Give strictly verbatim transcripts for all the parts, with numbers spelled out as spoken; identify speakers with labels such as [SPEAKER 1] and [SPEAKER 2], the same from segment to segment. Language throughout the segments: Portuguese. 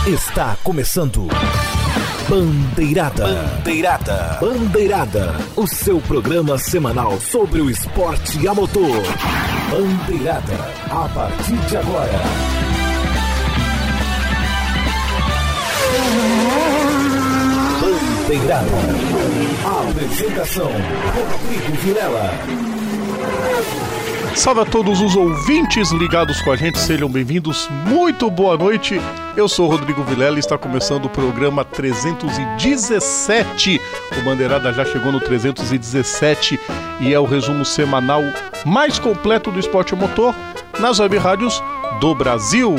[SPEAKER 1] Está começando Bandeirada. Bandeirada. Bandeirada. O seu programa semanal sobre o esporte a motor. Bandeirada. A partir de agora. Bandeirada. A apresentação: Rodrigo Vilela.
[SPEAKER 2] Salve a todos os ouvintes ligados com a gente, sejam bem-vindos, muito boa noite. Eu sou o Rodrigo Vilela e está começando o programa trezentos e dezessete. O Bandeirada já chegou no trezentos e dezessete e é o resumo semanal mais completo do esporte motor nas web rádios do Brasil.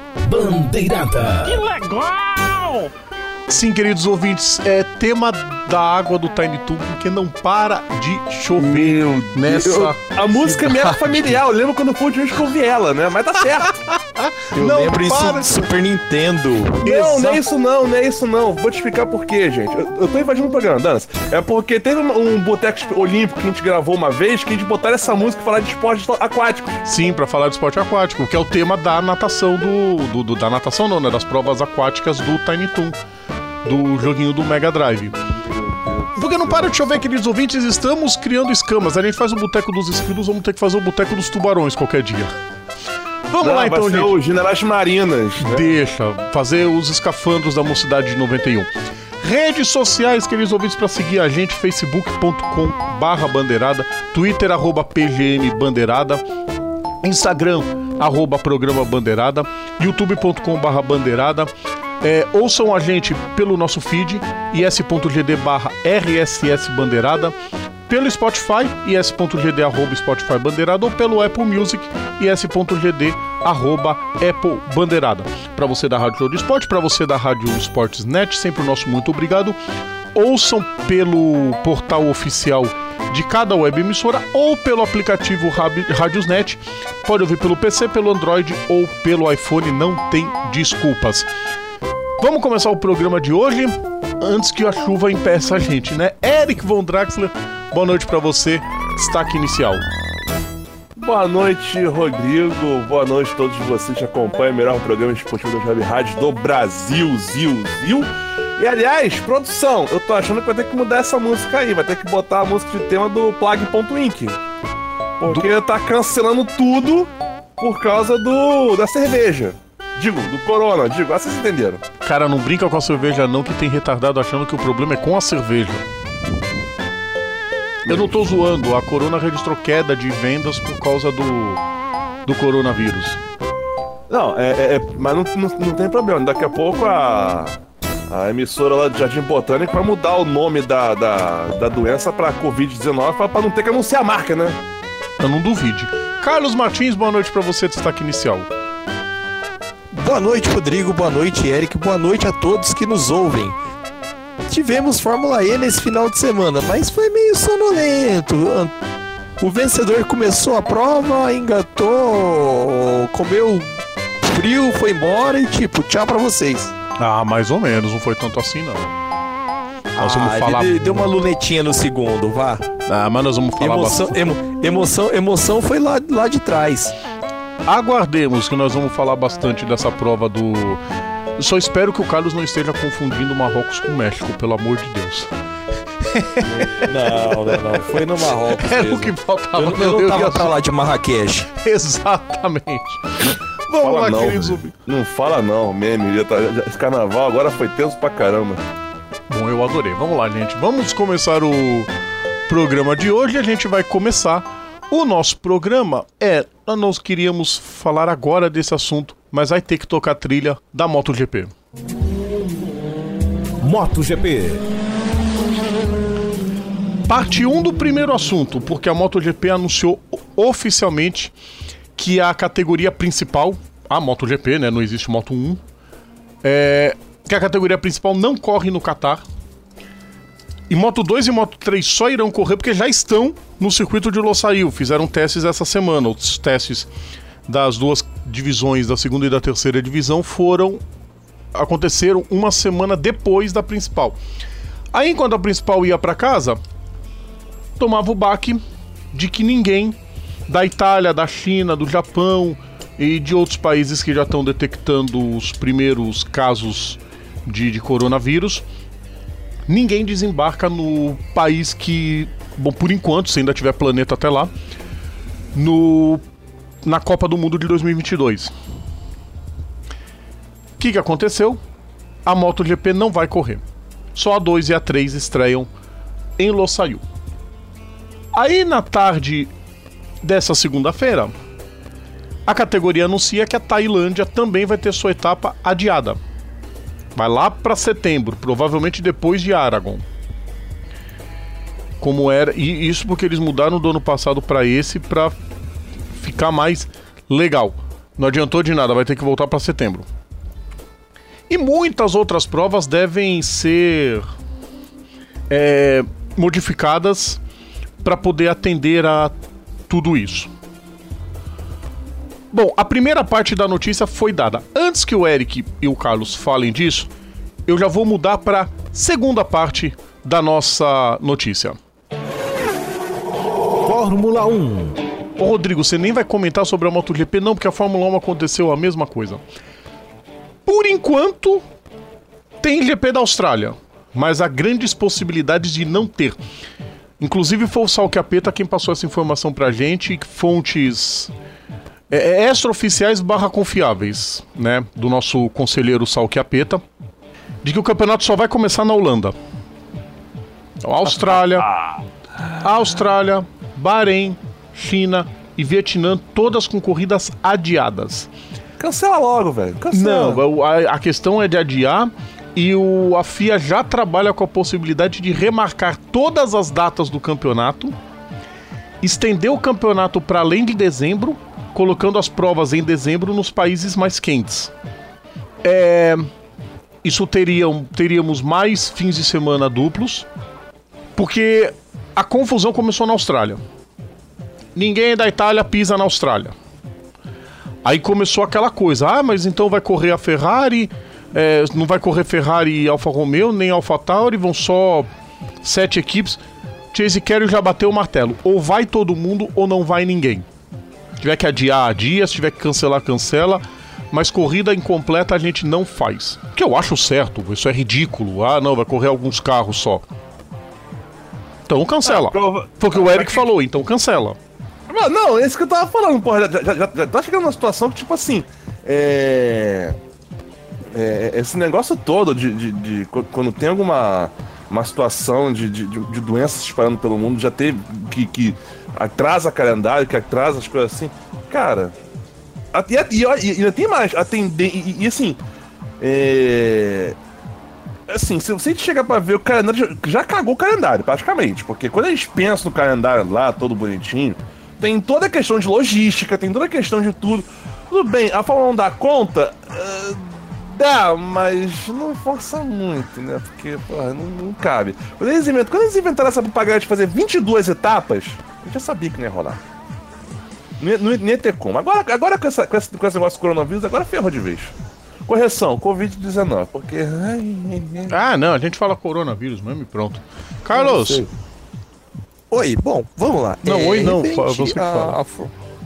[SPEAKER 1] Bandeirada.
[SPEAKER 2] Que legal! Sim, queridos ouvintes, é tema da água do Tiny Toon, porque não para de chover.
[SPEAKER 3] Meu
[SPEAKER 2] nessa
[SPEAKER 3] eu, a música me era familiar, eu lembro quando foi o último vez que eu vi ela, né? Mas tá certo.
[SPEAKER 4] Eu
[SPEAKER 2] não
[SPEAKER 4] lembro
[SPEAKER 2] para...
[SPEAKER 4] isso do Super Nintendo.
[SPEAKER 3] Não,
[SPEAKER 2] Exato.
[SPEAKER 3] não é isso não, não é isso não. Vou te explicar por quê, gente. Eu, eu tô invadindo o programa, Dança. É porque teve um, um boteco olímpico que a gente gravou uma vez, que a gente botaram essa música e falar de esportes aquáticos.
[SPEAKER 2] Sim, pra falar de esporte aquático, que é o tema da natação do... do, do da natação não, né? Das provas aquáticas do Tiny Toon, do joguinho do Mega Drive. Porque não para de chover, queridos ouvintes, estamos criando escamas. A gente faz o boteco dos esquilos, vamos ter que fazer o boteco dos tubarões qualquer dia. Vamos
[SPEAKER 3] não,
[SPEAKER 2] lá então,
[SPEAKER 3] vai ser
[SPEAKER 2] gente.
[SPEAKER 3] Os Generais Marinas, né?
[SPEAKER 2] Deixa, fazer os escafandros da Mocidade de noventa e um. Redes sociais, queridos ouvintes, para seguir a gente: facebook ponto com barra bandeirada, twitter arroba pgm bandeirada, instagram arroba programa bandeirada, youtube ponto com barra bandeirada. É, ouçam a gente pelo nosso feed, is.gd barra rss bandeirada, pelo Spotify, is.gd arroba Spotify bandeirada, ou pelo Apple Music, is.gd arroba Apple bandeirada. Para você da Rádio Show do Esporte, para você da Rádio Esportes Net, sempre o nosso muito obrigado. Ouçam pelo portal oficial de cada web emissora ou pelo aplicativo Radiosnet. Pode ouvir pelo P C, pelo Android ou pelo iPhone, não tem desculpas. Vamos começar o programa de hoje, antes que a chuva impeça a gente, né? Eric Von Draxler, boa noite pra você, destaque inicial.
[SPEAKER 3] Boa noite, Rodrigo. Boa noite a todos vocês que acompanham o melhor programa esportivo das web rádios do Brasil, Zil, Zil. E, aliás, produção, eu tô achando que vai ter que mudar essa música aí, vai ter que botar a música de tema do Plug ponto inc. Porque do... tá cancelando tudo por causa do da cerveja. Digo, do corona, digo, ah, vocês entenderam.
[SPEAKER 2] Cara, não brinca com a cerveja não, que tem retardado achando que o problema é com a cerveja. Eu não tô zoando, a Corona registrou queda de vendas por causa do, do coronavírus.
[SPEAKER 3] Não, é, é, é mas não, não, não tem problema, daqui a pouco a, a emissora lá do Jardim Botânico vai mudar o nome da, da, da doença pra covid dezenove pra, pra não ter que anunciar a marca, né?
[SPEAKER 2] Eu não duvide. Carlos Martins, boa noite pra você, destaque inicial.
[SPEAKER 4] Boa noite, Rodrigo, boa noite, Eric, boa noite a todos que nos ouvem. Tivemos Fórmula E nesse final de semana, mas foi meio sonolento. O vencedor começou a prova, engatou, comeu frio, foi embora e tipo, tchau pra vocês.
[SPEAKER 2] Ah, mais ou menos, não foi tanto assim não. Nós vamos
[SPEAKER 4] ah,
[SPEAKER 2] falar...
[SPEAKER 4] ele deu uma lunetinha no segundo, vá.
[SPEAKER 2] Ah, mas nós vamos falar
[SPEAKER 4] emoção,
[SPEAKER 2] bastante.
[SPEAKER 4] Emo, emoção, emoção foi lá, lá de trás.
[SPEAKER 2] Aguardemos que nós vamos falar bastante dessa prova do... Eu só espero que o Carlos não esteja confundindo Marrocos com México, pelo amor de Deus.
[SPEAKER 4] Não, não, não. Foi no Marrocos
[SPEAKER 2] Era
[SPEAKER 4] mesmo.
[SPEAKER 2] o que faltava.
[SPEAKER 4] Eu, eu não tava pra lá de Marrakech.
[SPEAKER 2] Exatamente. Vamos
[SPEAKER 3] fala
[SPEAKER 2] lá,
[SPEAKER 3] não,
[SPEAKER 2] queridos.
[SPEAKER 3] Não fala não, meme. Já tá, já, esse carnaval agora foi tenso pra caramba.
[SPEAKER 2] Bom, eu adorei. Vamos lá, gente. Vamos começar o programa de hoje. A gente vai começar... O nosso programa é... Nós queríamos falar agora desse assunto, mas vai ter que tocar a trilha da MotoGP.
[SPEAKER 1] MotoGP.
[SPEAKER 2] Parte um do primeiro assunto, porque a MotoGP anunciou oficialmente que a categoria principal, a MotoGP, né, não existe Moto um, é, que a categoria principal não corre no Qatar. E Moto dois e Moto três só irão correr porque já estão no circuito de Losail. Fizeram testes essa semana. Os testes das duas divisões, da segunda e da terceira divisão, foram aconteceram uma semana depois da principal. Aí, enquanto a principal ia para casa, tomava o baque de que ninguém da Itália, da China, do Japão, e de outros países que já estão detectando os primeiros casos de, de coronavírus, ninguém desembarca no país que, bom, por enquanto, se ainda tiver planeta até lá, no, na Copa do Mundo de dois mil e vinte e dois. O que, que aconteceu? A MotoGP não vai correr. Só a dois e a três estreiam em Losail. Aí na tarde dessa segunda-feira, a categoria anuncia que a Tailândia também vai ter sua etapa adiada. Vai lá para setembro, provavelmente depois de Aragon. Como era, e isso porque eles mudaram do ano passado para esse para ficar mais legal. Não adiantou de nada, vai ter que voltar para setembro. E muitas outras provas devem ser é, modificadas para poder atender a tudo isso. Bom, a primeira parte da notícia foi dada. Antes que o Eric e o Carlos falem disso, eu já vou mudar para a segunda parte da nossa notícia.
[SPEAKER 1] Fórmula um.
[SPEAKER 2] Ô Rodrigo, você nem vai comentar sobre a MotoGP não, porque a Fórmula um aconteceu a mesma coisa. Por enquanto, tem G P da Austrália, mas há grandes possibilidades de não ter. Inclusive foi o Sal Capeta quem passou essa informação pra gente, fontes é, extraoficiais barra confiáveis, né, do nosso conselheiro Sal Capeta, de que o campeonato só vai começar na Holanda. Então, Austrália, Austrália, Bahrein, China e Vietnã, todas com corridas adiadas.
[SPEAKER 3] Cancela logo, velho. Cancela.
[SPEAKER 2] Não, a, a questão é de adiar e o, a F I A já trabalha com a possibilidade de remarcar todas as datas do campeonato, estender o campeonato para além de dezembro, colocando as provas em dezembro nos países mais quentes. É, isso teriam, teríamos mais fins de semana duplos, porque a confusão começou na Austrália. Ninguém da Itália pisa na Austrália. Aí começou aquela coisa, ah, mas então vai correr a Ferrari, é, não vai correr Ferrari e Alfa Romeo, nem Alfa Tauri, vão só sete equipes. Chase Carey já bateu o martelo, ou vai todo mundo ou não vai ninguém. Se tiver que adiar, adia, se tiver que cancelar, cancela, mas corrida incompleta a gente não faz. Que eu acho certo, isso é ridículo, ah não, vai correr alguns carros só. Então cancela. Ah, prova... Foi o que o Eric que... falou, então cancela.
[SPEAKER 3] Não, é isso que eu tava falando, porra. Já, já, já, já tá chegando numa situação que, tipo assim. É. é esse negócio todo de, de, de. Quando tem alguma uma situação de, de, de doenças espalhando pelo mundo, já teve. Que, que atrasa calendário, que atrasa as coisas assim. Cara. E, e, e ainda tem mais. Atender. E, e assim. É. Assim, se você chegar pra ver o calendário. Já, já cagou o calendário, praticamente. Porque quando a gente pensa no calendário lá, todo bonitinho. Tem toda a questão de logística, tem toda a questão de tudo. Tudo bem, a Fórmula um dá conta? Uh, dá, mas não força muito, né? Porque, porra, não, não cabe. Quando eles, inventaram, quando eles inventaram essa propaganda de fazer vinte e duas etapas, eu já sabia que não ia rolar. Não ia, não ia, não ia ter como. Agora, agora com, essa, com, esse, com esse negócio do coronavírus, agora ferrou de vez. Correção, covid dezenove, porque...
[SPEAKER 2] Ah, não, a gente fala coronavírus mesmo e pronto. Carlos...
[SPEAKER 4] Oi, bom, vamos lá.
[SPEAKER 2] Não, é, oi não, você que
[SPEAKER 4] a,
[SPEAKER 2] fala.
[SPEAKER 4] A,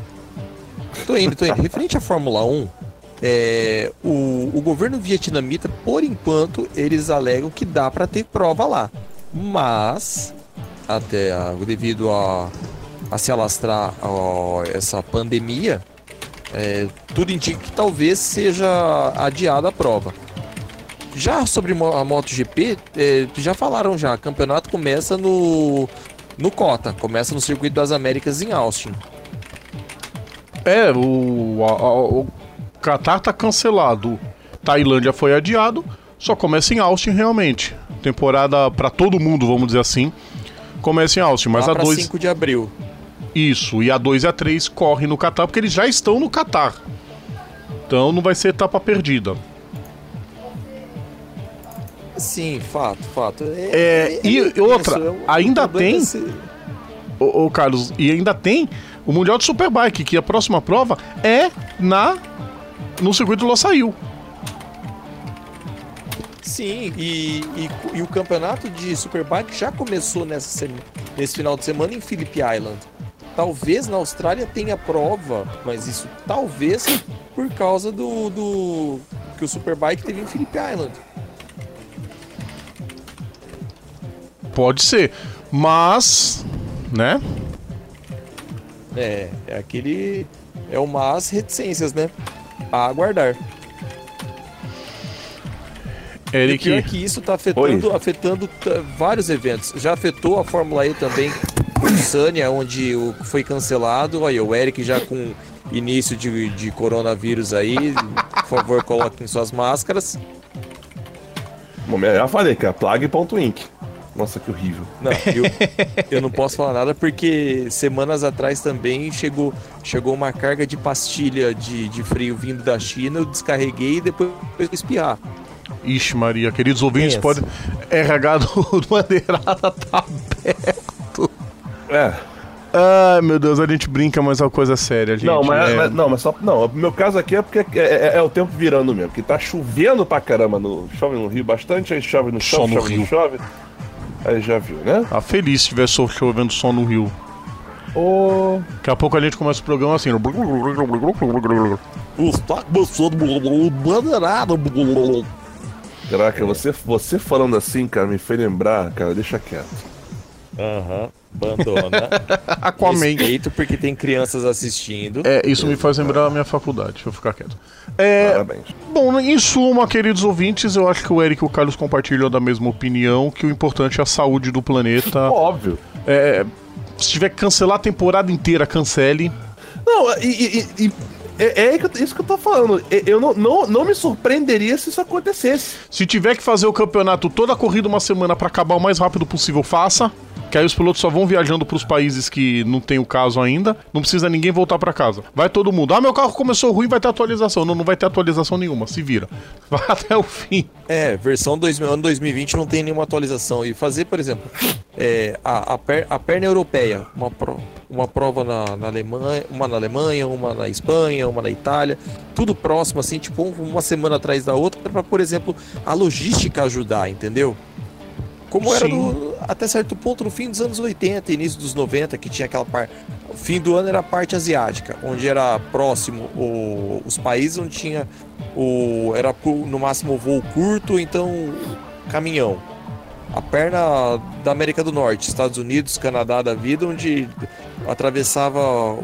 [SPEAKER 4] tô indo, tô indo. Referente à Fórmula um, é, o, o governo vietnamita, por enquanto, eles alegam que dá para ter prova lá. Mas, até a, devido a, a se alastrar a, essa pandemia, é, tudo indica que talvez seja adiada a prova. Já sobre a MotoGP, é, já falaram já, o campeonato começa no... No Cota, começa no Circuito das Américas em Austin.
[SPEAKER 2] É, o, a, a, o Qatar tá cancelado. Tailândia foi adiado, só começa em Austin realmente. Temporada pra todo mundo, vamos dizer assim. Começa em Austin, mas
[SPEAKER 4] lá
[SPEAKER 2] a dois
[SPEAKER 4] cinco de abril.
[SPEAKER 2] Isso, e a dois e a três corre no Qatar, porque eles já estão no Qatar. Então não vai ser etapa perdida.
[SPEAKER 4] Sim, fato, fato.
[SPEAKER 2] É, é, e é outra, é um, ainda tem, ô, ô Carlos, e ainda tem o Mundial de Superbike, que a próxima prova é na no circuito do Losail.
[SPEAKER 4] Sim, e, e, e o campeonato de Superbike já começou nessa sema, nesse final de semana em Phillip Island. talvez na Austrália tenha prova, mas isso talvez por causa do, do que o Superbike teve em Phillip Island.
[SPEAKER 2] Pode ser, mas, né?
[SPEAKER 4] É, é aquele... É o mas reticências, né? A aguardar.
[SPEAKER 2] Eric...
[SPEAKER 4] E pior que isso tá afetando, afetando t- vários eventos. Já afetou a Fórmula E também, o Sanya, onde o, foi cancelado. Olha, o Eric já com início de, de coronavírus aí. Por favor, coloquem suas máscaras.
[SPEAKER 3] Bom, eu já falei que é plague ponto inc. Nossa, que horrível.
[SPEAKER 4] Não, eu, eu não posso falar nada porque semanas atrás também chegou, chegou uma carga de pastilha de, de freio vindo da China. Eu descarreguei e depois eu espiar.
[SPEAKER 2] Ixi, Maria, queridos ouvintes,
[SPEAKER 4] Pensa.
[SPEAKER 2] pode... R H do, do Bandeirada tá aberto.
[SPEAKER 3] É.
[SPEAKER 2] Ai, meu Deus, a gente brinca, mas é uma coisa séria, gente.
[SPEAKER 3] Não, mas,
[SPEAKER 2] é...
[SPEAKER 3] mas- não, mas só. Não, o meu caso aqui é porque é, é- é o tempo virando mesmo. Porque tá chovendo pra caramba. No, chove no Rio bastante, aí chove no
[SPEAKER 2] Só
[SPEAKER 3] chove,
[SPEAKER 2] no
[SPEAKER 3] chove
[SPEAKER 2] Rio.
[SPEAKER 3] no chove. Aí já viu, né?
[SPEAKER 2] Tá feliz se tivesse chovendo só no Rio.
[SPEAKER 3] Ô.
[SPEAKER 2] Daqui a pouco a gente começa o programa assim.
[SPEAKER 4] Está começando o Bandeirada.
[SPEAKER 3] Caraca, você, você falando assim, cara, me fez lembrar, cara, deixa quieto.
[SPEAKER 4] Aham, abandona.
[SPEAKER 2] Aquaman.
[SPEAKER 4] Respeito porque tem crianças assistindo.
[SPEAKER 2] É, isso me faz lembrar a minha faculdade. Deixa eu ficar quieto. É,
[SPEAKER 3] Parabéns.
[SPEAKER 2] bom, em suma, queridos ouvintes, eu acho que o Eric e o Carlos compartilham da mesma opinião, que o importante é a saúde do planeta.
[SPEAKER 3] Óbvio.
[SPEAKER 2] É, se tiver que cancelar a temporada inteira, cancele.
[SPEAKER 3] Não, e, e- e- e- é, é isso que eu tô falando. E- Eu não, não, não me surpreenderia se isso acontecesse.
[SPEAKER 2] Se tiver que fazer o campeonato toda a corrida uma semana pra acabar o mais rápido possível, faça. Que aí os pilotos só vão viajando pros países que não tem o caso ainda. Não precisa ninguém voltar pra casa. Vai todo mundo. Ah, meu carro começou ruim, vai ter atualização. Não, não vai ter atualização nenhuma. Se vira. Vai até o fim.
[SPEAKER 4] É, versão dois mil, ano dois mil e vinte não tem nenhuma atualização. E fazer, por exemplo, é, a, a, per, a perna europeia, uma, pro, uma prova na, na Alemanha, uma na Alemanha, uma na Espanha, uma na Itália, tudo próximo, assim, tipo, uma semana atrás da outra, para, por exemplo, a logística ajudar, entendeu? Como era
[SPEAKER 2] Sim.
[SPEAKER 4] no, até certo ponto no fim dos anos oitenta, início dos noventa, que tinha aquela parte. O fim do ano era a parte asiática, onde era próximo o, os países onde tinha o. Era pu- no máximo voo curto, então caminhão. A perna da América do Norte, Estados Unidos, Canadá da vida, onde atravessava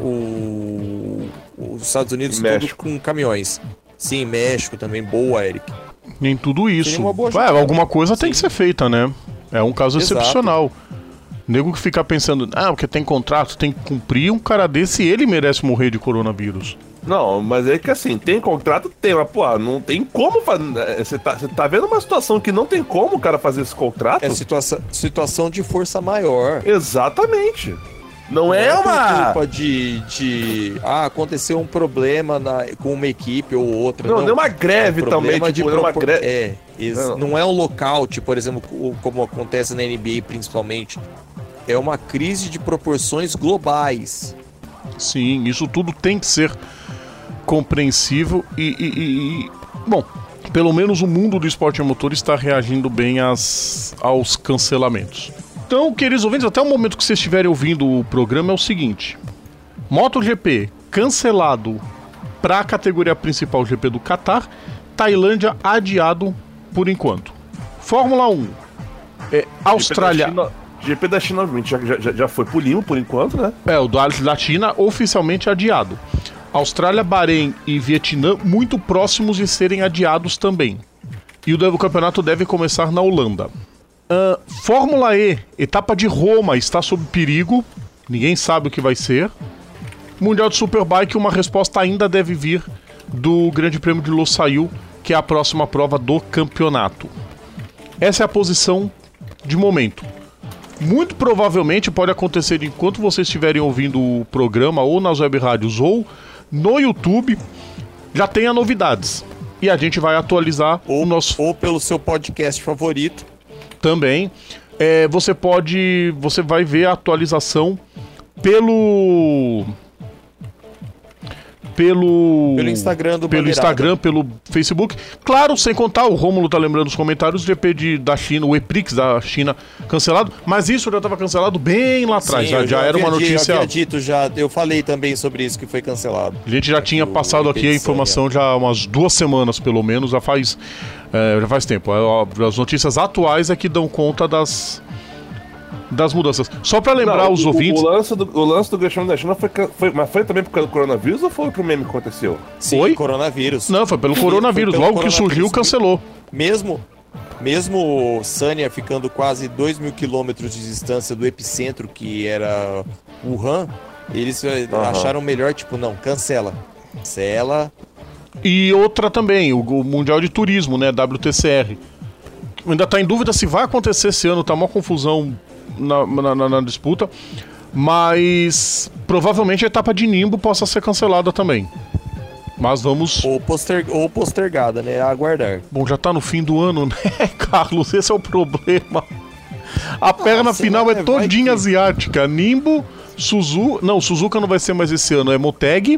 [SPEAKER 4] o, os Estados Unidos todo
[SPEAKER 3] México.
[SPEAKER 4] com caminhões. Sim, México também, boa, Eric.
[SPEAKER 2] Nem tudo isso.
[SPEAKER 4] Seria uma boa
[SPEAKER 2] Vai,
[SPEAKER 4] jogada.
[SPEAKER 2] alguma coisa tem
[SPEAKER 4] Sim.
[SPEAKER 2] que ser feita, né? É um caso
[SPEAKER 4] Exato.
[SPEAKER 2] excepcional. Nego que fica pensando, ah, porque tem contrato, tem que cumprir. Um cara desse, ele merece morrer de coronavírus.
[SPEAKER 3] Não, mas é que assim, tem contrato? Tem, mas pô, não tem como fazer. Você tá, você tá vendo uma situação que não tem como o cara fazer esse contrato?
[SPEAKER 4] É situação, situação de força maior.
[SPEAKER 3] Exatamente. Não,
[SPEAKER 4] Não
[SPEAKER 3] é
[SPEAKER 4] por
[SPEAKER 3] uma.
[SPEAKER 4] culpa de, de. Ah, aconteceu um problema na, com uma equipe ou outra.
[SPEAKER 3] Não, não é uma greve
[SPEAKER 4] um
[SPEAKER 3] também,
[SPEAKER 4] problema
[SPEAKER 3] tipo,
[SPEAKER 4] de
[SPEAKER 3] é uma
[SPEAKER 4] propor-
[SPEAKER 3] greve.
[SPEAKER 4] É, ex-
[SPEAKER 3] Não.
[SPEAKER 4] não é um lockout, por exemplo, co- como acontece na N B A principalmente. É uma crise de proporções globais.
[SPEAKER 2] Sim, isso tudo tem que ser compreensível e, e- e- e- bom, pelo menos o mundo do esporte a motor está reagindo bem às, aos cancelamentos. Então, queridos ouvintes, até o momento que vocês estiverem ouvindo o programa é o seguinte: MotoGP cancelado para a categoria principal G P do Catar, Tailândia adiado por enquanto. Fórmula um, é, Austrália...
[SPEAKER 3] G P da China, G P da China, obviamente, já, já, já foi pro limo por enquanto, né?
[SPEAKER 2] É, o do da China oficialmente adiado. Austrália, Bahrein e Vietnã muito próximos de serem adiados também. E o do campeonato deve começar na Holanda. Ah, Fórmula E, etapa de Roma, está sob perigo. Ninguém sabe o que vai ser. Mundial de Superbike, uma resposta ainda deve vir do Grande Prêmio de Losail, que é a próxima prova do campeonato. Essa é a posição de momento. Muito provavelmente pode acontecer enquanto vocês estiverem ouvindo o programa ou nas web rádios ou no YouTube, já tenha novidades. E a gente vai atualizar
[SPEAKER 4] Ou,
[SPEAKER 2] o nosso
[SPEAKER 4] ou pelo seu podcast favorito.
[SPEAKER 2] também. É, você pode, você vai ver a atualização pelo pelo...
[SPEAKER 4] Pelo Instagram do
[SPEAKER 2] Pelo
[SPEAKER 4] Bandeirada.
[SPEAKER 2] Instagram, pelo Facebook. Claro, sem contar, o Rômulo tá lembrando nos comentários, o G P de, da China, o E-Prix da China cancelado, mas isso já tava cancelado bem lá atrás,
[SPEAKER 4] Sim,
[SPEAKER 2] já,
[SPEAKER 4] eu
[SPEAKER 2] já era uma
[SPEAKER 4] havia-
[SPEAKER 2] notícia...
[SPEAKER 4] Eu havia dito já, eu falei também sobre isso que foi cancelado.
[SPEAKER 2] A gente já tinha
[SPEAKER 4] O
[SPEAKER 2] passado aqui a
[SPEAKER 4] Repetição,
[SPEAKER 2] informação já há umas duas semanas, pelo menos, já faz, é, já faz tempo. É, As notícias atuais é que dão conta das, das mudanças. Só pra lembrar
[SPEAKER 3] Não,
[SPEAKER 2] os
[SPEAKER 3] o,
[SPEAKER 2] ouvintes...
[SPEAKER 3] O lance do, o lance do Grande Prêmio da China foi, ca- foi. Mas foi também por causa do coronavírus ou foi pro meme que aconteceu?
[SPEAKER 4] Sim,
[SPEAKER 2] Oi?
[SPEAKER 4] coronavírus.
[SPEAKER 2] Não, foi pelo
[SPEAKER 4] Foi
[SPEAKER 2] coronavírus.
[SPEAKER 4] pelo
[SPEAKER 2] Logo que
[SPEAKER 4] coronavírus.
[SPEAKER 2] surgiu, cancelou.
[SPEAKER 4] Mesmo, mesmo Sanya ficando quase dois mil quilômetros de distância do epicentro, que era Wuhan, eles eh,
[SPEAKER 3] Aham.
[SPEAKER 4] acharam melhor, tipo, não, cancela. Cancela.
[SPEAKER 2] E outra também, o, o Mundial de Turismo, né, W T C R. Ainda tá em dúvida se vai acontecer esse ano, tá uma confusão na, na, na- na disputa, mas provavelmente a etapa de Nimbo possa ser cancelada também. Mas vamos...
[SPEAKER 4] Ou, poster, ou postergada, né? A aguardar.
[SPEAKER 2] Bom, já tá no fim do ano, né, Carlos? Esse é o problema. A perna
[SPEAKER 4] sei
[SPEAKER 2] final
[SPEAKER 4] lá,
[SPEAKER 2] é
[SPEAKER 4] vai
[SPEAKER 2] todinha
[SPEAKER 4] que-
[SPEAKER 2] asiática. Nimbo, Suzuka... Não, Suzuka não vai ser mais esse ano, é Moteg,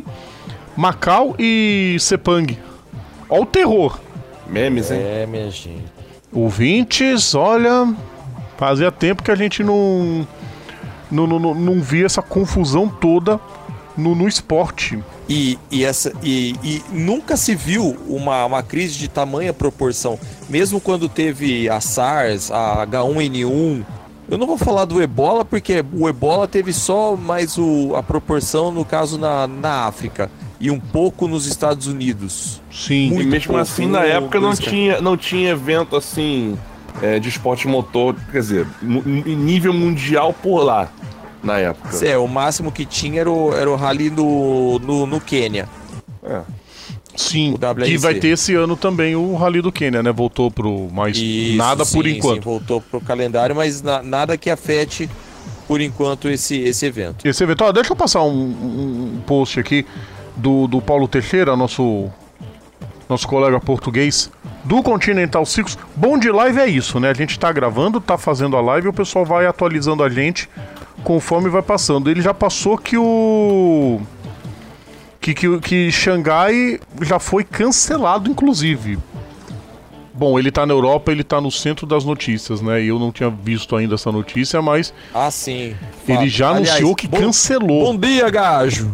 [SPEAKER 2] Macau e Sepang. Ó o terror.
[SPEAKER 3] Memes, hein?
[SPEAKER 4] É, minha gente.
[SPEAKER 2] Ouvintes, olha, fazia tempo que a gente não não, não, não, não via essa confusão toda no, no esporte.
[SPEAKER 4] E, e, essa, e, e nunca se viu uma, uma crise de tamanha proporção. Mesmo quando teve a SARS, a H um N um. Eu não vou falar do Ebola, porque o Ebola teve só mais o, a proporção, no caso, na, na África. E um pouco nos Estados Unidos.
[SPEAKER 2] Sim.
[SPEAKER 3] E
[SPEAKER 4] Muito
[SPEAKER 3] mesmo
[SPEAKER 4] pouco,
[SPEAKER 3] assim, na
[SPEAKER 4] no-
[SPEAKER 3] época não
[SPEAKER 4] no-
[SPEAKER 3] tinha, não tinha evento assim é, de esporte motor, quer dizer, mu- em nível mundial por lá, na época.
[SPEAKER 4] É, o máximo que tinha era o, era o rally no, no, no Quênia.
[SPEAKER 3] É.
[SPEAKER 2] Sim,
[SPEAKER 4] o W R C.
[SPEAKER 2] que vai ter esse ano também o Rally do Quênia, né? Voltou pro... Mas
[SPEAKER 4] Isso,
[SPEAKER 2] nada por
[SPEAKER 4] sim,
[SPEAKER 2] enquanto.
[SPEAKER 4] Sim, voltou pro calendário, mas na- nada que afete, por enquanto, esse, esse evento.
[SPEAKER 2] Esse evento... Ó, deixa eu passar um, um- um post aqui do, do Paulo Teixeira, nosso, nosso colega português, do Continental Circus. Bom de live é isso, né? A gente tá gravando, tá fazendo a live e o pessoal vai atualizando a gente conforme vai passando. Ele já passou que o... Que, que, que Xangai já foi cancelado, inclusive. Bom, ele tá na Europa, ele tá no centro das notícias, né? E eu não tinha visto ainda essa notícia, mas
[SPEAKER 4] Ah, sim.
[SPEAKER 2] ele
[SPEAKER 4] Fato.
[SPEAKER 2] já
[SPEAKER 4] Aliás,
[SPEAKER 2] anunciou que
[SPEAKER 4] bom-
[SPEAKER 2] cancelou.
[SPEAKER 4] Bom dia, gajo.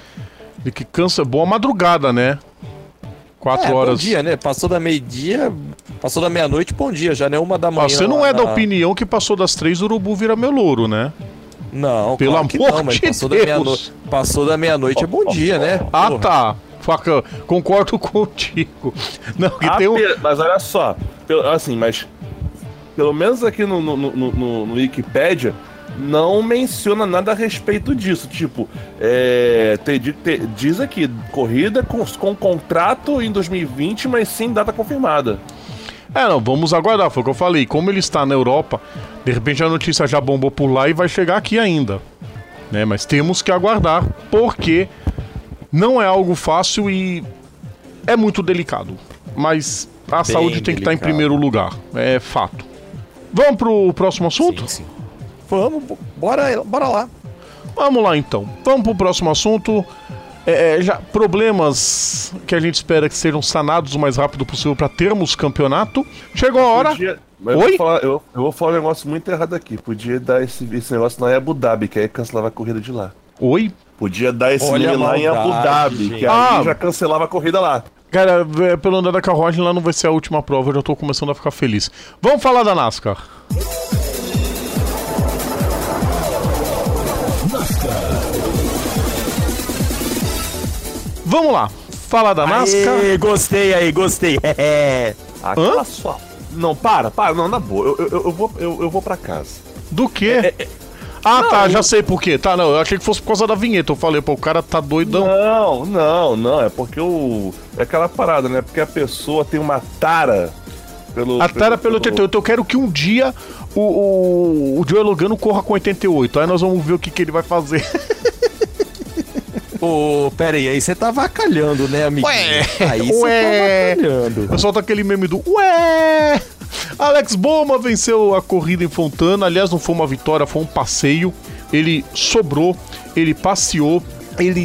[SPEAKER 2] E que cansa... Boa madrugada, né? Quatro
[SPEAKER 4] É,
[SPEAKER 2] horas.
[SPEAKER 4] Bom dia, né? Passou da meio-dia, passou da meia-noite, bom dia. Já não é uma da manhã.
[SPEAKER 2] Ah, você não
[SPEAKER 4] lá
[SPEAKER 2] é da
[SPEAKER 4] na-
[SPEAKER 2] opinião que passou das três, o urubu vira meu louro, né?
[SPEAKER 4] Não,
[SPEAKER 2] Pelo
[SPEAKER 4] claro que
[SPEAKER 2] amor
[SPEAKER 4] não, mas
[SPEAKER 2] de
[SPEAKER 4] passou da
[SPEAKER 2] Deus.
[SPEAKER 4] meia-noite. Passou da meia-noite é bom dia, né?
[SPEAKER 2] Ah,
[SPEAKER 4] Porra.
[SPEAKER 2] tá. Faca, concordo contigo. Não, que
[SPEAKER 3] Ah,
[SPEAKER 2] tem um...
[SPEAKER 3] pe- Mas olha só, pelo- assim, mas pelo menos aqui no, no, no, no, no Wikipedia não menciona nada a respeito disso. Tipo, é, te- te- diz aqui, corrida com, com contrato em dois mil e vinte, mas sem data confirmada.
[SPEAKER 2] É, não, vamos aguardar, foi o que eu falei. Como ele está na Europa, de repente a notícia já bombou por lá e vai chegar aqui ainda. Né? Mas temos que aguardar, porque não é algo fácil e é muito delicado. Mas a
[SPEAKER 4] Bem
[SPEAKER 2] saúde tem que estar em
[SPEAKER 4] delicado.
[SPEAKER 2] primeiro lugar, é fato. Vamos pro próximo assunto?
[SPEAKER 4] Sim, sim. Vamos, bora, bora lá.
[SPEAKER 2] Vamos lá então. Vamos pro próximo assunto. É, é, já, problemas que a gente espera que sejam sanados o mais rápido possível para termos campeonato. Chegou a hora.
[SPEAKER 3] Podia- mas eu
[SPEAKER 2] Oi?
[SPEAKER 3] vou falar- eu, eu vou falar um negócio muito errado aqui. Podia dar esse, esse negócio lá em Abu Dhabi, que aí cancelava a corrida de lá.
[SPEAKER 2] Oi?
[SPEAKER 3] Podia dar esse
[SPEAKER 4] Olha
[SPEAKER 3] meme
[SPEAKER 4] a
[SPEAKER 3] lá em Abu
[SPEAKER 4] maldade,
[SPEAKER 3] Dhabi,
[SPEAKER 4] gente.
[SPEAKER 3] que
[SPEAKER 2] Ah.
[SPEAKER 3] aí já cancelava a corrida lá.
[SPEAKER 2] Cara, é, pelo andar da carruagem lá não vai ser a última prova, eu já tô começando a ficar feliz. Vamos falar da NASCAR. Vamos lá. Falar da NASCAR.
[SPEAKER 4] Aê, gostei aí, gostei. É.
[SPEAKER 3] Aquela sua. Não, para, para, não, na boa. Eu, eu, eu, vou, eu, eu vou pra casa.
[SPEAKER 2] Do quê? Ah, tá, já sei por quê. Tá, não, eu achei que fosse por causa da vinheta. Eu falei, pô, o cara tá doidão.
[SPEAKER 3] Não, não, não. É porque o. É aquela parada, né? Porque a pessoa tem uma tara pelo.
[SPEAKER 2] A tara pelo oitenta e oito. Eu quero que um dia o, o, o Joey Logano corra com oitenta e oito. Aí nós vamos ver o que, que ele vai fazer.
[SPEAKER 4] Ô, pera aí, aí você tá avacalhando, né, amiguinho?
[SPEAKER 2] Ué,
[SPEAKER 4] aí você
[SPEAKER 2] ué.
[SPEAKER 4] tá avacalhando.
[SPEAKER 2] O pessoal tá aquele meme do ué! Alex Bowman venceu a corrida em Fontana. Aliás, não foi uma vitória, foi um passeio. Ele sobrou, ele passeou, ele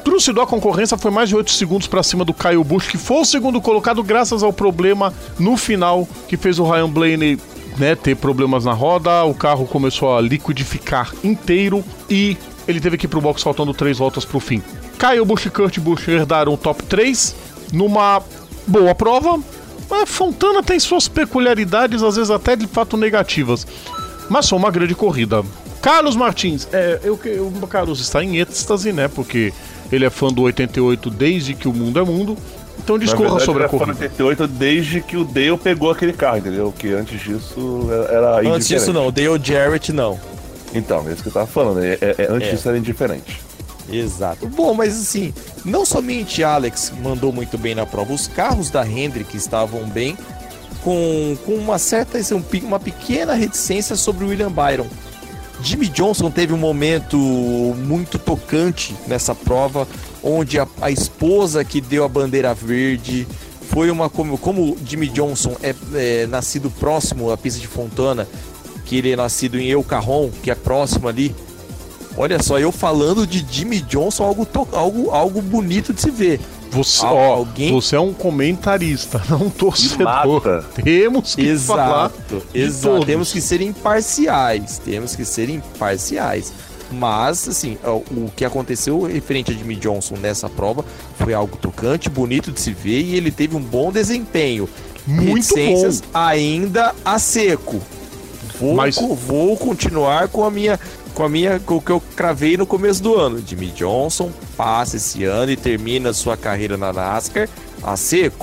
[SPEAKER 2] trucidou a concorrência, foi mais de oito segundos para cima do Kyle Busch, que foi o segundo colocado graças ao problema no final, que fez o Ryan Blaney, né, ter problemas na roda, o carro começou a liquidificar inteiro e ele teve que ir pro box faltando três voltas pro fim. Kyle Busch e Kurt Busch herdaram o top três numa boa prova. A Fontana tem suas peculiaridades, às vezes até de fato negativas, mas foi uma grande corrida. Carlos Martins, é, eu, eu, o Carlos está em êxtase, né, porque ele é fã do oitenta e oito desde que o mundo é mundo, então discorra
[SPEAKER 3] verdade,
[SPEAKER 2] sobre a
[SPEAKER 3] corrida.
[SPEAKER 2] corrida.
[SPEAKER 3] oitenta e oito desde que o Dale pegou aquele carro, entendeu? Que antes disso era indiferente.
[SPEAKER 4] Antes disso não, o Dale Jarrett não.
[SPEAKER 3] Então, é isso que eu tava falando, é, é, antes
[SPEAKER 4] É.
[SPEAKER 3] disso era indiferente.
[SPEAKER 4] Exato. Bom, mas assim, não somente Alex mandou muito bem na prova, os carros da Hendrick estavam bem, com, com uma certa, assim, um pe- uma pequena reticência sobre o William Byron. Jimmy Johnson teve um momento muito tocante nessa prova, onde a, a esposa que deu a bandeira verde foi uma... Como, como Jimmy Johnson é, é nascido próximo à pista de Fontana, que ele é nascido em El Cajon, que é próximo ali. Olha só, eu falando de Jimmy Johnson, algo, to, algo, algo bonito de se ver.
[SPEAKER 2] Você,
[SPEAKER 4] Al-
[SPEAKER 2] ó,
[SPEAKER 4] alguém-
[SPEAKER 2] você é um comentarista, não um torcedor.
[SPEAKER 3] mata.
[SPEAKER 2] Temos que falar
[SPEAKER 4] Exato,
[SPEAKER 2] de
[SPEAKER 4] exato.
[SPEAKER 2] todos.
[SPEAKER 4] Temos que ser imparciais. Temos que ser imparciais. Mas, assim, o, o que aconteceu referente a Jimmy Johnson nessa prova foi algo tocante, bonito de se ver e ele teve um bom desempenho.
[SPEAKER 2] Muito
[SPEAKER 4] Reticências ainda a seco. Vou,
[SPEAKER 2] Mas-
[SPEAKER 4] co- vou continuar com a minha. Com a minha, com o que eu cravei no começo do ano. Jimmy Johnson passa esse ano e termina sua carreira na NASCAR a seco.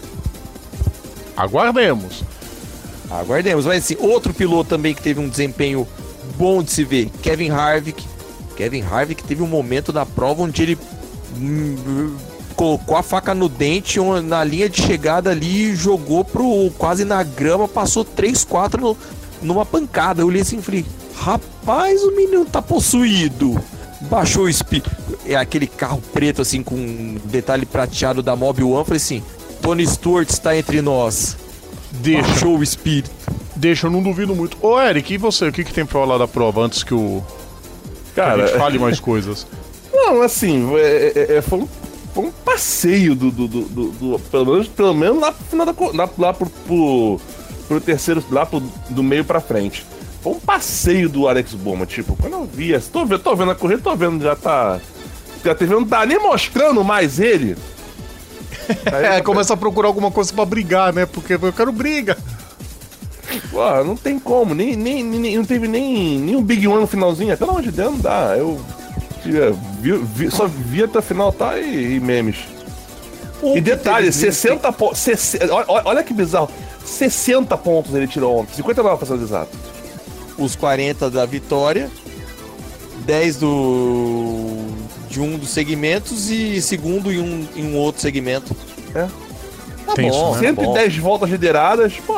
[SPEAKER 2] Aguardemos.
[SPEAKER 4] Aguardemos. Mas assim, outro piloto também que teve um desempenho bom de se ver, Kevin Harvick. Kevin Harvick teve um momento na prova onde ele hum, colocou a faca no dente um, na linha de chegada ali e jogou pro, quase na grama, passou três, quatro no, numa pancada. Eu olhei assim e falei, rapaz, o menino tá possuído. Baixou o espírito. É aquele carro preto assim com um detalhe prateado da Mobil One. Falei assim, Tony Stewart está entre nós.
[SPEAKER 2] Deixa,
[SPEAKER 4] Baixou o espírito.
[SPEAKER 2] deixa, eu não duvido muito. Ô, Eric, e você? O que, que tem pra falar da prova antes que, o, que a
[SPEAKER 3] Cara,
[SPEAKER 2] gente fale mais coisas?
[SPEAKER 3] não, assim, é, é, é, foi, um, foi um passeio do, do, do, do- do- pelo menos, pelo menos lá pro final da co- lá, lá pro, pro, pro terceiro, lá pro, do meio pra frente. Foi um passeio do Alex Bowman, tipo, quando eu vi, tô vendo, tô vendo a corrida, tô vendo, já tá, já T V não tá nem mostrando mais ele. Aí,
[SPEAKER 2] É, começa a procurar alguma coisa pra brigar, né? Porque eu quero briga.
[SPEAKER 3] pô, não tem como, nem, nem, nem não teve nem, nem um Big One no finalzinho, pelo amor de Deus, não dá, eu é, vi, vi- só vi até o final, tá, e, e memes. E detalhe, sessenta pontos. Olha, olha que bizarro. sessenta pontos ele tirou ontem. cinquenta e nove pra ser exato.
[SPEAKER 4] Os quarenta da vitória, dez do de um dos segmentos e segundo em um, em um outro segmento.
[SPEAKER 3] É.
[SPEAKER 4] Tá
[SPEAKER 2] Tem
[SPEAKER 4] bom,
[SPEAKER 2] isso, né?
[SPEAKER 4] tá
[SPEAKER 3] cento e
[SPEAKER 4] bom.
[SPEAKER 3] dez voltas lideradas, pô.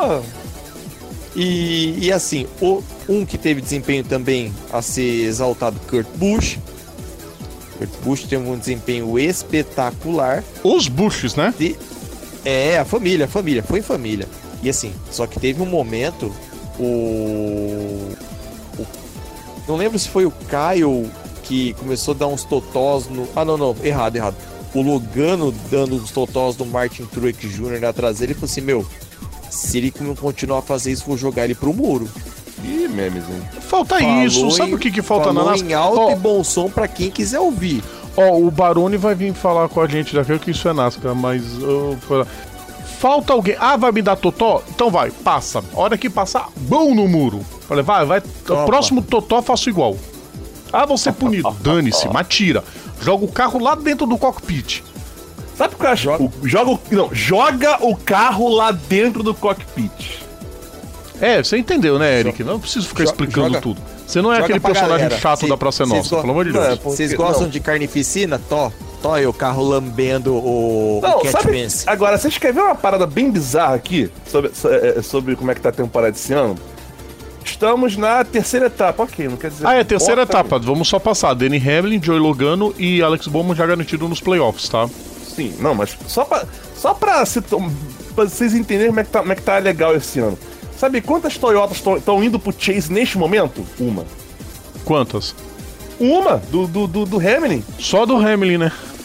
[SPEAKER 4] E, e assim, o, um que teve desempenho também a ser exaltado, Kurt Busch. Kurt Busch teve um desempenho espetacular.
[SPEAKER 2] Os Bushes, né?
[SPEAKER 4] De, é, a família, a família, foi em família. E assim, só que teve um momento, o, o não lembro se foi o Kyle que começou a dar uns totós no... Ah, não, não, errado, errado. O Logano dando uns totós no Martin Truex Júnior na traseira e falou assim, meu, se ele continuar a fazer isso, vou jogar ele pro muro.
[SPEAKER 3] Ih, memes, hein?
[SPEAKER 2] Falta
[SPEAKER 4] Falou
[SPEAKER 2] isso. Sabe
[SPEAKER 4] em-
[SPEAKER 2] o que, que falta na
[SPEAKER 4] falou
[SPEAKER 2] NASCAR?
[SPEAKER 4] em alto
[SPEAKER 2] Ó,
[SPEAKER 4] e bom som pra quem quiser ouvir.
[SPEAKER 2] Ó, o Baroni vai vir falar com a gente daqui, que isso é NASCAR, mas... eu- falta alguém. Ah, vai me dar totó? Então vai, passa. A hora que passar, bom no muro. Falei, vai, vai. O próximo totó eu faço igual. Ah, vou ser punido. Dane-se, mas tira. Joga o carro lá dentro do cockpit.
[SPEAKER 3] Sabe o que eu acho? O- Joga o, não, joga o carro lá dentro do cockpit.
[SPEAKER 2] É, você entendeu, né, Eric? Não preciso ficar
[SPEAKER 4] Jo-
[SPEAKER 2] explicando
[SPEAKER 4] joga-
[SPEAKER 2] tudo. Você não é
[SPEAKER 4] joga
[SPEAKER 2] aquele
[SPEAKER 4] pra
[SPEAKER 2] personagem
[SPEAKER 4] galera.
[SPEAKER 2] chato
[SPEAKER 4] Cê-
[SPEAKER 2] da Praça é
[SPEAKER 4] cês
[SPEAKER 2] Nossa,
[SPEAKER 4] go-
[SPEAKER 2] pelo amor de
[SPEAKER 3] Não,
[SPEAKER 2] Deus.
[SPEAKER 3] é, porque-
[SPEAKER 4] Vocês gostam
[SPEAKER 3] não.
[SPEAKER 4] de carnificina? Tó, tó aí o carro lambendo o, o
[SPEAKER 3] Não,
[SPEAKER 4] catch
[SPEAKER 3] sabe?
[SPEAKER 4] fence.
[SPEAKER 3] Agora, vocês querem ver uma parada bem bizarra aqui sobre, so- é, sobre como é que tá a temporada esse ano? Estamos na terceira etapa, ok, não quer dizer.
[SPEAKER 2] Ah, é, terceira
[SPEAKER 3] porra
[SPEAKER 2] etapa. Vamos só passar. Danny Hamlin, Joey Logano e Alex Bowman já garantido nos playoffs, tá?
[SPEAKER 3] Sim, não, mas só pra, só pra, se, pra vocês entenderem como é, que tá, como é que tá legal esse ano. Sabe quantas Toyotas estão indo pro Chase neste momento? Uma.
[SPEAKER 2] Quantas?
[SPEAKER 3] Uma, do, do, do, do Hamilton.
[SPEAKER 2] Só do Hamlin, né?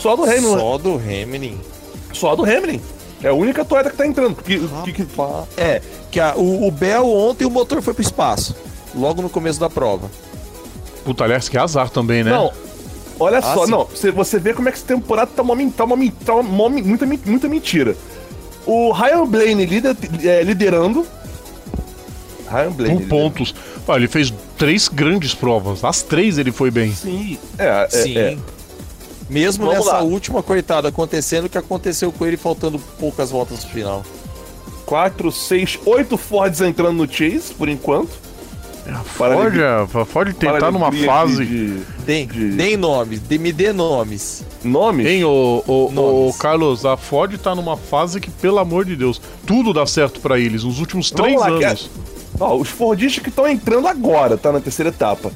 [SPEAKER 3] Só do Hamilton.
[SPEAKER 4] Só do Hamilton.
[SPEAKER 3] Só do Hamilton. É a única Toyota que tá entrando. Que, que, que...
[SPEAKER 4] É, que a, o, o Bell ontem o motor foi pro espaço. Logo no começo da prova.
[SPEAKER 2] Puta, aliás, que azar também, né?
[SPEAKER 3] Não, olha
[SPEAKER 4] Ah,
[SPEAKER 3] só,
[SPEAKER 4] sim.
[SPEAKER 3] não, você, você vê como é que essa temporada tá uma, men- tá uma, men- tá uma, men- muita, men- muita mentira. O Ryan Blaney lider, é, liderando. Ryan Blaney.
[SPEAKER 2] Por
[SPEAKER 3] liderando.
[SPEAKER 2] pontos. Olha, ele fez três grandes provas. As três ele foi bem.
[SPEAKER 3] Sim, é, é,
[SPEAKER 4] Sim.
[SPEAKER 3] é.
[SPEAKER 4] Mesmo
[SPEAKER 3] Vamos
[SPEAKER 4] nessa
[SPEAKER 3] lá.
[SPEAKER 4] última, coitada, acontecendo o que aconteceu com ele faltando poucas voltas pro final.
[SPEAKER 3] Quatro, seis, oito Fords entrando no Chase, por enquanto. Para
[SPEAKER 2] Ford,
[SPEAKER 3] alegria-
[SPEAKER 2] é, Ford
[SPEAKER 3] para
[SPEAKER 2] tentar numa
[SPEAKER 3] alegria
[SPEAKER 2] fase.
[SPEAKER 3] De, de
[SPEAKER 4] Deem,
[SPEAKER 3] De-
[SPEAKER 4] deem nomes, de, me dê nomes.
[SPEAKER 3] nomes.
[SPEAKER 2] Hein, ô, ô, ô,
[SPEAKER 4] Nomes.
[SPEAKER 2] Carlos, a Ford tá numa fase que, pelo amor de Deus, tudo dá certo pra eles nos últimos
[SPEAKER 3] Vamos
[SPEAKER 2] três
[SPEAKER 3] lá, que é-
[SPEAKER 2] anos.
[SPEAKER 3] Ó, os Fordistas que estão entrando agora, tá? Na terceira etapa.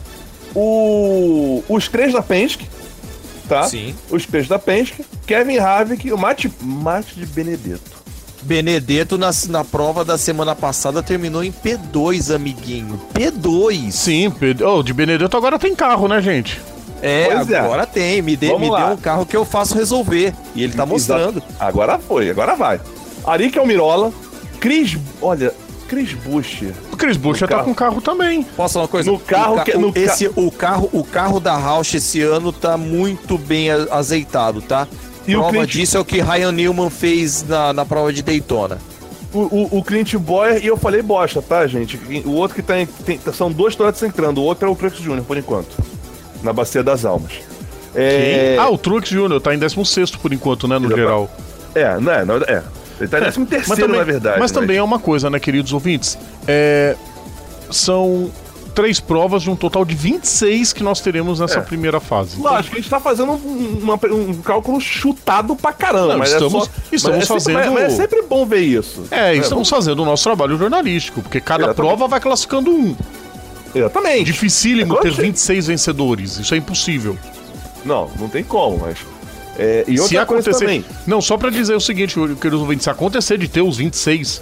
[SPEAKER 3] O... Os três da Penske, tá?
[SPEAKER 4] Sim.
[SPEAKER 3] Os três da Penske, Kevin Harvick e o Mate, Mate de Benedetto.
[SPEAKER 4] Benedetto na, na prova da semana passada terminou em P dois, amiguinho. P dois.
[SPEAKER 2] Sim, Pe- oh, de Benedetto agora tem carro, né, gente?
[SPEAKER 4] É,
[SPEAKER 3] Pois é.
[SPEAKER 4] agora tem. Me dê,
[SPEAKER 3] Vamos
[SPEAKER 4] me dê
[SPEAKER 3] lá.
[SPEAKER 4] um carro que eu faço resolver. E ele tá mostrando.
[SPEAKER 3] Exato. Agora foi, agora vai. Aric Almirola, Chris... Olha, Chris Buescher.
[SPEAKER 2] O Chris Buescher
[SPEAKER 3] No
[SPEAKER 2] tá
[SPEAKER 3] carro.
[SPEAKER 2] com carro também.
[SPEAKER 4] Posso falar uma coisa?
[SPEAKER 3] No carro
[SPEAKER 4] o, ca-
[SPEAKER 3] que- no
[SPEAKER 4] o- esse, o carro, o carro da Roush esse ano tá muito bem a- azeitado, tá?
[SPEAKER 3] E o
[SPEAKER 4] prova
[SPEAKER 3] Clint-
[SPEAKER 4] disso é o que Ryan Newman fez na, na prova de Daytona.
[SPEAKER 3] O, o, o Clint Boyer, e eu falei bosta, tá, gente? O outro que tá em, tem, são dois Toyotas entrando, o outro é o Truex Júnior, por enquanto. Na Bacia das Almas. É,
[SPEAKER 2] Ah, o Truex Júnior tá em décimo sexto por enquanto, né, no
[SPEAKER 3] Já tá.
[SPEAKER 2] geral.
[SPEAKER 3] é, não é, não é. Ele tá em décimo
[SPEAKER 2] Mas
[SPEAKER 3] terceiro,
[SPEAKER 2] também,
[SPEAKER 3] na verdade.
[SPEAKER 2] mas também é uma coisa, né, queridos ouvintes? É, são três provas de um total de vinte e seis que nós teremos nessa
[SPEAKER 3] É.
[SPEAKER 2] primeira fase.
[SPEAKER 3] Lógico que a gente tá fazendo um, uma- um cálculo chutado pra caramba.
[SPEAKER 2] Não,
[SPEAKER 3] mas
[SPEAKER 2] estamos-
[SPEAKER 3] é só,
[SPEAKER 2] estamos
[SPEAKER 3] mas é sempre-
[SPEAKER 2] fazendo-
[SPEAKER 3] Mas, mas é sempre bom ver isso.
[SPEAKER 2] É, estamos fazendo o nosso trabalho jornalístico, porque cada
[SPEAKER 3] Exatamente.
[SPEAKER 2] prova vai classificando um.
[SPEAKER 3] Exatamente.
[SPEAKER 2] Dificílimo
[SPEAKER 3] É,
[SPEAKER 2] ter
[SPEAKER 3] quando che-
[SPEAKER 2] vinte e seis vencedores, isso é impossível.
[SPEAKER 3] Não, não tem como, mas... É, e outra
[SPEAKER 2] Se
[SPEAKER 3] coisa
[SPEAKER 2] acontecer.
[SPEAKER 3] também...
[SPEAKER 2] Não, só pra dizer o seguinte, queridos ouvintes, se acontecer de ter os vinte e seis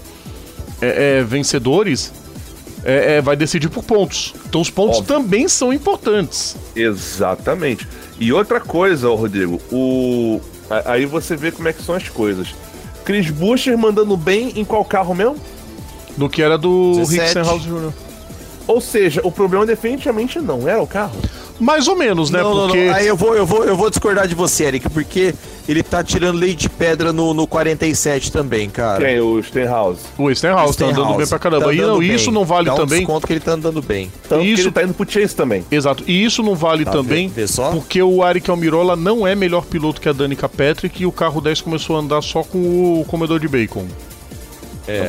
[SPEAKER 2] é, é, vencedores, é, é, vai decidir por pontos. Então os pontos
[SPEAKER 3] Óbvio.
[SPEAKER 2] também são importantes.
[SPEAKER 3] Exatamente. E outra coisa, ô, Rodrigo, o... a- aí você vê como é que são as coisas. Chris Buescher mandando bem em qual carro mesmo?
[SPEAKER 2] Do que era do Rick
[SPEAKER 4] dezessete.
[SPEAKER 2] Stenhouse Júnior
[SPEAKER 3] Ou seja, o problema definitivamente não era o carro.
[SPEAKER 2] Mais ou menos, né?
[SPEAKER 4] Não, não,
[SPEAKER 2] Porque.
[SPEAKER 4] não. Aí eu vou, eu, vou, eu vou discordar de você, Eric, porque ele tá tirando leite de pedra no, no quarenta e sete também, cara.
[SPEAKER 3] Quem? O Stenhouse.
[SPEAKER 2] O Stenhouse tá andando
[SPEAKER 4] Stenhouse
[SPEAKER 2] bem pra caramba.
[SPEAKER 4] tá
[SPEAKER 2] e
[SPEAKER 4] andando
[SPEAKER 2] não,
[SPEAKER 4] bem.
[SPEAKER 2] isso não vale
[SPEAKER 4] Dá um
[SPEAKER 2] também.
[SPEAKER 4] desconto que ele tá andando bem.
[SPEAKER 3] Tanto que
[SPEAKER 2] Isso-
[SPEAKER 3] ele tá indo pro Chase também.
[SPEAKER 2] Exato. E isso não vale
[SPEAKER 4] Tá,
[SPEAKER 2] também,
[SPEAKER 4] vê- vê só?
[SPEAKER 2] porque o Aric Almirola não é melhor piloto que a Danica Patrick e o carro dez começou a andar só com o comedor de bacon.
[SPEAKER 4] É.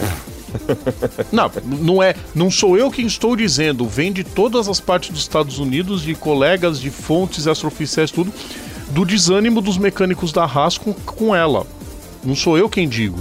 [SPEAKER 2] Não, não é, não sou eu quem estou dizendo, vem de todas as partes dos Estados Unidos, de colegas, de fontes extraoficiais, tudo, do desânimo dos mecânicos da Haas com, com ela. Não sou eu quem digo.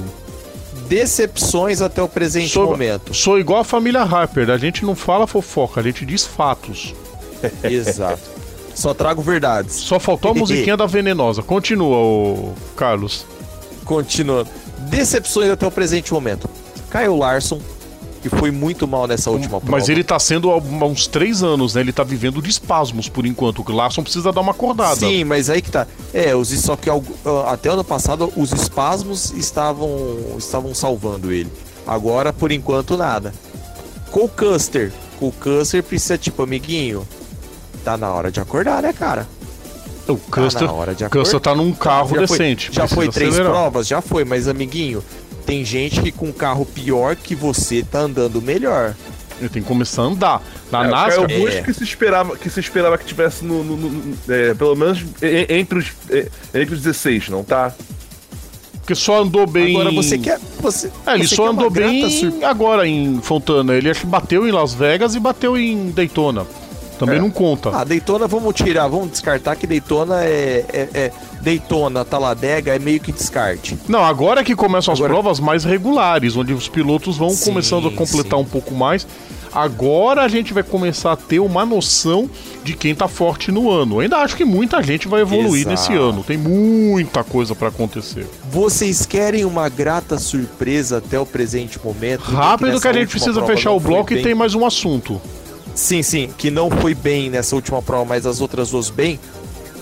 [SPEAKER 4] Decepções até o presente
[SPEAKER 2] Sou,
[SPEAKER 4] momento.
[SPEAKER 2] sou igual a família Harper, a gente não fala fofoca, a gente diz fatos.
[SPEAKER 4] Exato. Só trago verdades.
[SPEAKER 2] Só faltou a musiquinha da Venenosa. Continua, ô Carlos.
[SPEAKER 4] Continuando. Decepções até o presente momento. Kyle Larson, que foi muito mal nessa última prova.
[SPEAKER 2] Mas ele tá sendo há uns três anos, né? Ele tá vivendo de espasmos por enquanto. O Larson precisa dar uma acordada.
[SPEAKER 4] Sim, mas aí que tá. É, os, só que algo- até ano passado os espasmos estavam, estavam salvando ele. Agora, por enquanto, nada. Cole Custer. Cole Custer precisa, tipo, amiguinho, tá na hora de acordar, né, cara?
[SPEAKER 2] O Custer,
[SPEAKER 4] na hora de
[SPEAKER 2] Custer tá num carro
[SPEAKER 4] Já foi-
[SPEAKER 2] decente.
[SPEAKER 4] Já
[SPEAKER 2] precisa
[SPEAKER 4] foi três
[SPEAKER 2] acelerar.
[SPEAKER 4] provas? Já foi, mas amiguinho, tem gente que com carro pior que você tá andando melhor.
[SPEAKER 2] Ele tem que começar a andar. Na
[SPEAKER 3] É,
[SPEAKER 2] NASCAR,
[SPEAKER 3] o Bush
[SPEAKER 4] É.
[SPEAKER 3] que se esperava que se esperava que tivesse no, no- no- é, pelo menos e- entre os é, entre os dezesseis, não tá?
[SPEAKER 2] porque só andou bem.
[SPEAKER 4] Agora você quer. Você,
[SPEAKER 2] É, ele
[SPEAKER 4] você
[SPEAKER 2] só
[SPEAKER 4] quer uma
[SPEAKER 2] andou
[SPEAKER 4] grata
[SPEAKER 2] bem
[SPEAKER 4] sur-
[SPEAKER 2] agora em Fontana. Ele acho que bateu em Las Vegas e bateu em Daytona. Também
[SPEAKER 3] É.
[SPEAKER 2] não conta.
[SPEAKER 4] Ah, Daytona vamos tirar, vamos descartar que Daytona é, é, é- Daytona, Talladega é meio que descarte.
[SPEAKER 2] Não, agora que começam
[SPEAKER 4] Agora-
[SPEAKER 2] as provas mais regulares, onde os pilotos vão
[SPEAKER 4] Sim,
[SPEAKER 2] começando a completar
[SPEAKER 4] sim.
[SPEAKER 2] um pouco mais. Agora a gente vai começar a ter uma noção de quem tá forte no ano. Ainda acho que muita gente vai evoluir
[SPEAKER 4] Exato.
[SPEAKER 2] nesse ano. Tem muita coisa pra acontecer.
[SPEAKER 4] Vocês querem uma grata surpresa até o presente momento?
[SPEAKER 2] Rápido
[SPEAKER 4] nessa
[SPEAKER 2] que a gente
[SPEAKER 4] última
[SPEAKER 2] precisa
[SPEAKER 4] prova
[SPEAKER 2] fechar
[SPEAKER 4] não
[SPEAKER 2] o
[SPEAKER 4] foi
[SPEAKER 2] bloco e
[SPEAKER 4] bem.
[SPEAKER 2] tem mais um assunto.
[SPEAKER 4] Sim, sim, que não foi bem nessa última prova, mas as outras duas bem.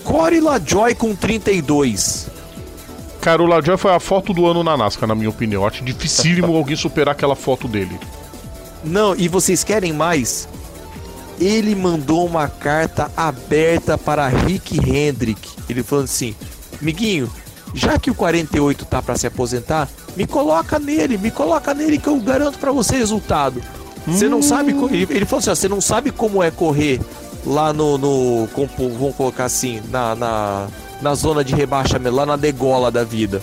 [SPEAKER 4] Corey LaJoie com trinta e dois.
[SPEAKER 2] Cara, o LaJoie foi a foto do ano na NASCAR, na minha opinião. Acho dificílimo alguém superar aquela foto dele.
[SPEAKER 4] Não, e vocês querem mais? Ele mandou uma carta aberta para Rick Hendrick. Ele falou assim: amiguinho, já que o quarenta e oito tá para se aposentar, me coloca nele, me coloca nele que eu garanto para você resultado. Você hum. não sabe... Ele falou assim, ó, você não sabe como é correr lá no... no vamos colocar assim, na, na, na zona de rebaixamento, lá na degola da vida.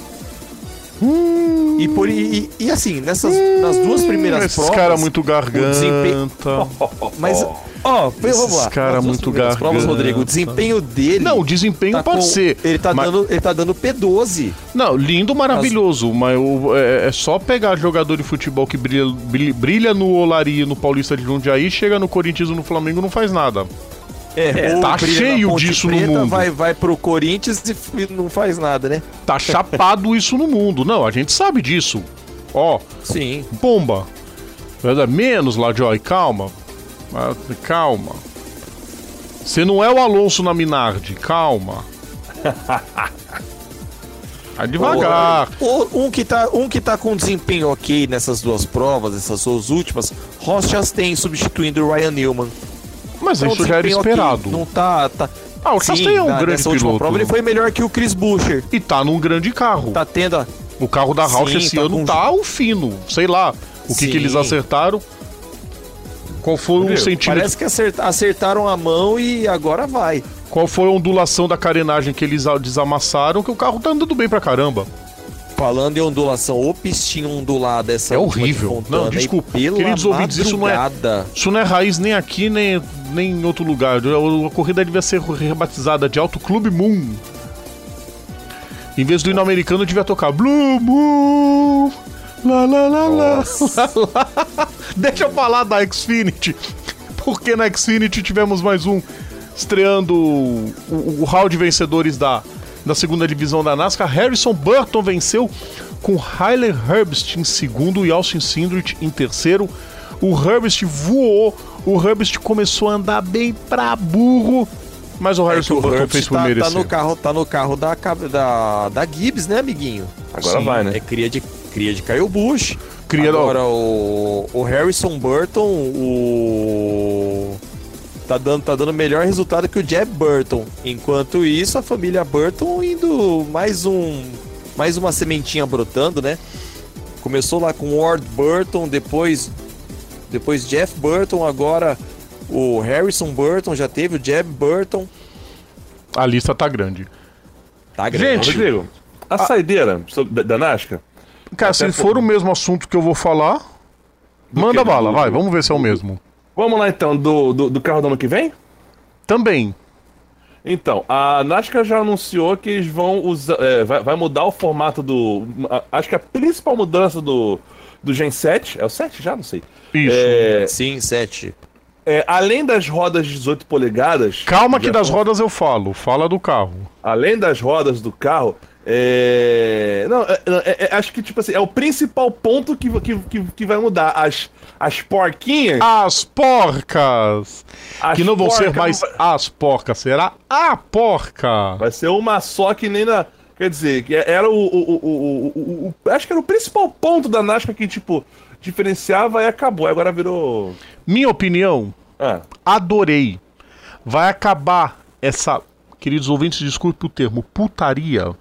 [SPEAKER 4] Hum. E, por, e, e assim, nessas hum. nas duas primeiras
[SPEAKER 2] Esses
[SPEAKER 4] provas...
[SPEAKER 2] Esse cara muito garganta...
[SPEAKER 4] Desempenho... Mas... Ó, oh, vamos lá.
[SPEAKER 2] Esse cara muito garganta.
[SPEAKER 4] Provas, Rodrigo, o desempenho dele...
[SPEAKER 2] Não, o desempenho
[SPEAKER 4] tá
[SPEAKER 2] pode
[SPEAKER 4] com,
[SPEAKER 2] ser.
[SPEAKER 4] Ele tá, mas... dando, ele tá dando P doze.
[SPEAKER 2] Não, lindo, maravilhoso. As... Mas é, é só pegar jogador de futebol que brilha, brilha, brilha no Olaria, no Paulista de Jundiaí, chega no Corinthians ou no Flamengo e não faz nada.
[SPEAKER 4] É,
[SPEAKER 2] tá cheio disso Preta, no mundo.
[SPEAKER 4] Vai, vai pro Corinthians e não faz nada, né?
[SPEAKER 2] Tá chapado isso no mundo. Não, a gente sabe disso. Ó,
[SPEAKER 4] sim.
[SPEAKER 2] Bomba. Menos, LaJoie, calma. Calma. Você não é o Alonso na Minardi, calma. Vai devagar.
[SPEAKER 4] O, o, um, que tá, um que tá com desempenho ok nessas duas provas, essas duas últimas, Ross Chastain substituindo o Ryan Newman.
[SPEAKER 2] Mas então, isso já era esperado.
[SPEAKER 4] Okay. Não tá, tá...
[SPEAKER 2] Ah, o Chastain é um
[SPEAKER 4] na,
[SPEAKER 2] grande
[SPEAKER 4] nessa
[SPEAKER 2] piloto.
[SPEAKER 4] Última prova ele foi melhor que o Chris Buescher.
[SPEAKER 2] E tá num grande carro.
[SPEAKER 4] Tá tendo a...
[SPEAKER 2] O carro da Roush esse tá ano com... tá o fino. Sei lá o que, que eles acertaram. Qual foi o centímetro?
[SPEAKER 4] Parece que acertaram a mão e agora vai.
[SPEAKER 2] Qual foi a ondulação da carenagem que eles desamassaram, que o carro tá andando bem pra caramba.
[SPEAKER 4] Falando em ondulação, ou pistinha ondulada essa
[SPEAKER 2] é horrível. De não, desculpa. Queridos ouvintes, isso não, é, isso não é raiz nem aqui, nem, nem em outro lugar. A corrida devia ser rebatizada de Auto Clube Moon. Em vez do hino americano, devia tocar Blue Moon. Lá, lá, lá, lá, lá, lá. Deixa eu falar da Xfinity, porque na Xfinity tivemos mais um estreando o, o, o hall de vencedores da, da segunda divisão da NASCAR. Harrison Burton venceu com Riley Herbst em segundo e Austin Cindric em terceiro. O Herbst voou, o Herbst começou a andar bem pra burro, mas o Harrison é Burton Herbst fez por
[SPEAKER 4] tá,
[SPEAKER 2] merecer.
[SPEAKER 4] Tá no carro, tá no carro da, da, da Gibbs, né, amiguinho?
[SPEAKER 3] Agora Sim, vai, né?
[SPEAKER 4] É cria de, cria de Kyle Busch.
[SPEAKER 2] Cria
[SPEAKER 4] Agora o, o Harrison Burton, o... Tá dando, tá dando melhor resultado que o Jeb Burton. Enquanto isso, a família Burton indo mais um... Mais uma sementinha brotando, né? Começou lá com Ward Burton, depois... Depois Jeff Burton, agora o Harrison Burton, já teve o Jeb Burton.
[SPEAKER 2] A lista tá grande.
[SPEAKER 4] Tá grande.
[SPEAKER 3] Gente, Rodrigo, a, a saideira da, da NASCAR...
[SPEAKER 2] Cara, se for o mesmo assunto que eu vou falar, manda bala, vai, vamos ver se é o mesmo.
[SPEAKER 3] Vamos lá então, do, do, do carro do ano que vem?
[SPEAKER 2] Também.
[SPEAKER 3] Então, a NASCAR já anunciou que eles vão usar, é, vai, vai mudar o formato do... A, acho que a principal mudança do, do Gen sete, é o sete já? Não sei.
[SPEAKER 2] Isso.
[SPEAKER 3] É,
[SPEAKER 4] Sim, sete.
[SPEAKER 3] É, além das rodas de dezoito polegadas...
[SPEAKER 2] Calma que das vão... rodas eu falo, fala do carro.
[SPEAKER 3] Além das rodas do carro... É... Não, é, é, é, acho que tipo assim, é o principal ponto que, que, que, que vai mudar. As, as porquinhas.
[SPEAKER 2] As porcas!
[SPEAKER 3] As
[SPEAKER 2] que não vão
[SPEAKER 3] porca
[SPEAKER 2] ser mais
[SPEAKER 3] vai...
[SPEAKER 2] as porcas, será a porca!
[SPEAKER 3] Vai ser uma só que nem na. Quer dizer, que era o, o, o, o, o, o. Acho que era o principal ponto da NASCAR que, tipo, diferenciava e acabou. Agora virou.
[SPEAKER 2] Minha opinião,
[SPEAKER 3] ah.
[SPEAKER 2] adorei. Vai acabar essa. Queridos ouvintes, desculpe o termo, putaria.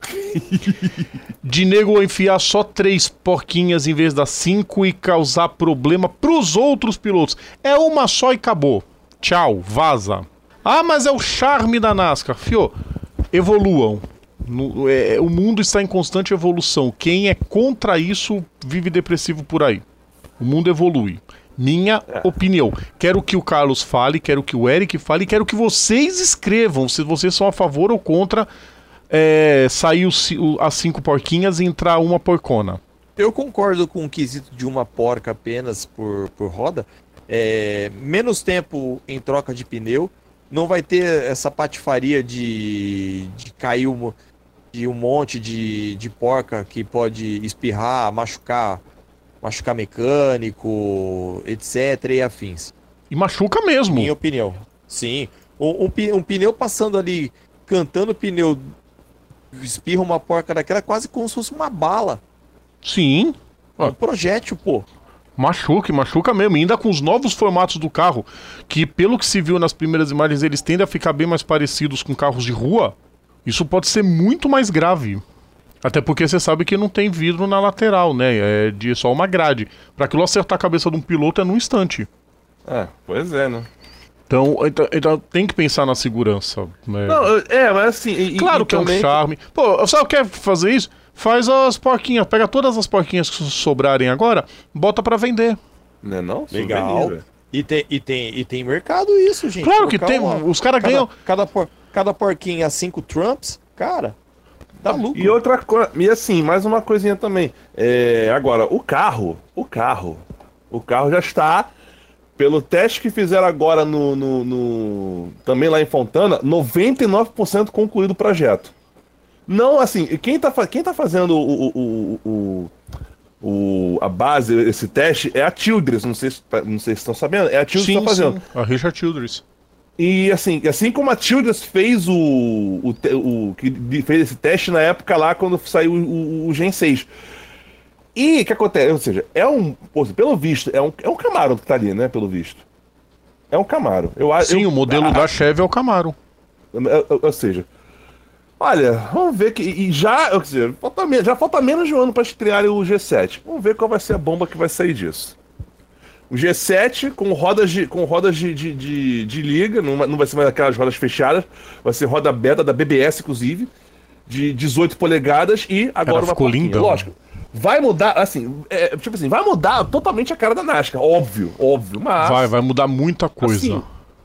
[SPEAKER 2] De nego enfiar só três porquinhas em vez das cinco e causar problema pros outros pilotos. É uma só e acabou. Tchau, vaza. Ah, mas é o charme da NASCAR. Fio, evoluam. No, é, o mundo está em constante evolução. Quem é contra isso vive depressivo por aí. O mundo evolui. Minha é. opinião. Quero que o Carlos fale, quero que o Eric fale, quero que vocês escrevam se vocês são a favor ou contra é, sair o, o, as cinco porquinhas e entrar uma porcona.
[SPEAKER 4] Eu concordo com o quesito de uma porca apenas por, por roda. É, menos tempo em troca de pneu. Não vai ter essa patifaria de, de cair um, de um monte de, de porca que pode espirrar, machucar, machucar mecânico, etc e afins.
[SPEAKER 2] E machuca mesmo.
[SPEAKER 4] Minha opinião. Sim. Um, um, pi- um pneu passando ali, cantando pneu, espirra uma porca daquela, quase como se fosse uma bala.
[SPEAKER 2] Sim.
[SPEAKER 4] Um projétil, pô.
[SPEAKER 2] Machuca, machuca mesmo. E ainda com os novos formatos do carro, que pelo que se viu nas primeiras imagens, eles tendem a ficar bem mais parecidos com carros de rua, isso pode ser muito mais grave. Até porque você sabe que não tem vidro na lateral, né? É de só uma grade. Pra aquilo acertar a cabeça de um piloto é num instante.
[SPEAKER 3] É, pois é, né?
[SPEAKER 2] Então, então, então tem que pensar na segurança. Né?
[SPEAKER 3] Não, eu- é, mas assim... e-
[SPEAKER 2] Claro
[SPEAKER 3] e
[SPEAKER 2] que é um
[SPEAKER 3] também-
[SPEAKER 2] charme. Pô, sabe o que é fazer isso? Faz as porquinhas. Pega todas as porquinhas que sobrarem agora, bota pra vender.
[SPEAKER 3] Não é não?
[SPEAKER 4] Legal.
[SPEAKER 3] Souvenir, velho.
[SPEAKER 4] E tem, e, tem, e tem mercado isso, gente.
[SPEAKER 2] Claro que
[SPEAKER 4] Colocar
[SPEAKER 2] tem.
[SPEAKER 4] uma-
[SPEAKER 2] Os caras
[SPEAKER 4] cada,
[SPEAKER 2] ganham.
[SPEAKER 4] Cada, por, cada porquinha a cinco Trumps, cara, dá lucro.
[SPEAKER 3] E outra coisa, e assim, mais uma coisinha também. É, agora, o carro, o carro, o carro já está, pelo teste que fizeram agora no, no- no- também lá em Fontana, noventa e nove por cento concluído o projeto. Não, assim, quem tá, fa- quem tá fazendo o, o, o, o- o- a base, esse teste, é a Childress, não sei se, não sei se estão sabendo, é a Childress que tá fazendo.
[SPEAKER 2] A Richard Childress.
[SPEAKER 3] E assim, assim como a Childress fez o, o, te- o que de- fez esse teste na época lá quando saiu o, o, o Gen seis. E o que acontece? Ou seja, é um, pô, pelo visto, é um, é um Camaro que tá ali, né? Pelo visto. É um Camaro. Eu, a-
[SPEAKER 2] Sim,
[SPEAKER 3] eu,
[SPEAKER 2] o modelo
[SPEAKER 3] a-
[SPEAKER 2] da Chevy é o Camaro.
[SPEAKER 3] ou, ou seja, olha, vamos ver que. E já, ou seja, falta, me- já falta menos de um ano para estrear o G sete. Vamos ver qual vai ser a bomba que vai sair disso. O G sete com rodas de, com rodas de, de, de, de liga, não, vai- não vai ser mais aquelas rodas fechadas, vai ser roda beta da B B S, inclusive, de dezoito polegadas e agora
[SPEAKER 2] Cara,
[SPEAKER 3] uma
[SPEAKER 2] ficou
[SPEAKER 3] porquinha.
[SPEAKER 2] lindão.
[SPEAKER 3] Lógico, vai mudar, assim, é, tipo assim, vai mudar totalmente a cara da NASCAR, óbvio, óbvio, mas...
[SPEAKER 2] Vai, vai mudar muita coisa.
[SPEAKER 3] Assim,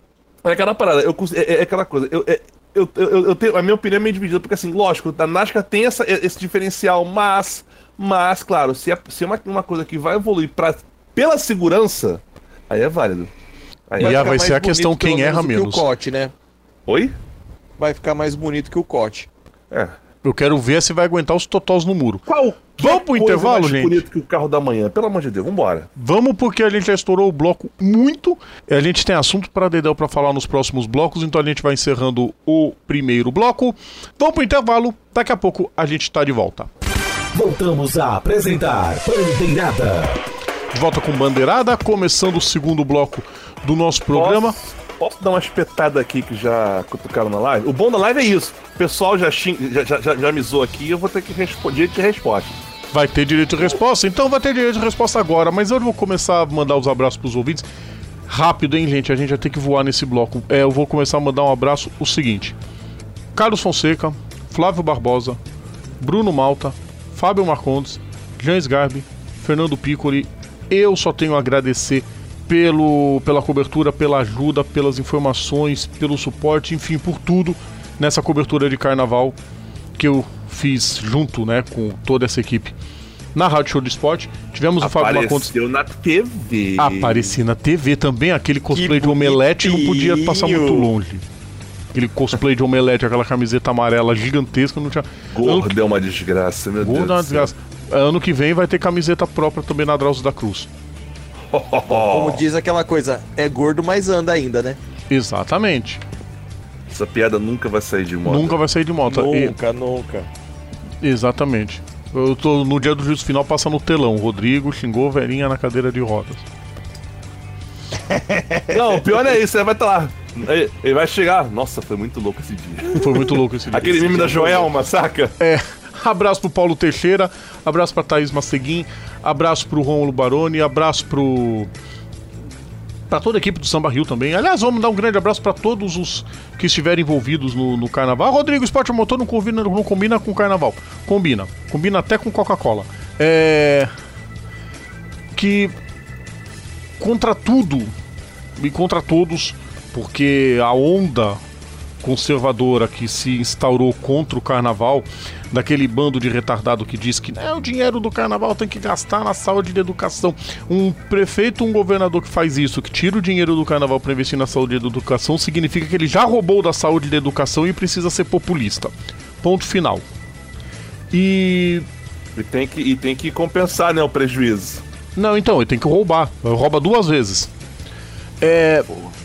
[SPEAKER 3] é aquela parada, eu, cons- é, é aquela coisa, eu, é- eu, eu, eu tenho, a minha opinião é meio dividida, porque assim, lógico, a NASCAR tem essa, esse diferencial, mas, mas, claro, se é, se é uma, uma coisa que vai evoluir pra, pela segurança, aí é válido. Aí
[SPEAKER 2] E
[SPEAKER 3] é-
[SPEAKER 2] a-
[SPEAKER 4] ficar
[SPEAKER 2] vai
[SPEAKER 4] mais
[SPEAKER 2] ser a questão
[SPEAKER 4] bonito, pelo
[SPEAKER 2] quem erra
[SPEAKER 4] do
[SPEAKER 2] menos.
[SPEAKER 4] Que o Cote, né?
[SPEAKER 3] Oi?
[SPEAKER 4] Vai ficar mais bonito que o Cote.
[SPEAKER 3] É.
[SPEAKER 2] Eu quero ver se vai aguentar os totós no muro.
[SPEAKER 3] Qual?
[SPEAKER 2] Vamos pro intervalo,
[SPEAKER 3] mais
[SPEAKER 2] gente?
[SPEAKER 3] bonito que o carro da manhã, pelo amor de Deus, vambora.
[SPEAKER 2] Vamos, porque a gente já estourou o bloco muito. A gente tem assunto para Dedéu para falar nos próximos blocos, então a gente vai encerrando o primeiro bloco. Vamos pro intervalo, daqui a pouco a gente tá de volta.
[SPEAKER 1] Voltamos a apresentar Bandeirada.
[SPEAKER 2] De volta com Bandeirada, começando o segundo bloco do nosso programa.
[SPEAKER 3] Posso, posso dar uma espetada aqui que já cutucaram na live? O bom da live é isso. O pessoal já, xing, já, já, já, já amizou aqui, eu vou ter que responder de resposta.
[SPEAKER 2] Vai ter direito de resposta? Então vai ter direito de resposta agora, mas eu vou começar a mandar os abraços pros ouvintes. Rápido, hein, gente? A gente vai ter que voar nesse bloco. É, eu vou começar a mandar um abraço, o seguinte. Carlos Fonseca, Flávio Barbosa, Bruno Malta, Fábio Marcondes, Jean Sgarbi, Fernando Piccoli. Eu só tenho a agradecer pelo, pela cobertura, pela ajuda, pelas informações, pelo suporte, enfim, por tudo nessa cobertura de carnaval que eu fiz junto, né, com toda essa equipe. Na Rádio Show do Esporte, tivemos o Fábio Marcondes.
[SPEAKER 3] Apareceu na T V.
[SPEAKER 2] Apareci na T V também, aquele cosplay
[SPEAKER 4] Que
[SPEAKER 2] de omelete não podia
[SPEAKER 4] bonitinho.
[SPEAKER 2] passar muito longe. Aquele cosplay de omelete, aquela camiseta amarela gigantesca, não tinha... Ano
[SPEAKER 3] Gordo é uma desgraça, meu
[SPEAKER 2] Gordo é uma
[SPEAKER 3] Deus. do céu.
[SPEAKER 2] desgraça. Ano que vem vai ter camiseta própria também na Drauzio da Cruz.
[SPEAKER 4] Como diz aquela coisa, é gordo, mas anda ainda, né?
[SPEAKER 2] Exatamente.
[SPEAKER 3] Essa piada nunca vai sair de moda.
[SPEAKER 2] Nunca vai sair de moto. E-
[SPEAKER 4] Nunca, nunca.
[SPEAKER 2] exatamente. Eu tô no dia do juízo final passando no telão. O Rodrigo xingou velhinha na cadeira de rodas.
[SPEAKER 3] Não, o pior é isso, ele vai estar lá. Ele, ele vai chegar. Nossa, foi muito louco esse dia.
[SPEAKER 2] Foi muito louco esse dia.
[SPEAKER 3] Aquele meme da Joelma, saca?
[SPEAKER 2] É, abraço pro Paulo Teixeira, abraço pra Thaís Masseguin, abraço pro Rômulo Baroni, abraço pro... pra toda a equipe do Samba Rio também. Aliás, vamos dar um grande abraço pra todos os que estiverem envolvidos no, no carnaval. Rodrigo, esporte a motor não combina, não combina com carnaval. Combina. Combina até com Coca-Cola. É... Que... Contra tudo e contra todos, porque a onda conservadora que se instaurou contra o carnaval, daquele bando de retardado que diz que é, o dinheiro do carnaval tem que gastar na saúde e na educação. Um prefeito, um governador que faz isso, que tira o dinheiro do carnaval para investir na saúde e na educação, significa que ele já roubou da saúde e da educação e precisa ser populista. Ponto final. E...
[SPEAKER 3] E tem que, e tem que compensar, né, o prejuízo.
[SPEAKER 2] Não, então, ele tem que roubar. Rouba duas vezes. É...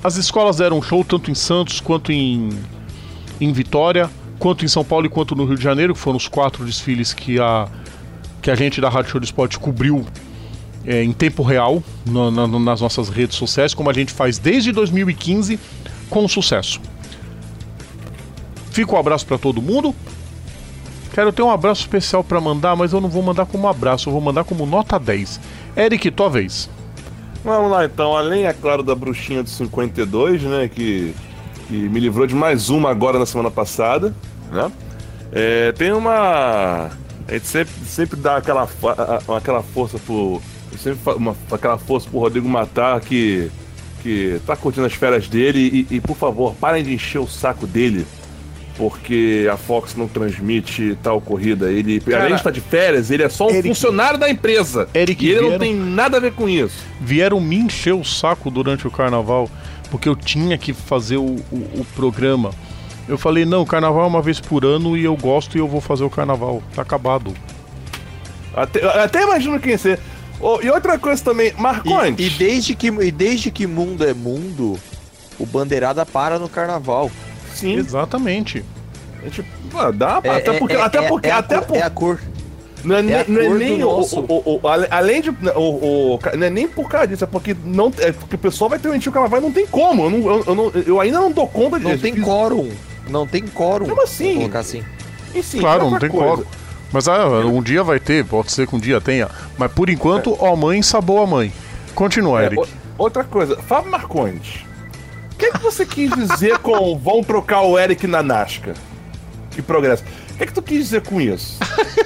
[SPEAKER 2] as escolas deram show tanto em Santos quanto em, em Vitória, quanto em São Paulo e quanto no Rio de Janeiro, que foram os quatro desfiles que a, que a gente da Rádio Show do Esporte cobriu é, em tempo real no, no, nas nossas redes sociais, como a gente faz desde dois mil e quinze, com sucesso. Fica um abraço para todo mundo. Quero ter um abraço especial para mandar, mas eu não vou mandar como abraço, eu vou mandar como nota dez. Eric, tua vez.
[SPEAKER 3] Vamos lá então, além, é claro, da bruxinha do cinquenta e dois, né, que, que me livrou de mais uma agora na semana passada, né, é, tem uma... A gente sempre, sempre dá aquela, aquela força pro... Sempre uma, aquela força pro Rodrigo Matar, que, que tá curtindo as férias dele, e, e por favor, parem de encher o saco dele, porque a Fox não transmite tal corrida. Ele, Cara, além de estar de férias, ele é só um Eric, funcionário da empresa.
[SPEAKER 2] Eric,
[SPEAKER 3] e ele
[SPEAKER 2] vieram,
[SPEAKER 3] não tem nada a ver com isso.
[SPEAKER 2] Vieram me encher o saco durante o carnaval, porque eu tinha que fazer o, o, o programa. Eu falei, não, o carnaval é uma vez por ano e eu gosto e eu vou fazer o carnaval. Tá acabado.
[SPEAKER 3] Até, até imagino quem ser. Oh, e outra coisa também, Marcondes.
[SPEAKER 4] E, e, desde que, e desde que mundo é mundo, o Bandeirada para no carnaval.
[SPEAKER 2] Sim. Exatamente.
[SPEAKER 3] A gente, pô, dá pra, é, até porque, é, até
[SPEAKER 4] é,
[SPEAKER 3] porque,
[SPEAKER 4] é
[SPEAKER 3] até
[SPEAKER 4] por,
[SPEAKER 3] por,
[SPEAKER 4] é a cor.
[SPEAKER 3] Não é,
[SPEAKER 4] é,
[SPEAKER 3] nem,
[SPEAKER 4] a
[SPEAKER 3] não é
[SPEAKER 4] cor
[SPEAKER 3] nem o, o, o, o, além de, o, o, não é nem por causa disso, é porque não, é porque o pessoal vai transmitir o carnaval e não tem como. Eu, não, eu, eu, não, eu ainda não dou conta disso.
[SPEAKER 4] Não tem quórum. Não tem quórum.
[SPEAKER 3] Como assim?
[SPEAKER 4] Colocar assim.
[SPEAKER 3] E sim,
[SPEAKER 2] claro, não tem quórum. Mas ah, um dia vai ter, pode ser que um dia tenha. Mas por enquanto, é. ó mãe, sabou a mãe. Continua,
[SPEAKER 3] é,
[SPEAKER 2] Eric.
[SPEAKER 3] O, outra coisa, Fábio Marcondes. O que, é que você quis dizer com vão trocar o Eric na Nascar? Que progresso. O que é que tu quis dizer com isso?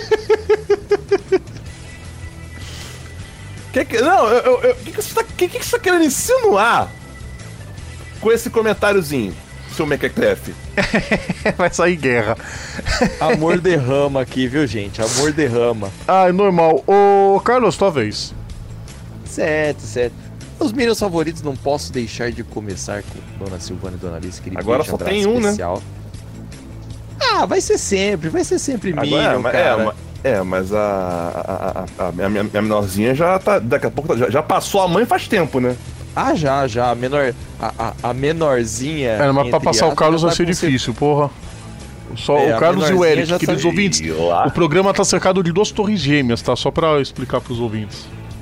[SPEAKER 3] que que, não, o que, que, você tá, que, que você tá querendo insinuar com esse comentáriozinho, seu mequetrefe?
[SPEAKER 2] Vai sair guerra.
[SPEAKER 4] Amor derrama aqui, viu, gente? Amor derrama.
[SPEAKER 2] Ah, é normal. Ô, Carlos, tua vez.
[SPEAKER 4] Certo, certo. Os meus favoritos não posso deixar de começar com Dona Silvana e Dona Alice.
[SPEAKER 3] Agora só tem um, especial. Né?
[SPEAKER 4] Ah, vai ser sempre, vai ser sempre Minion,
[SPEAKER 3] é,
[SPEAKER 4] cara.
[SPEAKER 3] É, é, mas a, a, a, a, a minha, minha menorzinha já tá, daqui a pouco, já, já passou a mãe faz tempo, né?
[SPEAKER 4] Ah, já, já, a menor, a, a, a menorzinha...
[SPEAKER 2] É, mas pra passar o Carlos vai ser difícil, ser... porra. Só é, o Carlos e o Eric, queridos tá... ouvintes, o programa tá cercado de duas torres gêmeas, tá? Só pra explicar pros ouvintes.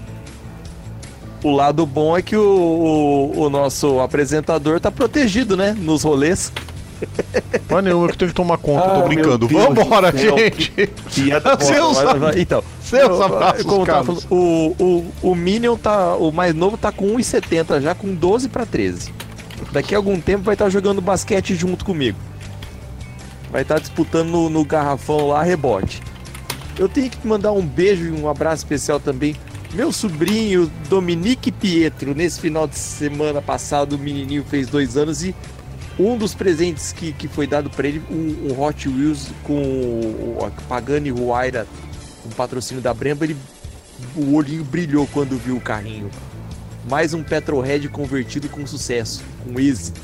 [SPEAKER 4] O lado bom é que o, o, o nosso apresentador tá protegido, né? Nos rolês.
[SPEAKER 2] Mas nenhum, eu que tenho que tomar conta, ah, tô brincando. Vambora, gente!
[SPEAKER 4] Que é seus então, seus abraços, como tá falando, o, o, o Minion tá. O mais novo tá com um e setenta já, com doze pra treze. Daqui a algum tempo vai estar tá jogando basquete junto comigo. Vai estar tá disputando no, no garrafão lá, rebote. Eu tenho que mandar um beijo e um abraço especial também. Meu sobrinho Dominique Pietro, nesse final de semana passado, o menininho fez dois anos e um dos presentes que, que foi dado para ele, um, um Hot Wheels com o, o Pagani Huayra, um patrocínio da Brembo, ele, o olhinho brilhou quando viu o carrinho. Mais um Petrolhead convertido com sucesso, com êxito.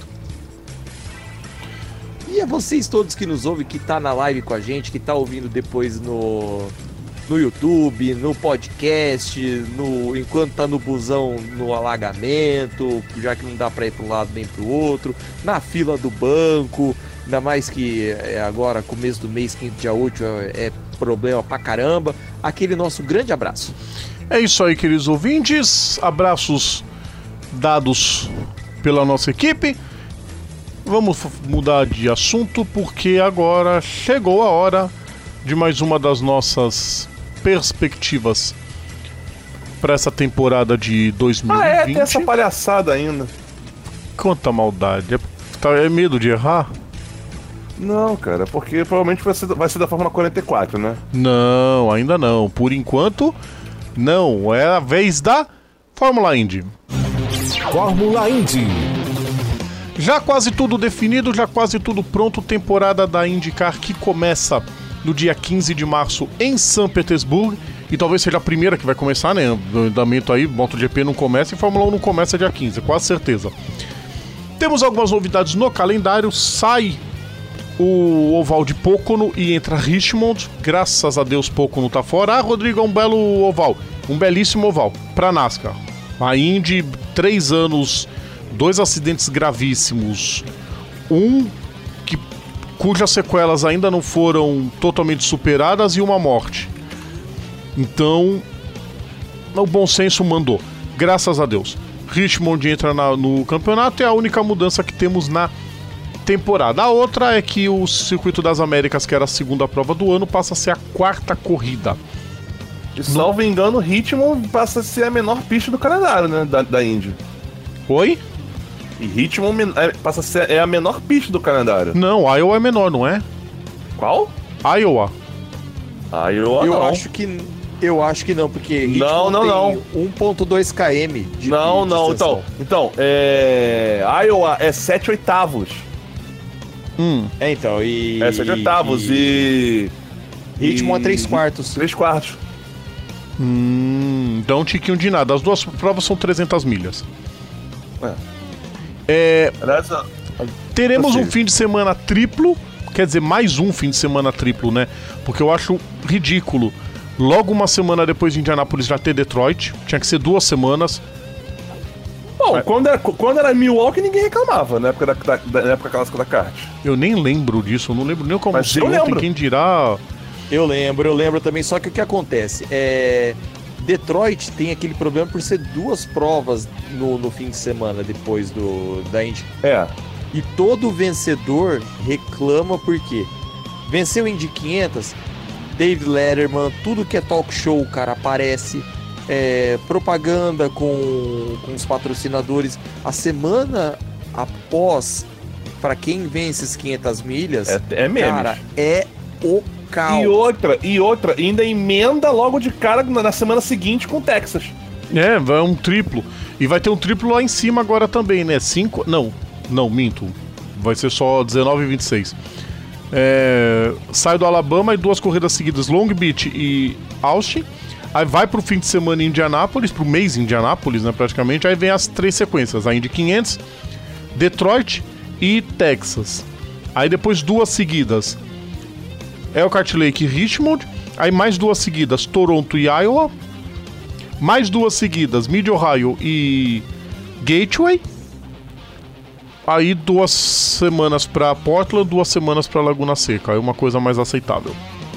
[SPEAKER 4] E a vocês todos que nos ouvem, que tá na live com a gente, que tá ouvindo depois no... no YouTube, no podcast, no, enquanto tá no busão no alagamento, já que não dá pra ir para um lado nem pro outro, na fila do banco, ainda mais que é agora, começo do mês, quinto dia útil, é, é problema pra caramba. Aquele nosso grande abraço.
[SPEAKER 2] É isso aí, queridos ouvintes, abraços dados pela nossa equipe. Vamos mudar de assunto, porque agora chegou a hora de mais uma das nossas perspectivas para essa temporada de dois mil e vinte.
[SPEAKER 3] Ah, é, tem essa palhaçada ainda.
[SPEAKER 2] Quanta maldade. É, tá, é medo de errar?
[SPEAKER 3] Não, cara, porque provavelmente vai ser, vai ser da Fórmula quarenta e quatro, né?
[SPEAKER 2] Não, ainda não. Por enquanto, não. É a vez da Fórmula Indy.
[SPEAKER 1] Fórmula Indy.
[SPEAKER 2] Já quase tudo definido, já quase tudo pronto. Temporada da IndyCar que começa no dia quinze de março em São Petersburgo, e talvez seja a primeira que vai começar, né? O andamento aí, MotoGP não começa e Fórmula um não começa dia quinze, quase certeza. Temos algumas novidades no calendário, sai o oval de Pocono e entra Richmond, graças a Deus Pocono tá fora. Ah, Rodrigo, é um belo oval, um belíssimo oval pra NASCAR. A Indy, três anos dois acidentes gravíssimos, um que, cujas sequelas ainda não foram totalmente superadas e uma morte. Então, o bom senso mandou, graças a Deus. Richmond entra na, no campeonato, é a única mudança que temos na temporada. A outra é que o Circuito das Américas, que era a segunda prova do ano, passa a ser a quarta corrida.
[SPEAKER 3] E, salvo engano, o Richmond passa a ser a menor pista do calendário, né? Da, da Indy.
[SPEAKER 2] Oi?
[SPEAKER 3] E Richmond é, passa a ser é a menor pista do calendário.
[SPEAKER 2] Não, Iowa é menor, não é?
[SPEAKER 3] Qual?
[SPEAKER 2] Iowa.
[SPEAKER 3] Iowa
[SPEAKER 4] Eu
[SPEAKER 3] não.
[SPEAKER 4] acho que eu acho que não, porque
[SPEAKER 3] Não, não, não.
[SPEAKER 4] um ponto dois quilômetros de
[SPEAKER 3] Não,
[SPEAKER 4] de
[SPEAKER 3] não,
[SPEAKER 4] extensão.
[SPEAKER 3] então, então, é... Iowa é sete oitavos.
[SPEAKER 2] Hum.
[SPEAKER 4] É, então, e...
[SPEAKER 3] É sete oitavos e...
[SPEAKER 4] Ritmo
[SPEAKER 3] e...
[SPEAKER 4] a três quartos.
[SPEAKER 3] três quartos.
[SPEAKER 2] Hum, dá um tiquinho de nada. As duas provas são trezentas milhas.
[SPEAKER 3] É.
[SPEAKER 2] É,
[SPEAKER 3] Aliás, a-
[SPEAKER 2] teremos um
[SPEAKER 3] Possível.
[SPEAKER 2] fim de semana triplo. Quer dizer, mais um fim de semana triplo, né? Porque eu acho ridículo. Logo uma semana depois de Indianápolis já ter Detroit. Tinha que ser duas semanas.
[SPEAKER 3] Bom, quando era, quando era Milwaukee, ninguém reclamava, na época, da, da, na época clássica da kart.
[SPEAKER 2] Eu nem lembro disso. Eu não lembro nem como
[SPEAKER 3] Mas
[SPEAKER 2] sei
[SPEAKER 3] eu
[SPEAKER 2] ontem.
[SPEAKER 3] lembro.
[SPEAKER 2] Quem dirá...
[SPEAKER 4] Eu lembro, eu lembro também, só que o que acontece? É... Detroit tem aquele problema por ser duas provas no, no fim de semana depois do, da Indy.
[SPEAKER 3] É.
[SPEAKER 4] E todo vencedor reclama porque venceu Indy quinhentos, David Letterman, tudo que é talk show, cara, aparece, é, propaganda com, com os patrocinadores. A semana após, para quem vence as quinhentas milhas,
[SPEAKER 3] É, é memes.
[SPEAKER 4] cara, é o caos.
[SPEAKER 3] E outra, e outra, ainda emenda logo de cara na, na semana seguinte com o Texas.
[SPEAKER 2] É, vai um triplo. E vai ter um triplo lá em cima agora também, né? Cinco... Não, não, minto. Vai ser só dezenove e vinte e seis. É... Sai do Alabama e duas corridas seguidas, Long Beach e Austin. Aí vai pro fim de semana em Indianápolis, pro mês em Indianápolis, né, praticamente. Aí vem as três sequências, a Indy quinhentos, Detroit e Texas. Aí depois duas seguidas, Elkhart Lake e Richmond. Aí mais duas seguidas, Toronto e Iowa. Mais duas seguidas, Mid-Ohio e Gateway. Aí duas semanas pra Portland, duas semanas pra Laguna Seca. Aí uma coisa mais aceitável.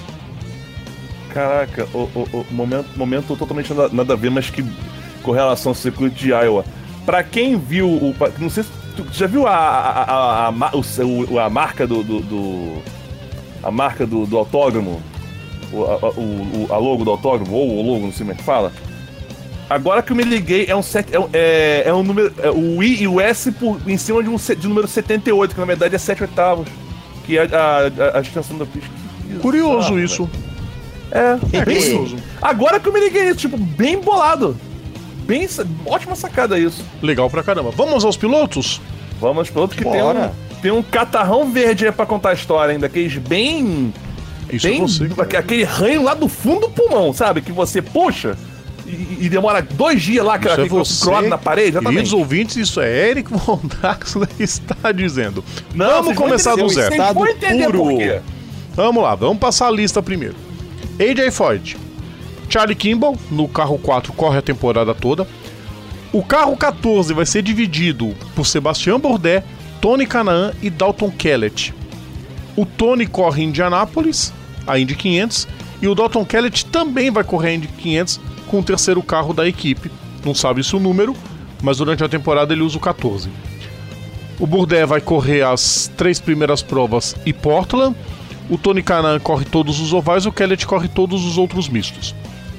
[SPEAKER 3] Caraca, o, o, o momento, momento totalmente nada, nada a ver, mas que com relação ao circuito de Iowa. Pra quem viu o. pra- Não sei se tu já viu a, a, a, a, ma- o- o- a marca do. do, do- a marca do, do autódromo? O, a, a- o, o- a logo do autódromo, ou o logo, não sei como é que fala. Agora que eu me liguei, é um, set, é, um- é, é um número. É o I e o S por, em cima de um se- de número setenta e oito, que na verdade é sete oitavos. Que é a, a, a extensão da pista. Que
[SPEAKER 2] Curioso
[SPEAKER 3] bizarro,
[SPEAKER 2] isso.
[SPEAKER 3] É,
[SPEAKER 2] É
[SPEAKER 3] bem
[SPEAKER 2] curioso.
[SPEAKER 3] Agora que eu me liguei nisso, tipo, bem bolado. Bem, sa- ótima sacada isso.
[SPEAKER 2] Legal pra caramba. Vamos aos pilotos?
[SPEAKER 3] Vamos pro outro que tem
[SPEAKER 4] Bora.
[SPEAKER 3] um, tem um catarrão verde aí pra contar a história ainda, aqueles bem...
[SPEAKER 2] Isso
[SPEAKER 3] bem
[SPEAKER 2] é você, cara.
[SPEAKER 3] aque- aquele ranho lá do fundo do pulmão, sabe? Que você puxa e, e demora dois dias lá,
[SPEAKER 2] Isso
[SPEAKER 3] aquele
[SPEAKER 2] é você,
[SPEAKER 3] croado na parede,
[SPEAKER 2] queridos
[SPEAKER 3] exatamente.
[SPEAKER 2] ouvintes, isso é Eric Von Draxler que está dizendo.
[SPEAKER 3] Não,
[SPEAKER 2] vamos
[SPEAKER 3] vocês vão
[SPEAKER 2] começar
[SPEAKER 3] entender-
[SPEAKER 2] do zero.
[SPEAKER 3] Vocês vão entender
[SPEAKER 4] Puro.
[SPEAKER 3] por quê.
[SPEAKER 2] Vamos lá, vamos passar a lista primeiro. A J Foyt, Charlie Kimball, no carro quatro, corre a temporada toda. O carro catorze vai ser dividido por Sebastian Bourdais, Tony Kanaan e Dalton Kellett. O Tony corre em Indianápolis, a Indy quinhentos, e o Dalton Kellett também vai correr a Indy quinhentos com o terceiro carro da equipe. Não sabe se o número, mas durante a temporada ele usa o catorze. O Bourdais vai correr as três primeiras provas e Portland. O Tony Kanaan corre todos os ovais, o Kellett corre todos os outros mistos.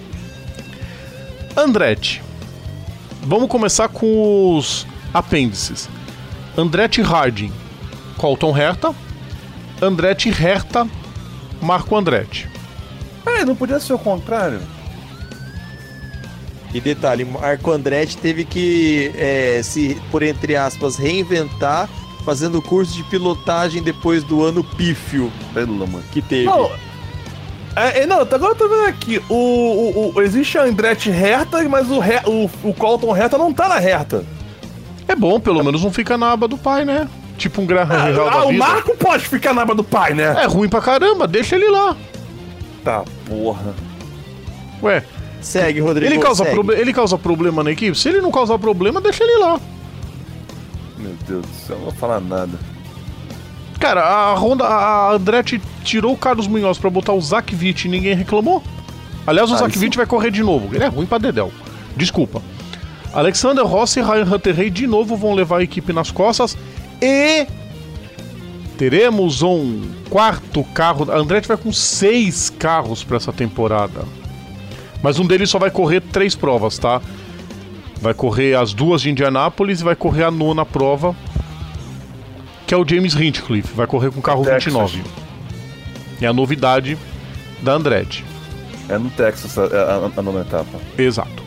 [SPEAKER 2] Andretti. Vamos começar com os apêndices. Andretti Harding, Colton Herta. Andretti Herta, Marco Andretti.
[SPEAKER 3] Peraí, não podia ser o contrário?
[SPEAKER 4] E detalhe, Marco Andretti teve que é, se, por entre aspas, reinventar, fazendo curso de pilotagem depois do ano pífio
[SPEAKER 3] Pelo amor.
[SPEAKER 4] que teve.
[SPEAKER 3] Não, é, é, não, agora eu tô vendo aqui. O, o, o- existe a Andretti Herta, mas o, Her- o, o Colton Herta não tá na Herta.
[SPEAKER 2] É bom, pelo menos não fica na aba do pai, né? Tipo um Graham
[SPEAKER 3] Ah,
[SPEAKER 2] Real da
[SPEAKER 3] ah, o
[SPEAKER 2] vida.
[SPEAKER 3] Marco pode ficar na aba do pai, né?
[SPEAKER 2] É ruim pra caramba, deixa ele lá.
[SPEAKER 3] Tá, porra.
[SPEAKER 2] Ué,
[SPEAKER 4] Segue, Rodrigo.
[SPEAKER 2] ele causa,
[SPEAKER 4] segue.
[SPEAKER 2] proble- ele causa problema na equipe? Se ele não causar problema, deixa ele lá.
[SPEAKER 3] Meu Deus do céu, não vou falar nada.
[SPEAKER 2] Cara, a Honda, a Andretti tirou o Carlos Munhoz pra botar o Zach Witt e ninguém reclamou. Aliás, o
[SPEAKER 3] Ah,
[SPEAKER 2] Zach
[SPEAKER 3] isso-
[SPEAKER 2] Witt vai correr de novo. Ele é ruim pra dedéu. Desculpa. Alexander Rossi e Ryan Hunter-Reay de novo vão levar a equipe nas costas. E teremos um quarto carro. A Andretti vai com seis carros pra essa temporada. Mas um deles só vai correr três provas, tá? Vai correr as duas de Indianápolis e vai correr a nona prova, que é o James Hinchcliffe. Vai correr com o carro
[SPEAKER 3] Texas.
[SPEAKER 2] vinte e nove. É a novidade da Andretti.
[SPEAKER 3] É no Texas a, a, a nona etapa.
[SPEAKER 2] Exato.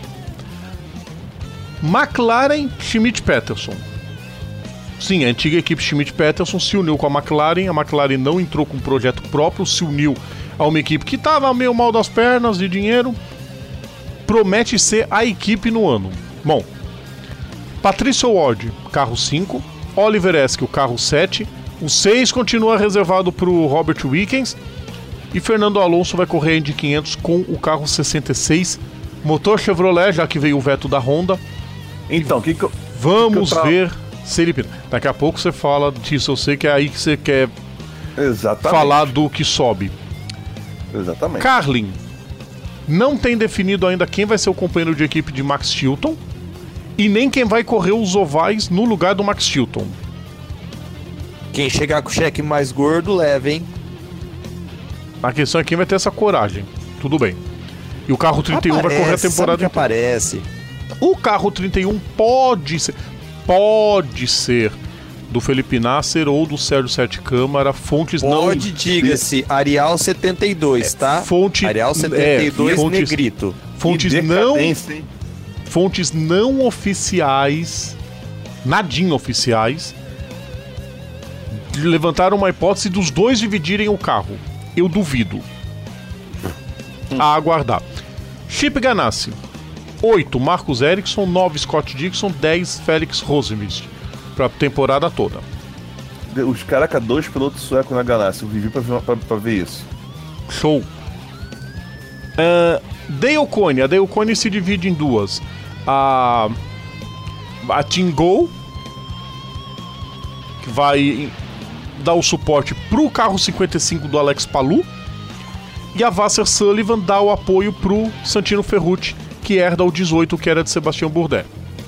[SPEAKER 2] McLaren, Schmidt-Peterson. Sim, a antiga equipe Schmidt-Peterson se uniu com a McLaren. A McLaren não entrou com um projeto próprio, se uniu a uma equipe que estava meio mal das pernas de dinheiro. Promete ser a equipe no ano. Bom, Patricio Ward, carro cinco. Oliver Esk, o carro sete. O seis continua reservado para o Robert Wickens. E Fernando Alonso vai correr a Indy quinhentos com o carro sessenta e seis. Motor Chevrolet, já que veio o veto da Honda.
[SPEAKER 3] Então, o que que eu...
[SPEAKER 2] Vamos
[SPEAKER 3] que eu tra-
[SPEAKER 2] ver se ele... Daqui a pouco você fala disso, eu sei que é aí que você quer
[SPEAKER 3] Exatamente.
[SPEAKER 2] falar do que sobe.
[SPEAKER 3] Exatamente.
[SPEAKER 2] Carlin. Não tem definido ainda quem vai ser o companheiro de equipe de Max Chilton e nem quem vai correr os ovais no lugar do Max Chilton.
[SPEAKER 4] Quem chegar com o cheque mais gordo, leva, hein?
[SPEAKER 2] A questão é quem vai ter essa coragem. Tudo bem. E o carro trinta e um vai correr a
[SPEAKER 4] Aparece, sabe
[SPEAKER 2] temporada
[SPEAKER 4] que
[SPEAKER 2] inteira.
[SPEAKER 4] aparece.
[SPEAKER 2] O carro trinta e um pode ser, pode ser do Felipe Nasser ou do Sérgio Sete Câmara. Fontes não...
[SPEAKER 4] Pode, diga-se, Arial setenta e dois, tá?
[SPEAKER 2] fonte-
[SPEAKER 4] Arial setenta e dois,
[SPEAKER 2] é, fontes-
[SPEAKER 4] negrito.
[SPEAKER 2] Fontes
[SPEAKER 3] Que
[SPEAKER 2] não,
[SPEAKER 3] decadência, hein?
[SPEAKER 2] fontes não oficiais, nadinha oficiais, levantaram uma hipótese dos dois dividirem o carro. Eu duvido. A aguardar. Chip Ganassi. oito, Marcus Ericsson. nove, Scott Dixon. dez, Felix Rosenqvist. Pra temporada toda.
[SPEAKER 3] Os caraca, dois pilotos suecos na Ganassi. Eu vivi pra ver, pra, pra ver isso.
[SPEAKER 2] Show. Uh, Dale Coyne. A Dale Coyne se divide em duas. A, a Team Go, que vai dar o suporte pro carro cinquenta e cinco do Alex Palou. E a Vasser Sullivan dá o apoio pro Santino Ferrucci, que herda o dezoito, que era de Sebastião Bourdais.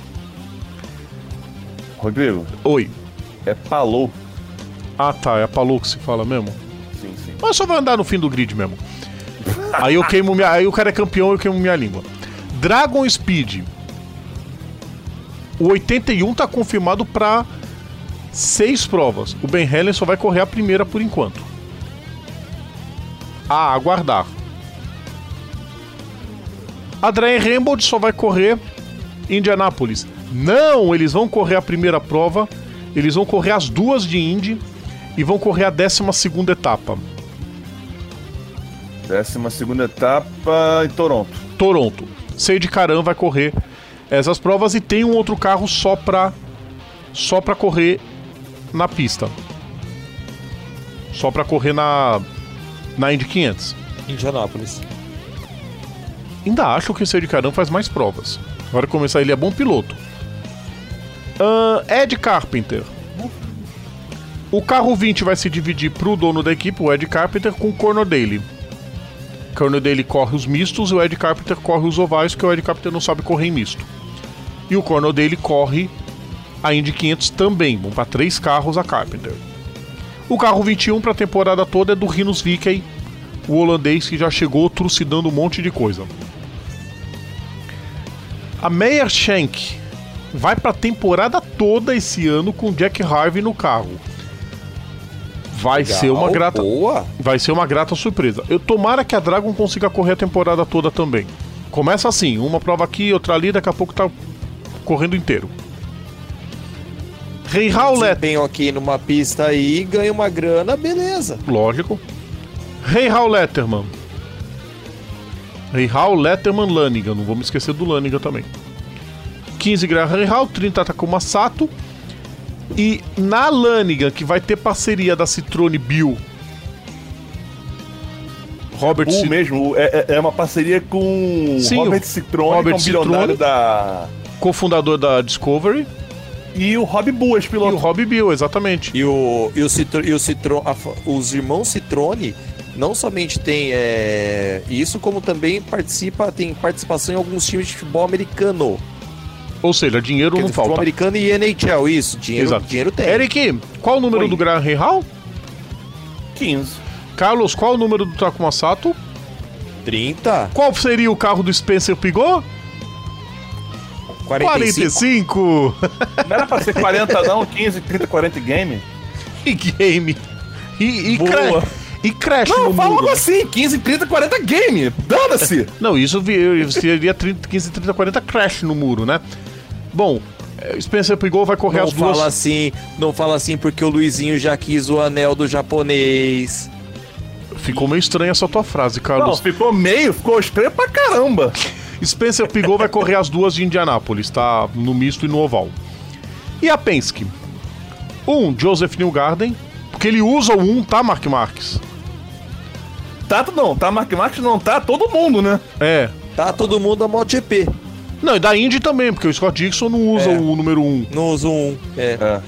[SPEAKER 3] Rodrigo,
[SPEAKER 2] Oi.
[SPEAKER 3] é Palou.
[SPEAKER 2] Ah tá, é a Palou que se fala mesmo?
[SPEAKER 3] Sim, sim.
[SPEAKER 2] Mas só vai andar no fim do grid mesmo. Aí eu queimo minha. Aí o cara é campeão, eu queimo minha língua. Dragon Speed. O oitenta e um tá confirmado pra seis provas. O Ben Helen só vai correr a primeira por enquanto. A aguardar. A Dreyer Rainbow só vai correr em Indianápolis. Não, eles vão correr a primeira prova. Eles vão correr as duas de Indy e vão correr a décima segunda etapa.
[SPEAKER 3] Décima segunda etapa em Toronto.
[SPEAKER 2] Toronto. Sade Karan vai correr essas provas e tem um outro carro só pra só pra correr na pista. Só pra correr na na Indy quinhentos.
[SPEAKER 4] Indianápolis.
[SPEAKER 2] Ainda acho que o Sade Karan faz mais provas. Agora começar, ele é bom piloto. Uh, Ed Carpenter. O carro vinte vai se dividir pro dono da equipe, o Ed Carpenter, com o Conor Daly. Conor Daly corre os mistos e o Ed Carpenter corre os ovais, que o Ed Carpenter não sabe correr em misto. E o Conor Daly corre a Indy quinhentos também. Vão para três carros a Carpenter. O carro vinte e um para a temporada toda é do Rinus Vickey, o holandês que já chegou trucidando um monte de coisa. A Meyer Shank vai para a temporada toda esse ano com Jack Harvey no carro. Vai
[SPEAKER 4] Legal,
[SPEAKER 2] ser uma grata,
[SPEAKER 4] boa.
[SPEAKER 2] vai ser uma grata surpresa. Eu tomara que a Dragon consiga correr a temporada toda também. Começa assim, uma prova aqui, outra ali, daqui a pouco tá correndo inteiro. Rei Howlett,
[SPEAKER 4] Desempenho aqui numa pista aí, ganha uma grana, beleza.
[SPEAKER 2] lógico. Rei Hal Letterman. Rei Hal Letterman Lanigan, não vamos esquecer do Lanigan também. quinze Graham Rei Hal, trinta Takuma Sato. E na Lanigan, que vai ter parceria da Citroën Bill. Robert
[SPEAKER 3] O
[SPEAKER 2] Cit-
[SPEAKER 3] mesmo, é, é- é uma parceria com
[SPEAKER 2] Sim,
[SPEAKER 3] Robert
[SPEAKER 2] o
[SPEAKER 3] Citrone,
[SPEAKER 2] Robert
[SPEAKER 3] que é um bilionário
[SPEAKER 2] Citrone.
[SPEAKER 3] da...
[SPEAKER 2] cofundador da Discovery.
[SPEAKER 3] e o Rob Buas,
[SPEAKER 2] E
[SPEAKER 3] piloto.
[SPEAKER 2] o Rob Bill, exatamente.
[SPEAKER 4] E o, e o, Citro, e o Citro, a, os irmãos Citrone não somente tem é, isso, como também participa, tem participação em alguns times de futebol americano.
[SPEAKER 2] Ou seja, dinheiro
[SPEAKER 4] Quer
[SPEAKER 2] não
[SPEAKER 4] dizer, futebol
[SPEAKER 2] falta.
[SPEAKER 4] americano e N H L, isso. Dinheiro,
[SPEAKER 2] Exato.
[SPEAKER 4] dinheiro tem.
[SPEAKER 2] Eric, qual o número
[SPEAKER 3] Oi.
[SPEAKER 2] do Graham Hall?
[SPEAKER 3] quinze.
[SPEAKER 2] Carlos, qual o número do Takuma Sato?
[SPEAKER 4] trinta,
[SPEAKER 2] Qual seria o carro do Spencer Pigot?
[SPEAKER 4] quarenta e cinco.
[SPEAKER 2] quarenta e cinco.
[SPEAKER 3] Não era pra ser quarenta não, quinze, trinta, quarenta game?
[SPEAKER 2] E game. E, e,
[SPEAKER 3] Boa.
[SPEAKER 2] cra- e crash
[SPEAKER 3] Não,
[SPEAKER 2] no
[SPEAKER 3] fala
[SPEAKER 2] muro.
[SPEAKER 3] logo assim, quinze, trinta, quarenta game. Dana-se.
[SPEAKER 2] Não, isso vi- seria trinta, quinze, trinta, quarenta crash no muro, né? Bom, eh, Spencer Pigot vai correr
[SPEAKER 4] Não
[SPEAKER 2] as duas.
[SPEAKER 4] fala assim, não fala assim porque o Luizinho já quis o anel do japonês.
[SPEAKER 2] Ficou meio estranha essa tua frase,
[SPEAKER 3] Não,
[SPEAKER 2] Carlos.
[SPEAKER 3] ficou meio, ficou estranho pra caramba.
[SPEAKER 2] Spencer Pigot vai correr as duas de Indianápolis, tá? No misto e no oval. E a Penske? Um, Joseph Newgarden, porque ele usa o um, tá, Mark Marques?
[SPEAKER 3] Tá, não, tá, Mark Marques não tá, todo mundo, né?
[SPEAKER 2] É.
[SPEAKER 4] Tá todo mundo a MotoGP.
[SPEAKER 2] Não, e da Indy também, porque o Scott Dixon não usa
[SPEAKER 4] É.
[SPEAKER 2] o número um.
[SPEAKER 4] No uso um. É.
[SPEAKER 3] É.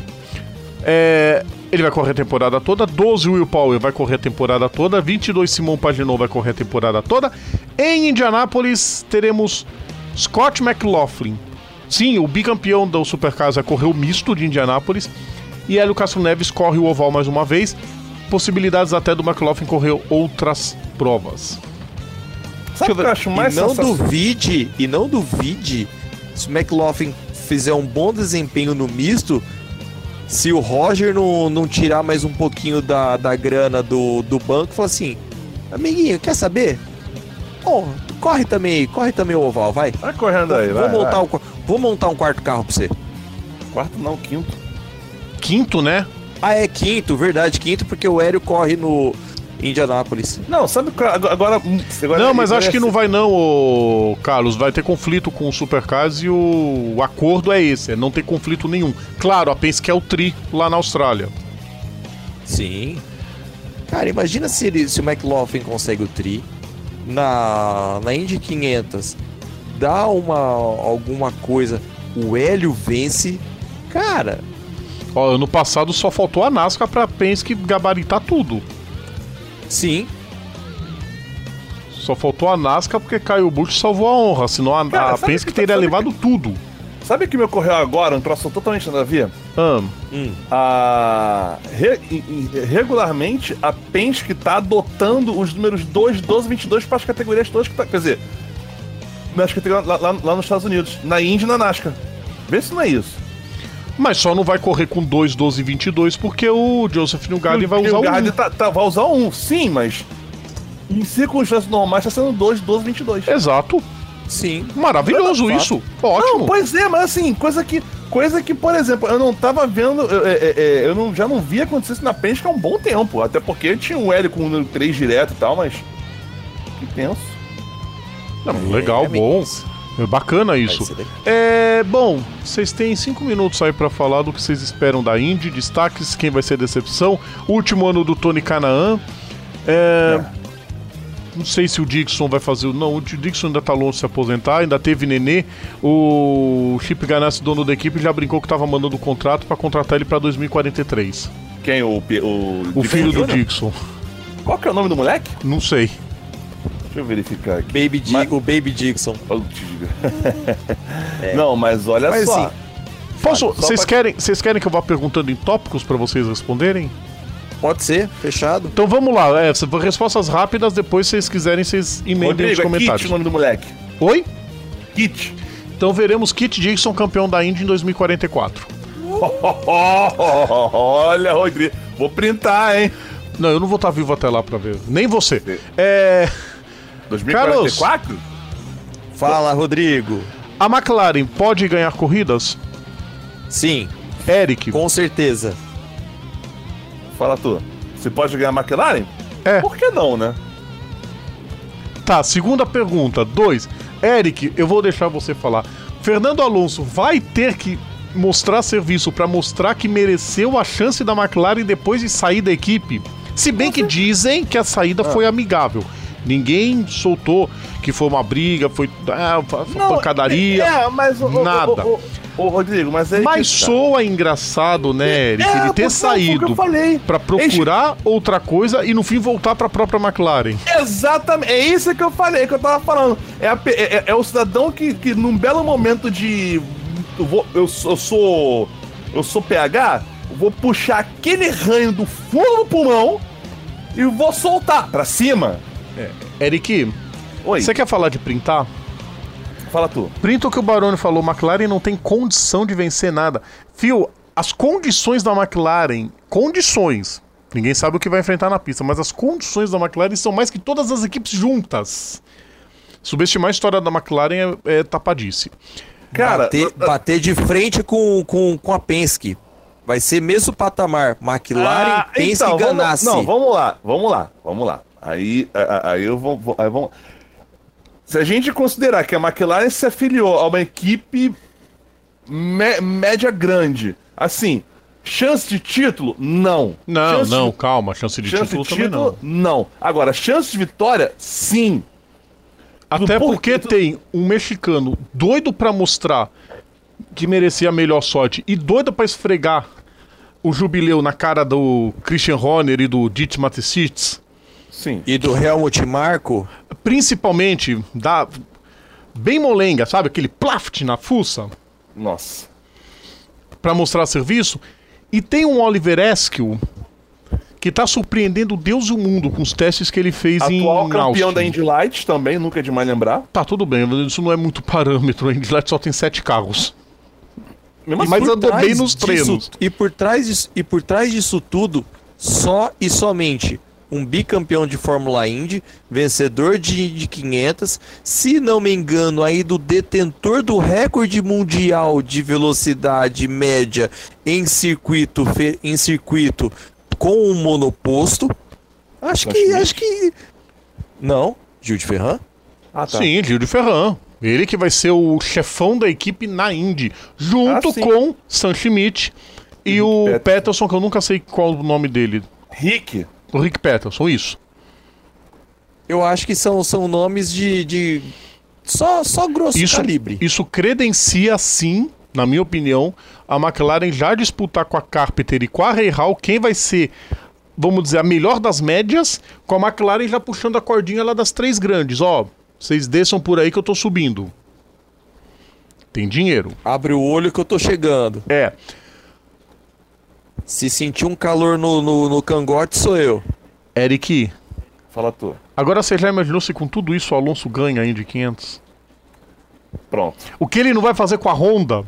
[SPEAKER 2] É, ele vai correr a temporada toda. doze, Will Power vai correr a temporada toda. vinte e dois, Simon Pagenaud vai correr a temporada toda. Em Indianápolis, teremos Scott McLaughlin. Sim, o bicampeão do Supercars vai correr o misto de Indianápolis. E Hélio Castro Neves corre o oval mais uma vez. Possibilidades até do McLaughlin correr outras provas.
[SPEAKER 3] Sabe o que eu acho mais
[SPEAKER 4] e não
[SPEAKER 3] sensacional?
[SPEAKER 4] duvide, e não duvide, se o McLaughlin fizer um bom desempenho no misto, se o Roger não, não tirar mais um pouquinho da, da grana do, do banco, fala assim, amiguinho, quer saber? Bom, corre também, corre também o oval, vai.
[SPEAKER 3] Vai correndo aí,
[SPEAKER 4] vou,
[SPEAKER 3] vai,
[SPEAKER 4] montar
[SPEAKER 3] vai.
[SPEAKER 4] Um, vou montar um quarto carro pra você.
[SPEAKER 3] Quarto não, quinto.
[SPEAKER 2] Quinto, né?
[SPEAKER 4] Ah, é quinto, verdade, quinto, porque o Hélio corre no Indianápolis.
[SPEAKER 3] Não, sabe qual- agora... agora, agora
[SPEAKER 2] Não, mas
[SPEAKER 3] agora
[SPEAKER 2] acho que
[SPEAKER 3] é-
[SPEAKER 2] não vai não, ô, Carlos. Vai ter conflito com o Supercars e o... o acordo é esse, é não ter conflito nenhum. Claro, a Penske é o tri lá na Austrália.
[SPEAKER 4] Sim. Cara, imagina se, ele, se o McLaughlin consegue o tri na, na Indy quinhentos, dá uma, alguma coisa, o Hélio vence. Cara,
[SPEAKER 2] Ó, ano passado só faltou a NASCAR pra Penske gabaritar tudo.
[SPEAKER 4] sim.
[SPEAKER 2] Só faltou a NASCAR porque Kyle Busch salvou a honra, senão a,
[SPEAKER 3] Cara,
[SPEAKER 2] a
[SPEAKER 3] sabe
[SPEAKER 2] Penske
[SPEAKER 3] que-
[SPEAKER 2] teria
[SPEAKER 3] sabe
[SPEAKER 2] levado tudo.
[SPEAKER 3] Sabe o que me ocorreu agora? Um troço totalmente nada a ver?
[SPEAKER 2] Ah,
[SPEAKER 4] Hum.
[SPEAKER 3] A... re- e- e- regularmente, a Penske tá adotando os números dois, doze, vinte e dois para as categorias todas que tá... Quer dizer, nas categorias lá, lá- lá nos Estados Unidos. Na Indy e na NASCAR. Vê se não é isso.
[SPEAKER 2] mas só não vai correr com dois, doze e vinte e dois porque o Joseph Newgarden vai usar
[SPEAKER 3] o
[SPEAKER 2] o
[SPEAKER 3] Garden
[SPEAKER 2] um.
[SPEAKER 3] tá, tá- vai usar um, sim, mas... Em circunstâncias normais tá sendo dois, doze, vinte e dois.
[SPEAKER 2] Exato.
[SPEAKER 4] Sim.
[SPEAKER 2] Maravilhoso
[SPEAKER 4] Fato.
[SPEAKER 2] isso. Ótimo.
[SPEAKER 3] Não, pois é, mas assim, coisa que, coisa que, por exemplo, eu não tava vendo, eu, é, é, é, eu não, já não via acontecer isso na Penske há um bom tempo, até porque tinha um L com o número três direto e tal, mas que tenso.
[SPEAKER 2] Não, legal,
[SPEAKER 4] É,
[SPEAKER 2] bom.
[SPEAKER 4] amigos.
[SPEAKER 2] É bacana isso.
[SPEAKER 4] Vai ser legal.
[SPEAKER 2] É, bom, vocês têm cinco minutos aí pra falar do que vocês esperam da Indy, destaques, quem vai ser decepção. Último ano do Tony Kanaan. É, não sei se o Dixon vai fazer. Não, o Dixon ainda tá longe de se aposentar, ainda teve nenê. O Chip Ganassi, dono da equipe, já brincou que tava mandando o contrato pra contratar ele pra dois mil e quarenta e três.
[SPEAKER 3] Quem? O, P- o,
[SPEAKER 2] O filho do
[SPEAKER 3] Júnior?
[SPEAKER 2] Dixon.
[SPEAKER 3] Qual que é o nome do moleque?
[SPEAKER 2] Não sei.
[SPEAKER 3] Deixa eu verificar aqui.
[SPEAKER 4] Baby Di-
[SPEAKER 3] Mas-
[SPEAKER 4] O Baby Dixon.
[SPEAKER 3] Oh, diga. Não, mas olha
[SPEAKER 4] Mas,
[SPEAKER 3] só.
[SPEAKER 4] assim,
[SPEAKER 2] Posso,
[SPEAKER 3] Só
[SPEAKER 2] vocês
[SPEAKER 3] pra-
[SPEAKER 2] querem, vocês querem que eu vá perguntando em tópicos pra vocês responderem?
[SPEAKER 4] Pode ser, fechado.
[SPEAKER 2] Então vamos lá, é, respostas rápidas, depois se vocês quiserem, vocês emendem
[SPEAKER 3] Rodrigo,
[SPEAKER 2] nos
[SPEAKER 3] é
[SPEAKER 2] comentários.
[SPEAKER 3] Kit o nome do moleque.
[SPEAKER 2] Oi?
[SPEAKER 3] Kit.
[SPEAKER 2] Então veremos Kit Dixon campeão da Indy em dois mil e quarenta e quatro.
[SPEAKER 3] Olha, Rodrigo. Vou printar, hein?
[SPEAKER 2] Não, eu não vou estar vivo até lá pra ver. Nem você. É,
[SPEAKER 3] dois mil e quarenta e quatro?
[SPEAKER 4] Fala, Rodrigo.
[SPEAKER 2] a McLaren pode ganhar corridas?
[SPEAKER 4] Sim,
[SPEAKER 2] Eric.
[SPEAKER 4] com certeza.
[SPEAKER 3] Fala tu. Você pode ganhar a McLaren?
[SPEAKER 2] É.
[SPEAKER 3] Por que não, né?
[SPEAKER 2] Tá, segunda pergunta. Dois. Eric, eu vou deixar você falar. Fernando Alonso vai ter que mostrar serviço pra mostrar que mereceu a chance da McLaren depois de sair da equipe? Se bem que dizem que a saída foi amigável. Ninguém soltou que foi uma briga, foi ah, foi pancadaria.
[SPEAKER 3] É, mas... o- o-
[SPEAKER 2] nada.
[SPEAKER 3] o- o- Ô, Rodrigo, mas aí
[SPEAKER 2] Mas
[SPEAKER 3] que tá.
[SPEAKER 2] soa engraçado, né, Eric?
[SPEAKER 3] É,
[SPEAKER 2] ele ter
[SPEAKER 3] porque
[SPEAKER 2] saído
[SPEAKER 3] eu falei.
[SPEAKER 2] pra procurar outra coisa e no fim voltar pra própria McLaren.
[SPEAKER 3] Exatamente, é isso que eu falei, que eu tava falando. É, a pe- é, é o cidadão que, que num belo momento de. Eu, vou, eu, sou- eu sou. Eu sou P H, eu vou puxar aquele ranho do fundo do pulmão e vou soltar pra cima.
[SPEAKER 2] Eric,
[SPEAKER 3] Oi,
[SPEAKER 2] você quer falar de printar?
[SPEAKER 3] fala tu.
[SPEAKER 2] Printa o que o Baroni falou, McLaren não tem condição de vencer nada. Fio, as condições da McLaren, condições, ninguém sabe o que vai enfrentar na pista, mas as condições da McLaren são mais que todas as equipes juntas. Subestimar a história da McLaren é, é tapadice.
[SPEAKER 3] Cara,
[SPEAKER 4] bater, bater de frente com, com, com a Penske. Vai ser mesmo patamar. McLaren,
[SPEAKER 3] Ah,
[SPEAKER 4] Penske
[SPEAKER 3] então,
[SPEAKER 4] e Ganassi.
[SPEAKER 3] Vamos, não, vamos lá, vamos lá, vamos lá. Aí, a- a- aí eu vou, vou- aí vamos. Se a gente considerar que a McLaren se afiliou a uma equipe mé- média grande, assim, chance de título? Não.
[SPEAKER 2] Não,
[SPEAKER 3] chance
[SPEAKER 2] não,
[SPEAKER 3] de,
[SPEAKER 2] calma, chance de
[SPEAKER 3] chance
[SPEAKER 2] título
[SPEAKER 3] de
[SPEAKER 2] também
[SPEAKER 3] título?
[SPEAKER 2] não.
[SPEAKER 3] Não. Agora, chance de vitória? Sim.
[SPEAKER 2] Até
[SPEAKER 3] por-
[SPEAKER 2] porque
[SPEAKER 3] tu-
[SPEAKER 2] tem um mexicano doido pra mostrar que merecia a melhor sorte e doido pra esfregar o jubileu na cara do Christian Horner e do Dieter Mateschitz.
[SPEAKER 3] Sim.
[SPEAKER 4] E do Helmut Marko.
[SPEAKER 2] Principalmente da bem molenga, sabe? Aquele plaft na fuça
[SPEAKER 3] Nossa.
[SPEAKER 2] pra mostrar serviço. E tem um Oliver Askew que tá surpreendendo Deus e o mundo com os testes que ele fez em
[SPEAKER 3] Atual campeão
[SPEAKER 2] Austin.
[SPEAKER 3] da Indy Lights também, nunca é demais lembrar.
[SPEAKER 2] Tá, tudo bem, isso não é muito parâmetro. A Indy Lights só tem sete carros.
[SPEAKER 3] Mesmo
[SPEAKER 2] Mas
[SPEAKER 3] assim,
[SPEAKER 2] andou
[SPEAKER 4] trás
[SPEAKER 2] bem nos
[SPEAKER 4] disso-
[SPEAKER 2] treinos.
[SPEAKER 4] E por, trás disso, e por trás disso tudo, só e somente um bicampeão de Fórmula Indy, vencedor de Indy quinhentos, se não me engano, aí do detentor do recorde mundial de velocidade média em circuito, fe- em circuito com um monoposto. Acho
[SPEAKER 3] Sam
[SPEAKER 4] que,
[SPEAKER 3] Schmidt?
[SPEAKER 4] acho que não, Gil de Ferran.
[SPEAKER 3] Ah, tá.
[SPEAKER 2] Sim, Gil de Ferran. Ele que vai ser o chefão da equipe na Indy, junto
[SPEAKER 3] Ah, sim.
[SPEAKER 2] com Sam Schmidt e o
[SPEAKER 3] Peterson.
[SPEAKER 2] Peterson, que eu nunca sei qual o nome dele.
[SPEAKER 3] Rick.
[SPEAKER 2] O Rick Peterson, isso.
[SPEAKER 4] Eu acho que são, são nomes de, de só, só grosso
[SPEAKER 2] Isso,
[SPEAKER 4] calibre.
[SPEAKER 2] isso credencia, sim, na minha opinião, a McLaren já disputar com a Carpenter e com a Rahal quem vai ser, vamos dizer, a melhor das médias, com a McLaren já puxando a cordinha lá das três grandes. Ó, vocês desçam por aí que eu tô subindo. Tem dinheiro.
[SPEAKER 4] Abre o olho que eu tô chegando.
[SPEAKER 2] É.
[SPEAKER 4] Se sentir um calor no, no, no cangote, sou eu.
[SPEAKER 2] Eric,
[SPEAKER 3] Fala tu.
[SPEAKER 2] agora você já imaginou se com tudo isso o Alonso ganha a Indy quinhentos?
[SPEAKER 3] Pronto.
[SPEAKER 2] O que ele não vai fazer com a Honda?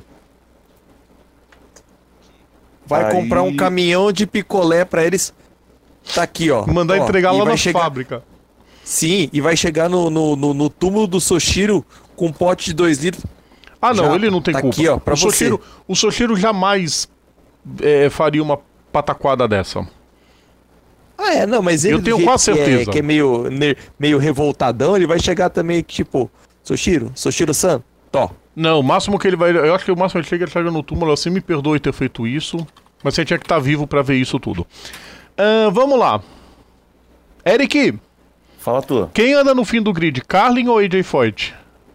[SPEAKER 4] Vai
[SPEAKER 3] Aí-
[SPEAKER 4] comprar um caminhão de picolé pra eles. Tá aqui, ó.
[SPEAKER 2] Mandar
[SPEAKER 4] Ó,
[SPEAKER 2] entregar
[SPEAKER 4] e
[SPEAKER 2] lá
[SPEAKER 4] vai
[SPEAKER 2] na
[SPEAKER 4] chegar...
[SPEAKER 2] fábrica.
[SPEAKER 4] Sim, e vai chegar no, no, no, no túmulo do Soshiro com um pote de dois litros.
[SPEAKER 2] Ah, não,
[SPEAKER 4] Já,
[SPEAKER 2] ele não tem
[SPEAKER 4] tá
[SPEAKER 2] culpa.
[SPEAKER 4] aqui, ó, pra
[SPEAKER 2] o, Soshiro, o Soshiro jamais é, faria uma pataquada dessa.
[SPEAKER 4] Ah, é, não, mas ele
[SPEAKER 2] Eu
[SPEAKER 4] do
[SPEAKER 2] tenho
[SPEAKER 4] jeito
[SPEAKER 2] quase
[SPEAKER 4] que é-
[SPEAKER 2] certeza.
[SPEAKER 4] Que é, meio, ner- meio revoltadão, ele vai chegar também, tipo, Soshiro, Soshiro-san, tó.
[SPEAKER 2] Não, o máximo que ele vai. Eu acho que o máximo que ele chega, ele chega no túmulo assim, me perdoe ter feito isso. Mas você tinha que estar vivo pra ver isso tudo. Ahn, vamos lá. Eric,
[SPEAKER 3] Fala tu.
[SPEAKER 2] quem anda no fim do grid, Carlin ou A J Foyt?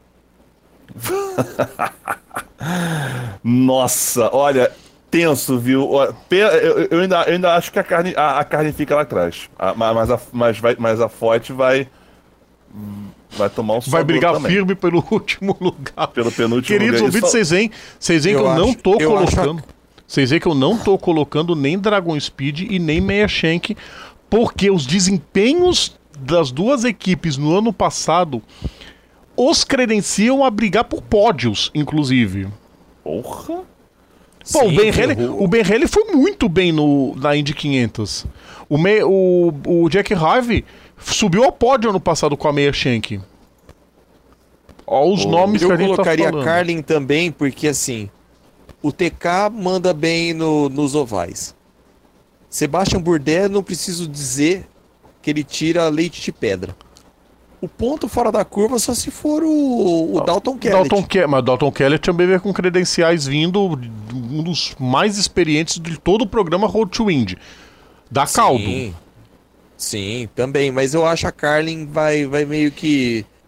[SPEAKER 3] Nossa, olha, tenso, viu? Ó, pe- Eu, eu ainda, eu ainda acho que a carne, a, a carne fica lá atrás. A- ma- mas, a, mas, vai, mas a Forte vai. Vai tomar um
[SPEAKER 2] Vai
[SPEAKER 3] sobrou
[SPEAKER 2] brigar
[SPEAKER 3] também.
[SPEAKER 2] firme pelo último lugar.
[SPEAKER 3] Pelo penúltimo
[SPEAKER 2] Queridos
[SPEAKER 3] lugar.
[SPEAKER 2] ouvintes,
[SPEAKER 3] Isso-
[SPEAKER 2] vocês veem, vocês veem que
[SPEAKER 4] Eu
[SPEAKER 2] eu não
[SPEAKER 4] acho-
[SPEAKER 2] tô
[SPEAKER 4] eu acho-
[SPEAKER 2] colocando. Vocês veem que eu não tô colocando nem Dragon Speed e nem Meia Shank, porque os desempenhos das duas equipes no ano passado os credenciam a brigar por pódios, inclusive.
[SPEAKER 3] Porra!
[SPEAKER 2] Pô, o
[SPEAKER 4] Sim,
[SPEAKER 2] Ben Haley,
[SPEAKER 4] o-
[SPEAKER 2] o Ben Haley foi muito bem no, na Indy quinhentos. O, me, o, o Jack Harvey subiu ao pódio ano passado com a Meia Shank. Olha os nomes
[SPEAKER 4] Eu
[SPEAKER 2] que a gente
[SPEAKER 4] colocaria
[SPEAKER 2] tá falando.
[SPEAKER 4] Carlin também, porque assim, o T K manda bem no- nos ovais. Sebastian Bourdais, não preciso dizer que ele tira leite de pedra. O ponto fora da curva só se for o, o Dalton Kellett.
[SPEAKER 2] Dalton Ke mas Dalton Kellett também veio com credenciais vindo de um dos mais experientes de todo o programa Road to Indy. Dá caldo.
[SPEAKER 4] Sim, sim, também. Mas eu acho a Carlin vai, vai meio que...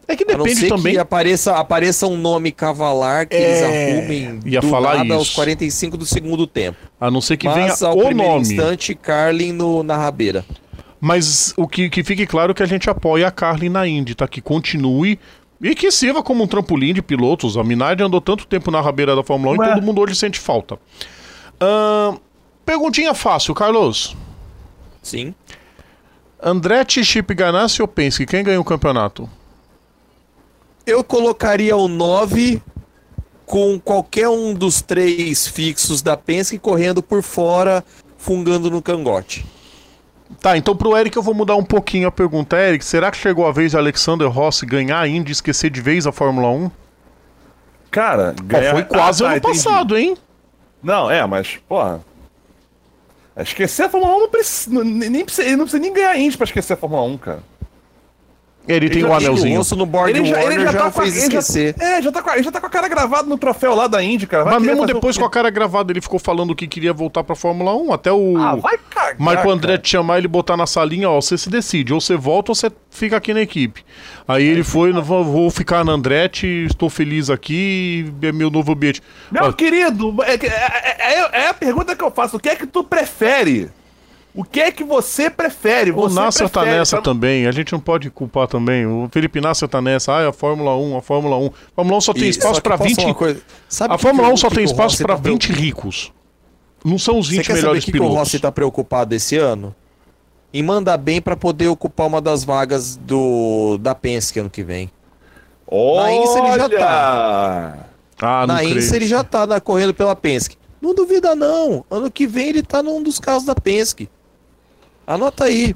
[SPEAKER 2] É que
[SPEAKER 4] A não
[SPEAKER 2] depende
[SPEAKER 4] ser
[SPEAKER 2] também.
[SPEAKER 4] que apareça, apareça um nome cavalar que eles
[SPEAKER 2] É,
[SPEAKER 4] arrumem
[SPEAKER 2] ia
[SPEAKER 4] do
[SPEAKER 2] falar
[SPEAKER 4] nada
[SPEAKER 2] isso.
[SPEAKER 4] aos quarenta e cinco do segundo tempo.
[SPEAKER 2] A não ser que
[SPEAKER 4] Mas
[SPEAKER 2] venha
[SPEAKER 4] ao
[SPEAKER 2] o
[SPEAKER 4] primeiro
[SPEAKER 2] nome.
[SPEAKER 4] instante, Carlin no, na rabeira.
[SPEAKER 2] Mas o que, que fique claro é que a gente apoia a Carlin na Indy, tá? Que continue e que sirva como um trampolim de pilotos. A Minardi andou tanto tempo na rabeira da Fórmula um
[SPEAKER 3] Ué.
[SPEAKER 2] e todo mundo hoje sente falta. Ahn, perguntinha fácil, Carlos.
[SPEAKER 4] Sim.
[SPEAKER 2] Andretti, Chip Ganassi ou Penske? Quem ganhou o campeonato?
[SPEAKER 4] Eu colocaria o nove com qualquer um dos três fixos da Penske correndo por fora, fungando no cangote.
[SPEAKER 2] Tá, então pro Eric eu vou mudar um pouquinho a pergunta. Eric, será que chegou a vez de Alexander Rossi ganhar a Indy e esquecer de vez a Fórmula um?
[SPEAKER 3] Cara,
[SPEAKER 2] Pô,
[SPEAKER 3] ganhar...
[SPEAKER 2] foi quase
[SPEAKER 3] Ah, tá,
[SPEAKER 2] ano
[SPEAKER 3] entendi.
[SPEAKER 2] passado, hein?
[SPEAKER 3] Não, é, mas, porra. Esquecer a Fórmula um não precisa. Nem, nem precisa ele não precisa nem ganhar Indy pra esquecer a Fórmula um, cara.
[SPEAKER 2] Ele tem
[SPEAKER 3] já
[SPEAKER 2] o
[SPEAKER 3] tem
[SPEAKER 4] O
[SPEAKER 2] anelzinho.
[SPEAKER 4] rosto no board
[SPEAKER 3] Ele já,
[SPEAKER 4] Warner
[SPEAKER 3] ele já,
[SPEAKER 4] já,
[SPEAKER 3] tá
[SPEAKER 4] o
[SPEAKER 3] com a,
[SPEAKER 4] fez
[SPEAKER 3] ele já-
[SPEAKER 4] esquecer.
[SPEAKER 3] É, já tá, com a, ele já tá com a cara gravada no troféu lá da Indy, cara. Vai
[SPEAKER 2] Mas
[SPEAKER 3] querer
[SPEAKER 2] mesmo
[SPEAKER 3] fazer
[SPEAKER 2] depois
[SPEAKER 3] o
[SPEAKER 2] com
[SPEAKER 3] quê?
[SPEAKER 2] a cara gravada, ele ficou falando que queria voltar pra Fórmula um. Até o
[SPEAKER 3] Ah, vai cagar.
[SPEAKER 2] Marco André
[SPEAKER 3] cara.
[SPEAKER 2] te chamar ele botar na salinha, ó, você se decide, ou você volta ou você fica aqui na equipe. Aí ele foi, vou, vou ficar na Andretti, estou feliz aqui, é meu novo ambiente.
[SPEAKER 3] Meu
[SPEAKER 2] Ó,
[SPEAKER 3] querido, é, que- é- é- é a pergunta que eu faço. O que é que tu prefere? O que é que você prefere?
[SPEAKER 2] O
[SPEAKER 3] Você
[SPEAKER 2] Nasser tá
[SPEAKER 3] prefere,
[SPEAKER 2] nessa
[SPEAKER 3] tá-
[SPEAKER 2] também, a gente não pode culpar também. O Felipe Nasser tá nessa, ah, a Fórmula um, a Fórmula um. A Fórmula um só tem
[SPEAKER 4] E-
[SPEAKER 2] espaço
[SPEAKER 4] só que
[SPEAKER 2] pra
[SPEAKER 4] posso
[SPEAKER 2] vinte.
[SPEAKER 4] falar uma coisa? Sabe
[SPEAKER 2] A
[SPEAKER 4] que
[SPEAKER 2] Fórmula
[SPEAKER 4] que-
[SPEAKER 2] um só
[SPEAKER 4] que
[SPEAKER 2] tem
[SPEAKER 4] que o
[SPEAKER 2] espaço
[SPEAKER 4] Rossi
[SPEAKER 2] pra
[SPEAKER 4] tá
[SPEAKER 2] vinte
[SPEAKER 4] preocup-
[SPEAKER 2] ricos. Não são os
[SPEAKER 4] Você
[SPEAKER 2] vinte
[SPEAKER 4] quer saber o
[SPEAKER 2] melhores
[SPEAKER 4] que, que o
[SPEAKER 2] pilotos.
[SPEAKER 4] Rossi tá preocupado esse ano? Em mandar bem pra poder ocupar uma das vagas do da Penske ano que vem.
[SPEAKER 3] Olha!
[SPEAKER 4] Na Indy ele já tá.
[SPEAKER 2] Ah, não
[SPEAKER 4] Na
[SPEAKER 2] creio.
[SPEAKER 4] Indy ele já tá na, correndo pela Penske. Não duvida não. Ano que vem ele tá num dos carros da Penske. Anota aí.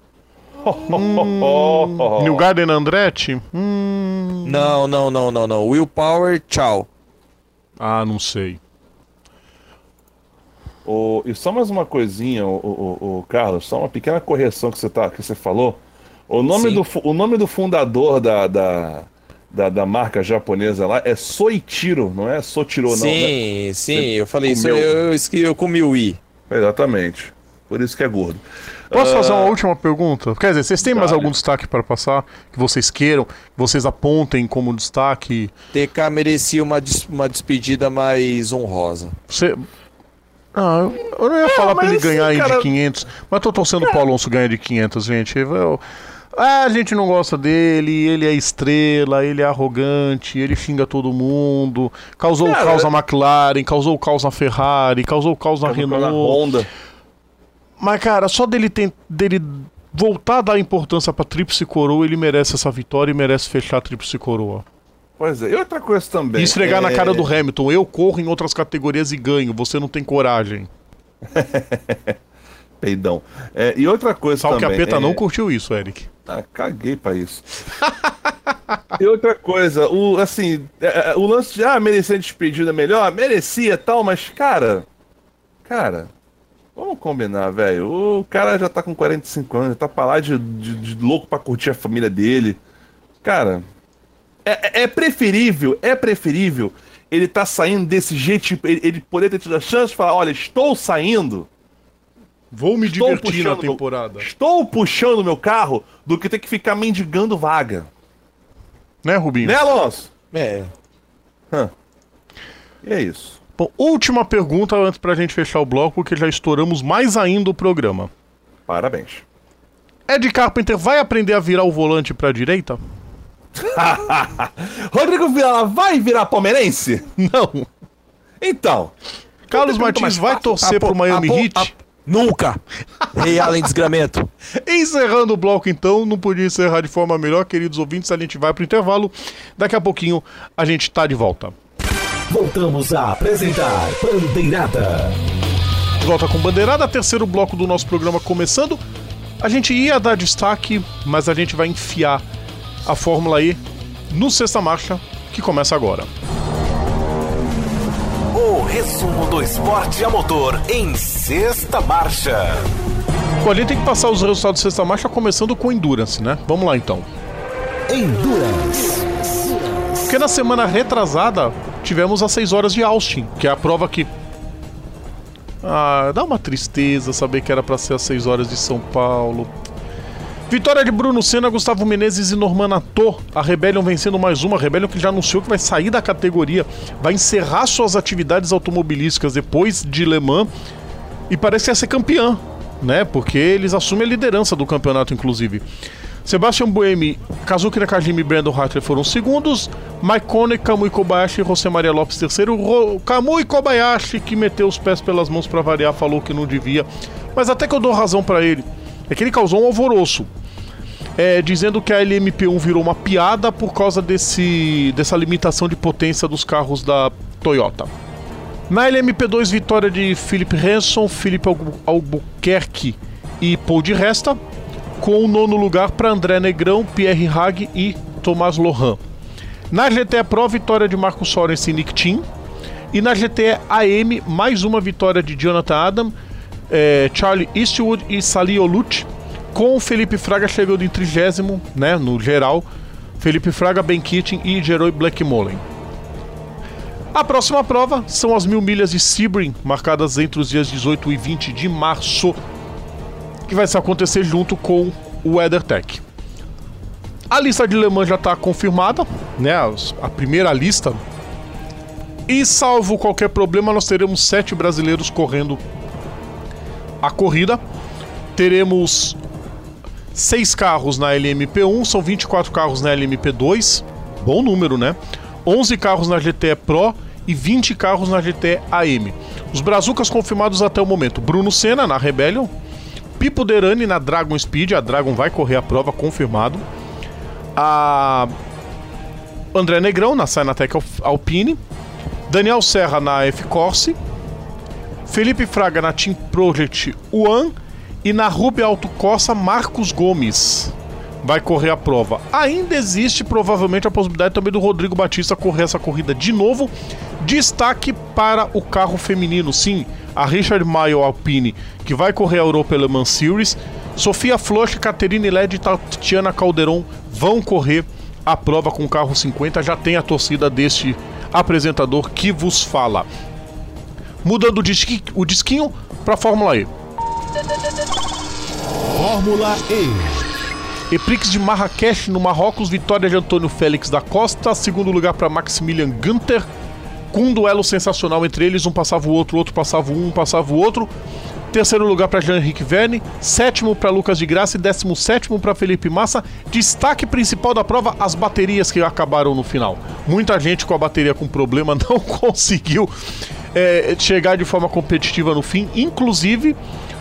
[SPEAKER 2] Hum, New Garden Andretti? Hum...
[SPEAKER 4] Não, não, não, não, não. Will Power, tchau.
[SPEAKER 2] Ah, não sei.
[SPEAKER 3] Ô, e só mais uma coisinha, o, o, o Carlos, só uma pequena correção que você, tá, que você falou. O nome,
[SPEAKER 4] Sim.
[SPEAKER 3] do, fu- o nome do fundador da, da, da, da marca japonesa lá é Soichiro, não é Sotiro, não, né?
[SPEAKER 4] Sim, sim, eu falei isso,
[SPEAKER 3] comeu.
[SPEAKER 4] eu, eu, esqui- eu comi o I.
[SPEAKER 3] Exatamente. Por isso que é gordo.
[SPEAKER 2] Posso
[SPEAKER 3] Ah,
[SPEAKER 2] fazer uma última pergunta? Quer dizer, vocês têm mais
[SPEAKER 3] Vale.
[SPEAKER 2] algum destaque para passar? Que vocês queiram? Que vocês apontem como destaque?
[SPEAKER 4] T K merecia uma, des- uma despedida mais honrosa.
[SPEAKER 2] Você... Ah, eu, eu não ia falar pra
[SPEAKER 3] mas
[SPEAKER 2] ele
[SPEAKER 3] assim,
[SPEAKER 2] ganhar aí
[SPEAKER 3] cara-
[SPEAKER 2] de quinhentos, mas tô torcendo pro Alonso ganhar de quinhentos, gente. Eu... Ah, a gente não gosta dele, ele é estrela, ele é arrogante, ele xinga todo mundo, causou
[SPEAKER 3] Cara,
[SPEAKER 2] caos na McLaren, causou caos na Ferrari, causou caos na
[SPEAKER 3] na
[SPEAKER 2] Renault.
[SPEAKER 3] Honda.
[SPEAKER 2] Mas, cara, só dele, tem, dele voltar a dar importância pra Tríplice Coroa, ele merece essa vitória e merece fechar a Tríplice Coroa.
[SPEAKER 3] Pois é, e outra coisa também.
[SPEAKER 2] E esfregar na
[SPEAKER 3] é-
[SPEAKER 2] cara do Hamilton, eu corro em outras categorias e ganho, você não tem coragem.
[SPEAKER 3] Peidão. É, e outra coisa
[SPEAKER 2] Só que a
[SPEAKER 3] também.
[SPEAKER 2] Peta
[SPEAKER 3] é-
[SPEAKER 2] não curtiu isso, Eric.
[SPEAKER 3] Ah, caguei pra isso. E outra coisa, o, assim, é, é, o lance de, ah, merecia despedida melhor, merecia tal, mas, cara, cara, vamos combinar, velho. O cara já tá com quarenta e cinco anos, já tá pra lá de, de, de louco pra curtir a família dele. Cara, é, é- é preferível, é preferível ele tá saindo desse jeito, tipo, ele, ele poder ter tido a chance de falar, olha, estou saindo,
[SPEAKER 2] Vou me
[SPEAKER 3] Estou
[SPEAKER 2] divertir na
[SPEAKER 3] puxando meu-
[SPEAKER 2] temporada.
[SPEAKER 3] estou puxando meu carro, do que ter que ficar mendigando vaga.
[SPEAKER 2] Né, Rubinho?
[SPEAKER 3] Né, Alonso?
[SPEAKER 4] É.
[SPEAKER 3] Hã. E é isso.
[SPEAKER 2] Bom, última pergunta antes pra gente fechar o bloco, porque já estouramos mais ainda o programa.
[SPEAKER 3] Parabéns.
[SPEAKER 2] Ed Carpenter vai aprender a virar o volante pra direita?
[SPEAKER 3] Rodrigo Vilela vai virar palmeirense?
[SPEAKER 2] Não.
[SPEAKER 3] Então.
[SPEAKER 2] Carlos
[SPEAKER 3] pergunta
[SPEAKER 2] Martins
[SPEAKER 3] mais
[SPEAKER 2] vai
[SPEAKER 3] fácil.
[SPEAKER 2] torcer
[SPEAKER 4] Apo-
[SPEAKER 2] pro Miami
[SPEAKER 4] apo-
[SPEAKER 2] Heat?
[SPEAKER 4] ap- Nunca! Rei Allen desgramento.
[SPEAKER 2] Encerrando o bloco, então, não podia encerrar de forma melhor, queridos ouvintes. A gente vai pro intervalo. Daqui a pouquinho a gente tá de volta.
[SPEAKER 1] Voltamos a apresentar Bandeirada.
[SPEAKER 2] De volta com Bandeirada, terceiro bloco do nosso programa começando. A gente ia dar destaque, mas a gente vai enfiar a Fórmula E no Sexta Marcha, que começa agora.
[SPEAKER 1] O resumo do esporte a motor em Sexta Marcha.
[SPEAKER 2] Bom, a gente tem que passar os resultados do Sexta Marcha começando com Endurance, né? Vamos lá então.
[SPEAKER 1] Endurance.
[SPEAKER 2] Porque na semana retrasada tivemos as seis horas de Austin, que é a prova que... Ah, dá uma tristeza saber que era pra ser as seis horas de São Paulo. Vitória de Bruno Senna, Gustavo Menezes e Norman Atô. A Rebellion vencendo mais uma. A Rebellion que já anunciou que vai sair da categoria, vai encerrar suas atividades automobilísticas depois de Le Mans e parece que ia ser campeã, né? Porque eles assumem a liderança do campeonato, inclusive. Sebastian Buemi, Kazuki Nakajima e Brandon Hartley foram segundos. Mike Coney, Kamui Kobayashi e José Maria Lopes terceiro. Ro... Kamui Kobayashi, que meteu os pés pelas mãos pra variar, falou que não devia. Mas até que eu dou razão pra ele. É que ele causou um alvoroço. É, dizendo que a L M P um virou uma piada por causa desse, dessa limitação de potência dos carros da Toyota. Na L M P dois, vitória de Philip Renson, Felipe Albuquerque e Paul di Resta, com o nono lugar para André Negrão, Pierre Hag e Thomas Lohan. Na G T E Pro, vitória de Marcos Sorensen e Nick Tim. E na G T E A M, mais uma vitória de Jonathan Adam, é, Charlie Eastwood e Salih Olucci, com o Felipe Fraga chegando em trigésimo, né, no geral. Felipe Fraga, Ben Keating e Jeroen Blackmolen. A próxima prova são as mil milhas de Sebring, marcadas entre os dias dezoito e vinte de março, que vai se acontecer junto com o WeatherTech. A lista de Le Mans já está confirmada, né, a primeira lista. E salvo qualquer problema, nós teremos sete brasileiros correndo a corrida. Teremos seis carros na L M P um, são vinte e quatro carros na L M P dois, bom número, né? onze carros na G T E Pro e vinte carros na G T E A M. Os brazucas confirmados até o momento: Bruno Senna na Rebellion, Pipo Derani na Dragon Speed, a Dragon vai correr a prova, confirmado. A André Negrão na Synatec Alpine, Daniel Serra na F-Corse, Felipe Fraga na Team Project One e na Ruby Auto Corsa, Marcos Gomes vai correr a prova. Ainda existe provavelmente a possibilidade também do Rodrigo Batista correr essa corrida de novo. Destaque para o carro feminino, sim, a Richard Mille Alpine, que vai correr a Europa Le Mans Series. Sofia Floch, Caterine Led e Tatiana Calderon vão correr a prova com o carro cinquenta. Já tem a torcida deste apresentador que vos fala. Mudando o, disqui, o disquinho para a Fórmula E.
[SPEAKER 1] Fórmula E.
[SPEAKER 2] Eprix de Marrakech no Marrocos, vitória de Antônio Félix da Costa, segundo lugar para Maximilian Günther, com um duelo sensacional entre eles, um passava o outro, o outro passava um, um passava o outro. Terceiro lugar para Jean-Henrique Verne, sétimo para Lucas de Graça e décimo sétimo para Felipe Massa. Destaque principal da prova, as baterias que acabaram no final. Muita gente com a bateria com problema não conseguiu é, chegar de forma competitiva no fim, inclusive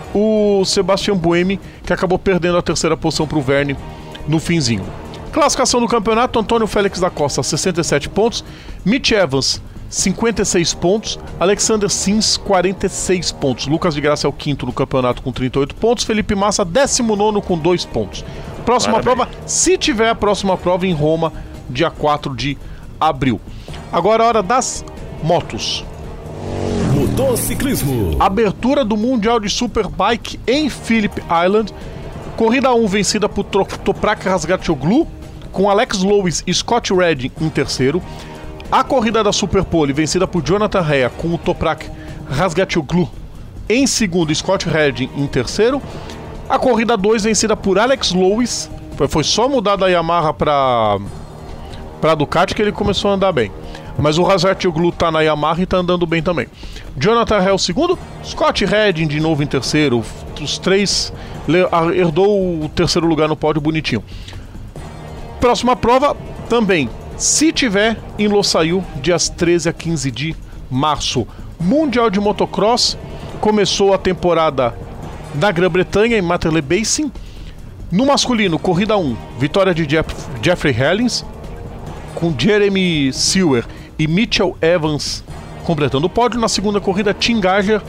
[SPEAKER 2] o Sebastian Buemi, que acabou perdendo a terceira posição para o Verne no finzinho. Classificação do campeonato: Antônio Félix da Costa, sessenta e sete pontos, Mitch Evans, cinquenta e seis pontos, Alexander Sims, quarenta e seis pontos, Lucas de Graça é o quinto no campeonato com trinta e oito pontos, Felipe Massa, décimo nono com dois pontos. Próxima Parabéns. prova, se tiver a próxima prova em Roma, dia quatro de abril. Agora a hora das motos.
[SPEAKER 1] Motociclismo.
[SPEAKER 2] Abertura do Mundial de Superbike em Phillip Island. Corrida um vencida por Toprak Razgatlioglu, com Alex Lewis e Scott Redding em terceiro. A corrida da Superpole vencida por Jonathan Rea, com o Toprak Razgatlioglu em segundo e Scott Redding em terceiro. A corrida dois vencida por Alex Lewis. Foi, foi só mudar da Yamaha para para Ducati que ele começou a andar bem. Mas o Razgatlioglu tá na Yamaha e tá andando bem também. Jonathan Rea o segundo, Scott Redding de novo em terceiro. Os três herdou o terceiro lugar no pódio bonitinho. Próxima prova também, se tiver, em Losail, dias treze a quinze de março. Mundial de Motocross. Começou a temporada na Grã-Bretanha, em Matterley Basin. No masculino, corrida um, vitória de Jeff, Jeffrey Hellings, com Jeremy Sewer e Mitchell Evans completando o pódio. Na segunda corrida, Tim Geiger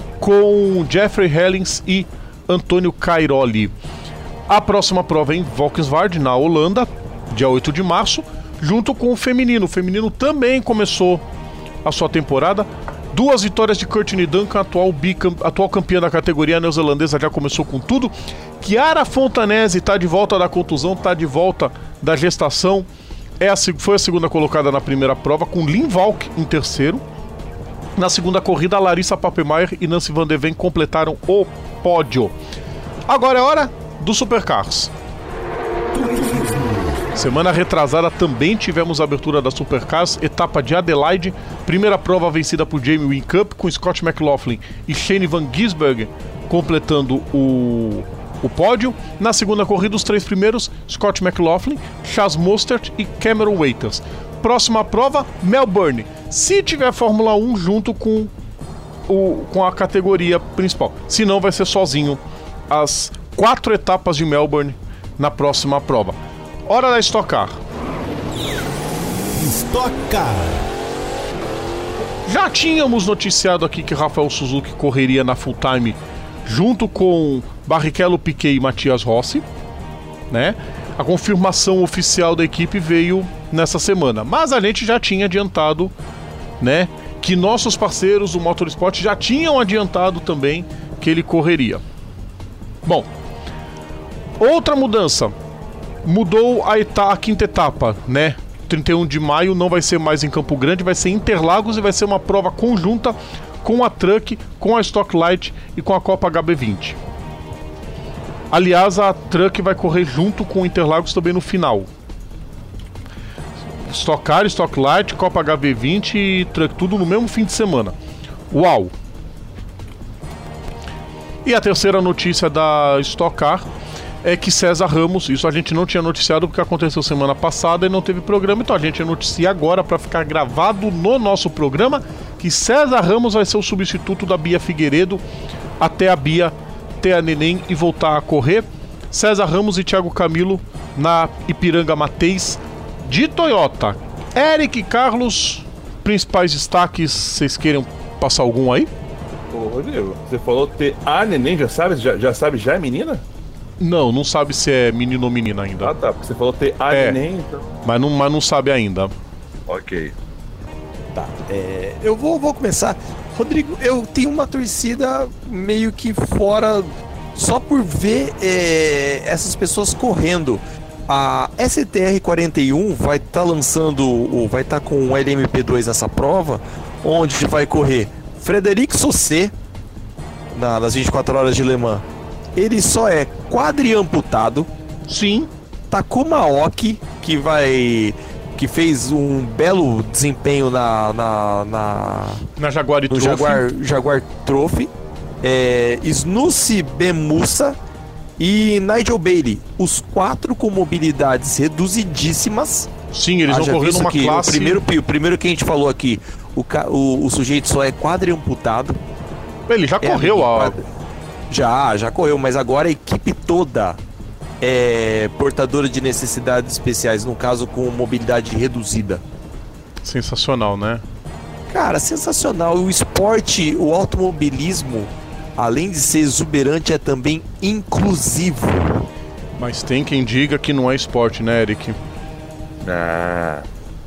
[SPEAKER 2] com Jeffrey Hellings e Antônio Cairoli. A próxima prova é em Valkenswaard, na Holanda, dia oito de março, junto com o feminino. O feminino também começou a sua temporada. Duas vitórias de Courtney Duncan, atual, bicam, atual campeã da categoria neozelandesa, já começou com tudo. Chiara Fontanesi está de volta da contusão, está de volta da gestação. É a, foi a segunda colocada na primeira prova, com Lynn Valk em terceiro. Na segunda corrida, Larissa Papenmeier e Nancy Van de Ven completaram o pódio. Agora é hora dos Supercars. Semana retrasada também tivemos a abertura da Supercars, etapa de Adelaide, primeira prova vencida por Jamie Whincup, com Scott McLaughlin e Shane Van Gisbergen completando o, o pódio. Na segunda corrida, os três primeiros, Scott McLaughlin, Chas Mostert e Cameron Waiters. Próxima prova, Melbourne, se tiver Fórmula um junto com, o, com a categoria principal. Se não, vai ser sozinho as quatro etapas de Melbourne na próxima prova. Hora da Stock Car.
[SPEAKER 1] Stock Car.
[SPEAKER 2] Já tínhamos noticiado aqui que Rafael Suzuki correria na Full Time junto com Barrichello, Piquet e Matias Rossi, né? A confirmação oficial da equipe veio nessa semana, mas a gente já tinha adiantado, né, que nossos parceiros do Motorsport já tinham adiantado também que ele correria. Bom, outra mudança. Mudou a, eta- a quinta etapa, né? trinta e um de maio não vai ser mais em Campo Grande, vai ser em Interlagos e vai ser uma prova conjunta com a Truck, com a Stock Light e com a Copa H B vinte. Aliás, a Truck vai correr junto com o Interlagos também no final. Stock Car, Stock Light, Copa H B vinte e Truck, tudo no mesmo fim de semana. Uau! E a terceira notícia da Stock Car é que César Ramos, isso a gente não tinha noticiado porque aconteceu semana passada e não teve programa, então a gente noticia agora para ficar gravado no nosso programa que César Ramos vai ser o substituto da Bia Figueiredo até a Bia ter a neném e voltar a correr. César Ramos e Thiago Camilo na Ipiranga Mateis de Toyota. Eric Carlos, principais destaques, vocês querem passar algum aí?
[SPEAKER 3] Ô, Rodrigo, você falou ter a neném, já sabe? Já, já sabe, já é menina?
[SPEAKER 2] Não, não sabe se é menino ou menina ainda.
[SPEAKER 3] Ah, tá, porque você falou ter a
[SPEAKER 2] É.
[SPEAKER 3] neném, então...
[SPEAKER 2] Mas não, mas não sabe ainda.
[SPEAKER 3] Ok.
[SPEAKER 4] Tá, é, eu vou, vou começar. Rodrigo, eu tenho uma torcida meio que fora, só por ver é, essas pessoas correndo. A S T R quarenta e um vai estar lançando, o- vai estar com o L M P dois nessa prova, onde vai correr Frederic Saussé na, nas vinte e quatro horas de Le Mans. Ele só é quadriamputado.
[SPEAKER 2] Sim.
[SPEAKER 4] Takuma Oki, que vai... que fez um belo desempenho na... na, na
[SPEAKER 2] Na Jaguar e
[SPEAKER 4] no
[SPEAKER 2] Trophy.
[SPEAKER 4] Jaguar, Jaguar Trophy. É, Snussi Bemussa e Nigel Bailey. Os quatro com mobilidades reduzidíssimas.
[SPEAKER 2] Sim, eles vão
[SPEAKER 4] Haja
[SPEAKER 2] correr
[SPEAKER 4] visto
[SPEAKER 2] numa
[SPEAKER 4] que
[SPEAKER 2] classe...
[SPEAKER 4] O primeiro, o primeiro que a gente falou aqui, o, ca- o, o sujeito só é quadriamputado.
[SPEAKER 2] Ele já
[SPEAKER 4] É,
[SPEAKER 2] correu a...
[SPEAKER 4] quadri- Já, já correu, mas agora a equipe toda é portadora de necessidades especiais, no caso com mobilidade reduzida.
[SPEAKER 2] Sensacional, né?
[SPEAKER 4] Cara, sensacional. O esporte, o automobilismo, além de ser exuberante, é também inclusivo.
[SPEAKER 2] Mas tem quem diga que não é esporte, né, Eric?
[SPEAKER 3] Ah.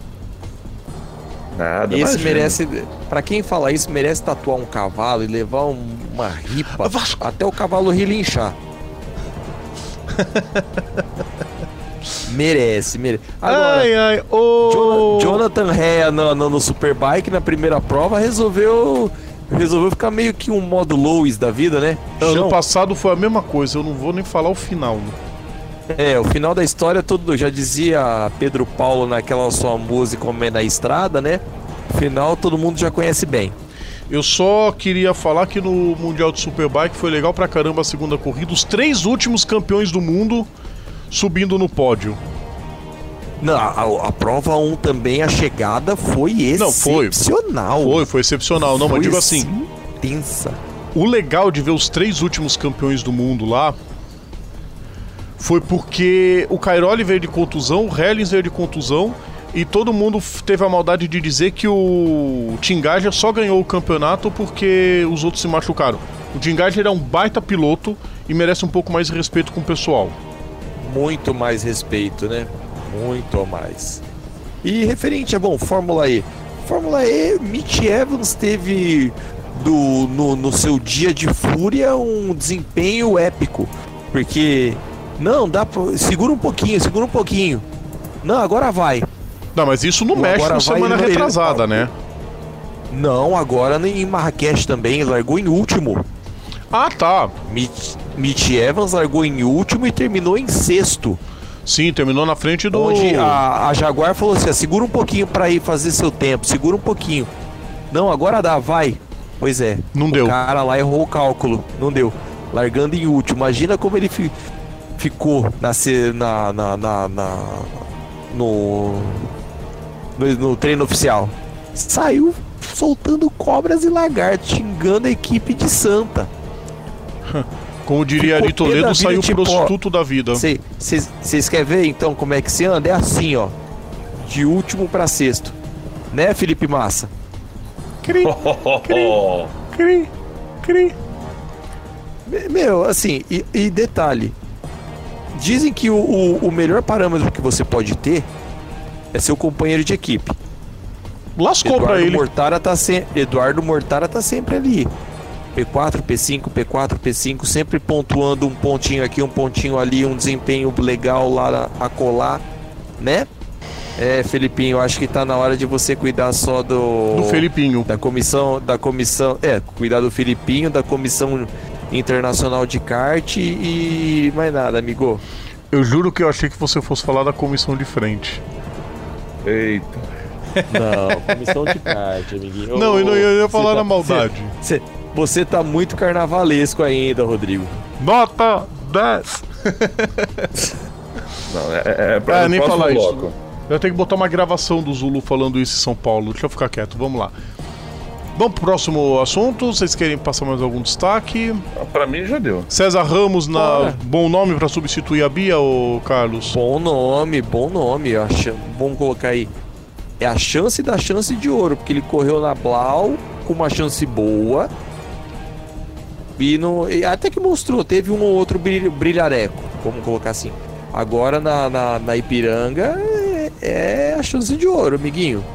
[SPEAKER 3] Nada,
[SPEAKER 4] Esse
[SPEAKER 3] imagina.
[SPEAKER 4] merece, pra quem fala isso, merece tatuar um cavalo e levar um- uma ripa
[SPEAKER 2] Vasco.
[SPEAKER 4] até o cavalo relinchar. Merece, merece. Agora,
[SPEAKER 2] Ai, ai, ô...
[SPEAKER 4] Jona- Jonathan Rea no, no, no Superbike na primeira prova resolveu resolveu ficar meio que um modo Lois da vida, né?
[SPEAKER 2] Ano
[SPEAKER 4] Chão.
[SPEAKER 2] passado foi a mesma coisa, eu não vou nem falar o final. Né?
[SPEAKER 4] É, o final da história todo já dizia Pedro Paulo naquela sua música Como é na Estrada, né? O final todo mundo já conhece bem.
[SPEAKER 2] Eu só queria falar que no Mundial de Superbike foi legal pra caramba a segunda corrida. Os três últimos campeões do mundo subindo no pódio.
[SPEAKER 4] Não, a, a prova um também, a chegada foi
[SPEAKER 2] Não, foi.
[SPEAKER 4] excepcional.
[SPEAKER 2] Foi, foi excepcional. Não, mas
[SPEAKER 4] Foi
[SPEAKER 2] digo assim,
[SPEAKER 4] intensa.
[SPEAKER 2] o legal de ver os três últimos campeões do mundo lá foi porque o Cairoli veio de contusão, o Hellings veio de contusão e todo mundo f- teve a maldade de dizer que o Tingager só ganhou o campeonato porque os outros se machucaram. O Tingager é um baita piloto e merece um pouco mais de respeito com o pessoal.
[SPEAKER 4] Muito mais respeito, né? Muito mais. E referente a, bom, Fórmula E. Fórmula E, Mitch Evans teve do, no, no seu dia de fúria um desempenho épico. Porque, não, dá pra, segura um pouquinho, segura um pouquinho. Não, agora vai.
[SPEAKER 2] Não, mas isso no
[SPEAKER 4] O
[SPEAKER 2] México
[SPEAKER 4] agora vai,
[SPEAKER 2] semana
[SPEAKER 4] ele- ele-
[SPEAKER 2] retrasada, né?
[SPEAKER 4] Não, agora em Marrakech também, ele largou em último.
[SPEAKER 2] Ah, tá.
[SPEAKER 4] Mitch, Mitch Evans largou em último e terminou em sexto.
[SPEAKER 2] Sim, terminou na frente do...
[SPEAKER 4] Onde a, a Jaguar falou assim, segura um pouquinho pra ir fazer seu tempo, segura um pouquinho. Não, agora dá, vai. Pois é.
[SPEAKER 2] Não
[SPEAKER 4] o
[SPEAKER 2] deu.
[SPEAKER 4] O cara lá errou o cálculo, não deu. Largando em último. Imagina como ele fi, ficou na, na, na, na, na no, no, no treino oficial. Saiu soltando cobras e lagartos, xingando a equipe de Santa.
[SPEAKER 2] Como diria Ari Toledo, saiu tipo, prostituto ó, da vida.
[SPEAKER 4] Vocês querem ver então como é que se anda? É assim, ó. De último pra sexto. Né, Felipe Massa?
[SPEAKER 2] Cri, cri, cri, cri.
[SPEAKER 4] Meu, assim, e, e detalhe. Dizem que o, o, o melhor parâmetro que você pode ter é seu companheiro de equipe.
[SPEAKER 2] Lascou
[SPEAKER 4] Eduardo
[SPEAKER 2] pra ele.
[SPEAKER 4] Mortara tá se... Eduardo Mortara tá sempre ali. P quatro, P cinco, P quatro, P cinco, sempre pontuando um pontinho aqui, um pontinho ali, um desempenho legal lá a colar, né? É, Felipinho, acho que tá na hora de você cuidar só do...
[SPEAKER 2] Do Felipinho.
[SPEAKER 4] Da comissão, da comissão... É, cuidar do Felipinho, da comissão internacional de kart e... mais nada, amigo.
[SPEAKER 2] Eu juro que eu achei que você fosse falar da comissão de frente.
[SPEAKER 3] Eita.
[SPEAKER 4] Não, comissão de kart, amiguinho.
[SPEAKER 2] Não, eu não ia, eu ia falar
[SPEAKER 4] tá,
[SPEAKER 2] na maldade.
[SPEAKER 4] Cê, cê, Você tá muito carnavalesco ainda, Rodrigo.
[SPEAKER 2] Nota dez.
[SPEAKER 3] Não, é, é pra
[SPEAKER 2] é, nem falar
[SPEAKER 3] bloco.
[SPEAKER 2] isso. Eu tenho que botar uma gravação do Zulu falando isso em São Paulo. Deixa eu ficar quieto, vamos lá. Vamos pro próximo assunto. Vocês querem passar mais algum destaque?
[SPEAKER 3] Pra mim já deu.
[SPEAKER 2] César Ramos, na...
[SPEAKER 4] Bora.
[SPEAKER 2] Bom nome pra substituir a Bia, ô Carlos?
[SPEAKER 4] Bom nome, bom nome. Acho... Vamos colocar aí. É a chance da chance de ouro, porque ele correu na Blau com uma chance boa. E, no, e até que mostrou, teve um ou outro brilho, brilhareco, vamos colocar assim. Agora na, na, na Ipiranga é, é a chance de ouro, amiguinho.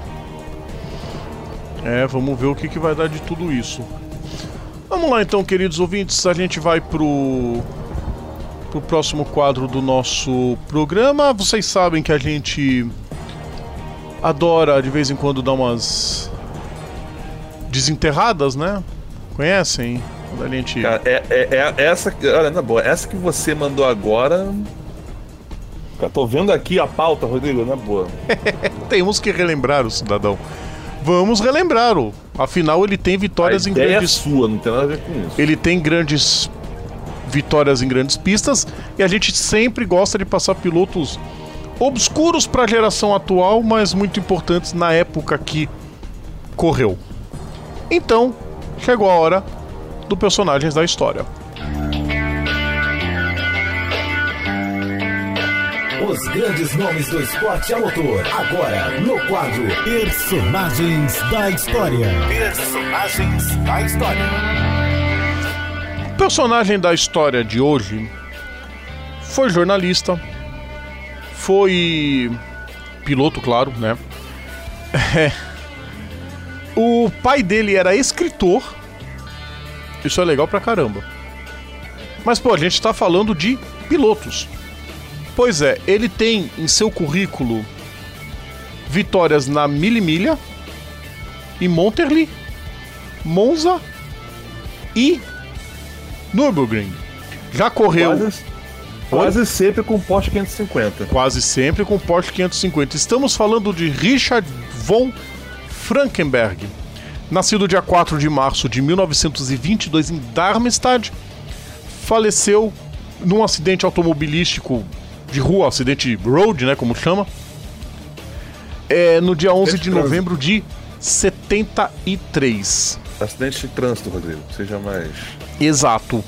[SPEAKER 2] É, vamos ver o que, que vai dar de tudo isso. Vamos lá então, queridos ouvintes, a gente vai pro, pro próximo quadro do nosso programa. Vocês sabem que a gente adora de vez em quando dar umas desenterradas, né? Conhecem? Da gente...
[SPEAKER 3] Cara, é, é, é essa, olha, na boa, essa que você mandou agora. Eu tô vendo aqui a pauta, Rodrigo, na boa.
[SPEAKER 2] Temos que relembrar o cidadão. Vamos relembrar-o. Afinal, ele tem vitórias
[SPEAKER 3] a
[SPEAKER 2] em
[SPEAKER 3] ideia
[SPEAKER 2] grandes.
[SPEAKER 3] É sua, não tem nada a ver com isso.
[SPEAKER 2] Ele tem grandes vitórias em grandes pistas e a gente sempre gosta de passar pilotos obscuros para a geração atual, mas muito importantes na época que correu. Então, chegou a hora do Personagens da História.
[SPEAKER 1] Os grandes nomes do esporte a motor. Agora, no quadro Personagens da História. Personagens da História.
[SPEAKER 2] O personagem da história de hoje foi jornalista, foi piloto, claro, né? É. O pai dele era escritor. Isso é legal pra caramba. Mas, pô, a gente tá falando de pilotos. Pois é, ele tem em seu currículo vitórias na Mille-Milha, em Monterrey, Monza e Nürburgring. Já correu...
[SPEAKER 3] Quase, quase sempre com Porsche quinhentos e cinquenta.
[SPEAKER 2] Quase sempre com Porsche quinhentos e cinquenta. Estamos falando de Richard von Frankenberg. Nascido dia quatro de março de mil novecentos e vinte e dois em Darmstadt, faleceu num acidente automobilístico de rua, acidente road, né, como chama, é, no dia onze de novembro de setenta e três.
[SPEAKER 3] Acidente de trânsito, Rodrigo, seja mais...
[SPEAKER 2] Exato.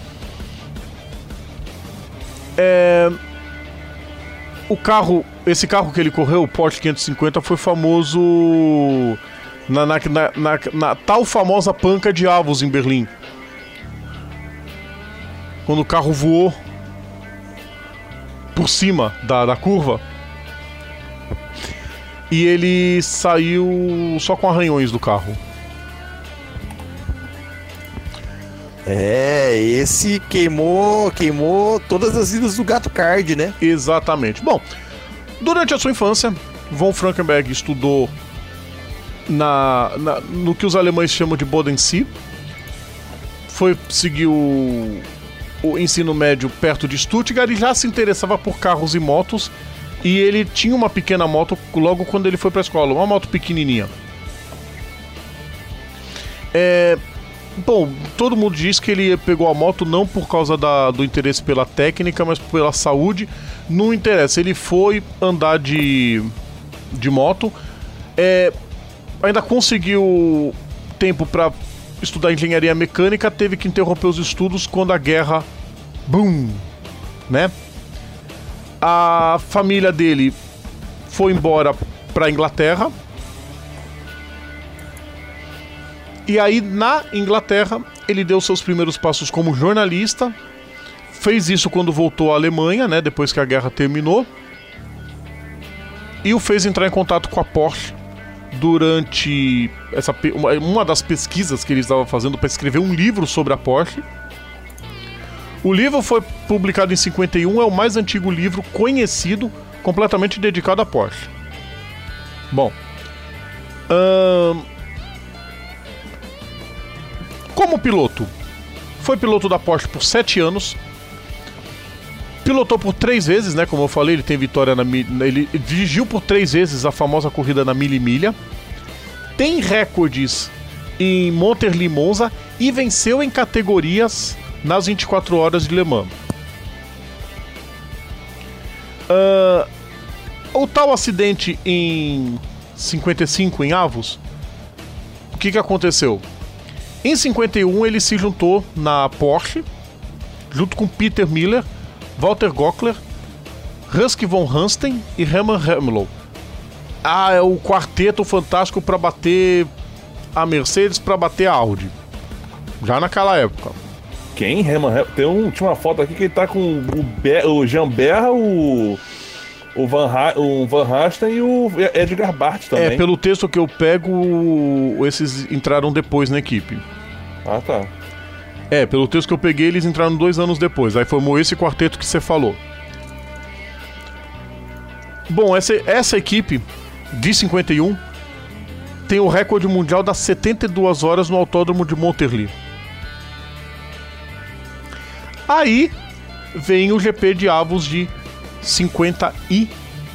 [SPEAKER 2] É... O carro, esse carro que ele correu, o Porsche quinhentos e cinquenta, foi famoso na, na, na, na, na tal famosa panca de avos em Berlim. Quando o carro voou por cima da, da curva e ele saiu só com arranhões do carro.
[SPEAKER 4] É, esse queimou, queimou todas as vidas do Gato Card, né?
[SPEAKER 2] Exatamente. Bom, durante a sua infância, von Frankenberg estudou na, na, no que os alemães chamam de Bodensee. Foi seguir o, o ensino médio perto de Stuttgart e já se interessava por carros e motos. E ele tinha uma pequena moto logo quando ele foi para a escola, uma moto pequenininha. É, bom, todo mundo diz que ele pegou a moto não por causa da, do interesse pela técnica, mas pela saúde. Não interessa, ele foi andar de, de moto, é, ainda conseguiu tempo para estudar engenharia mecânica, teve que interromper os estudos quando a guerra, bum, né? A família dele foi embora para a Inglaterra. E aí, na Inglaterra, ele deu seus primeiros passos como jornalista. Fez isso quando voltou à Alemanha, né, depois que a guerra terminou. E o fez entrar em contato com a Porsche durante essa, uma, uma das pesquisas que ele estava fazendo para escrever um livro sobre a Porsche. O livro foi publicado em cinquenta e um, é o mais antigo livro conhecido completamente dedicado à Porsche. Bom, hum, como piloto, foi piloto da Porsche por sete anos, pilotou por três vezes, né? Como eu falei, ele tem vitória na ele dirigiu por três vezes a famosa corrida na Mille Miglia, tem recordes em Monterli Monza e venceu em categorias nas vinte e quatro horas de Le Mans. Uh, o tal acidente em cinquenta e cinco em Avus, o que que aconteceu? Em cinquenta e um ele se juntou na Porsche, junto com Peter Miller, Walter Gockler, Husky von Hanstein e Hermann Hemlow. Ah, é o quarteto fantástico para bater a Mercedes, para bater a Audi. Já naquela época.
[SPEAKER 3] Quem? Hermann? Tem um, tinha uma foto aqui que ele tá com o, Be o Jean Berra, o, o, Van ha o Van Hasten e o Edgar Bart também.
[SPEAKER 2] É, pelo texto que eu pego, esses entraram depois na equipe.
[SPEAKER 3] Ah, tá.
[SPEAKER 2] É, pelo texto que eu peguei, eles entraram dois anos depois. Aí formou esse quarteto que você falou. Bom, essa, essa equipe de cinquenta e um tem o recorde mundial das setenta e duas horas no Autódromo de Monterli. Aí vem o G P de Avus de cinquenta e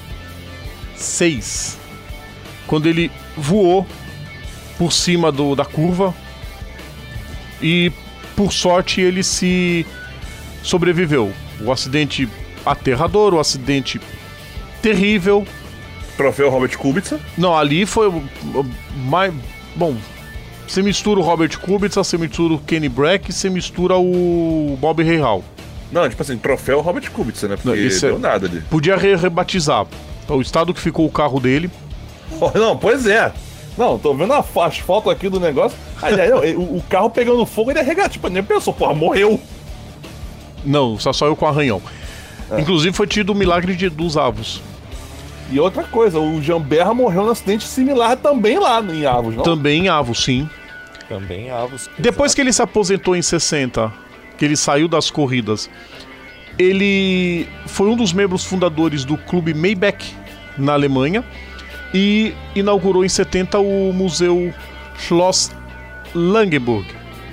[SPEAKER 2] seis, quando ele voou por cima do, da curva e, por sorte, ele se sobreviveu. O acidente aterrador, o acidente terrível.
[SPEAKER 3] Troféu Robert Kubica?
[SPEAKER 2] Não, ali foi mais... Bom... Você mistura o Robert Kubica, você mistura o Kenny Brack, você mistura o Bob Rahal.
[SPEAKER 3] Não, tipo assim, troféu Robert Kubica, né? Porque
[SPEAKER 2] não,
[SPEAKER 3] deu
[SPEAKER 2] é...
[SPEAKER 3] nada ali.
[SPEAKER 2] Podia re rebatizar. Então, o estado que ficou o carro dele.
[SPEAKER 3] Oh, não, pois é. Não, tô vendo a asfalto aqui do negócio. Aliás, o, o carro pegando fogo, ele arregatou. Tipo, nem pensou, porra, morreu.
[SPEAKER 2] Não, só saiu com arranhão. É. Inclusive foi tido o milagre de, dos Avus.
[SPEAKER 3] E outra coisa, o Jean Berra morreu num acidente similar também lá em Avus, não?
[SPEAKER 2] Também em Avus, sim.
[SPEAKER 4] Também em Avus.
[SPEAKER 2] Depois que ele se aposentou em sessenta, que ele saiu das corridas, ele foi um dos membros fundadores do clube Maybach na Alemanha e inaugurou em setenta o Museu Schloss Langenburg.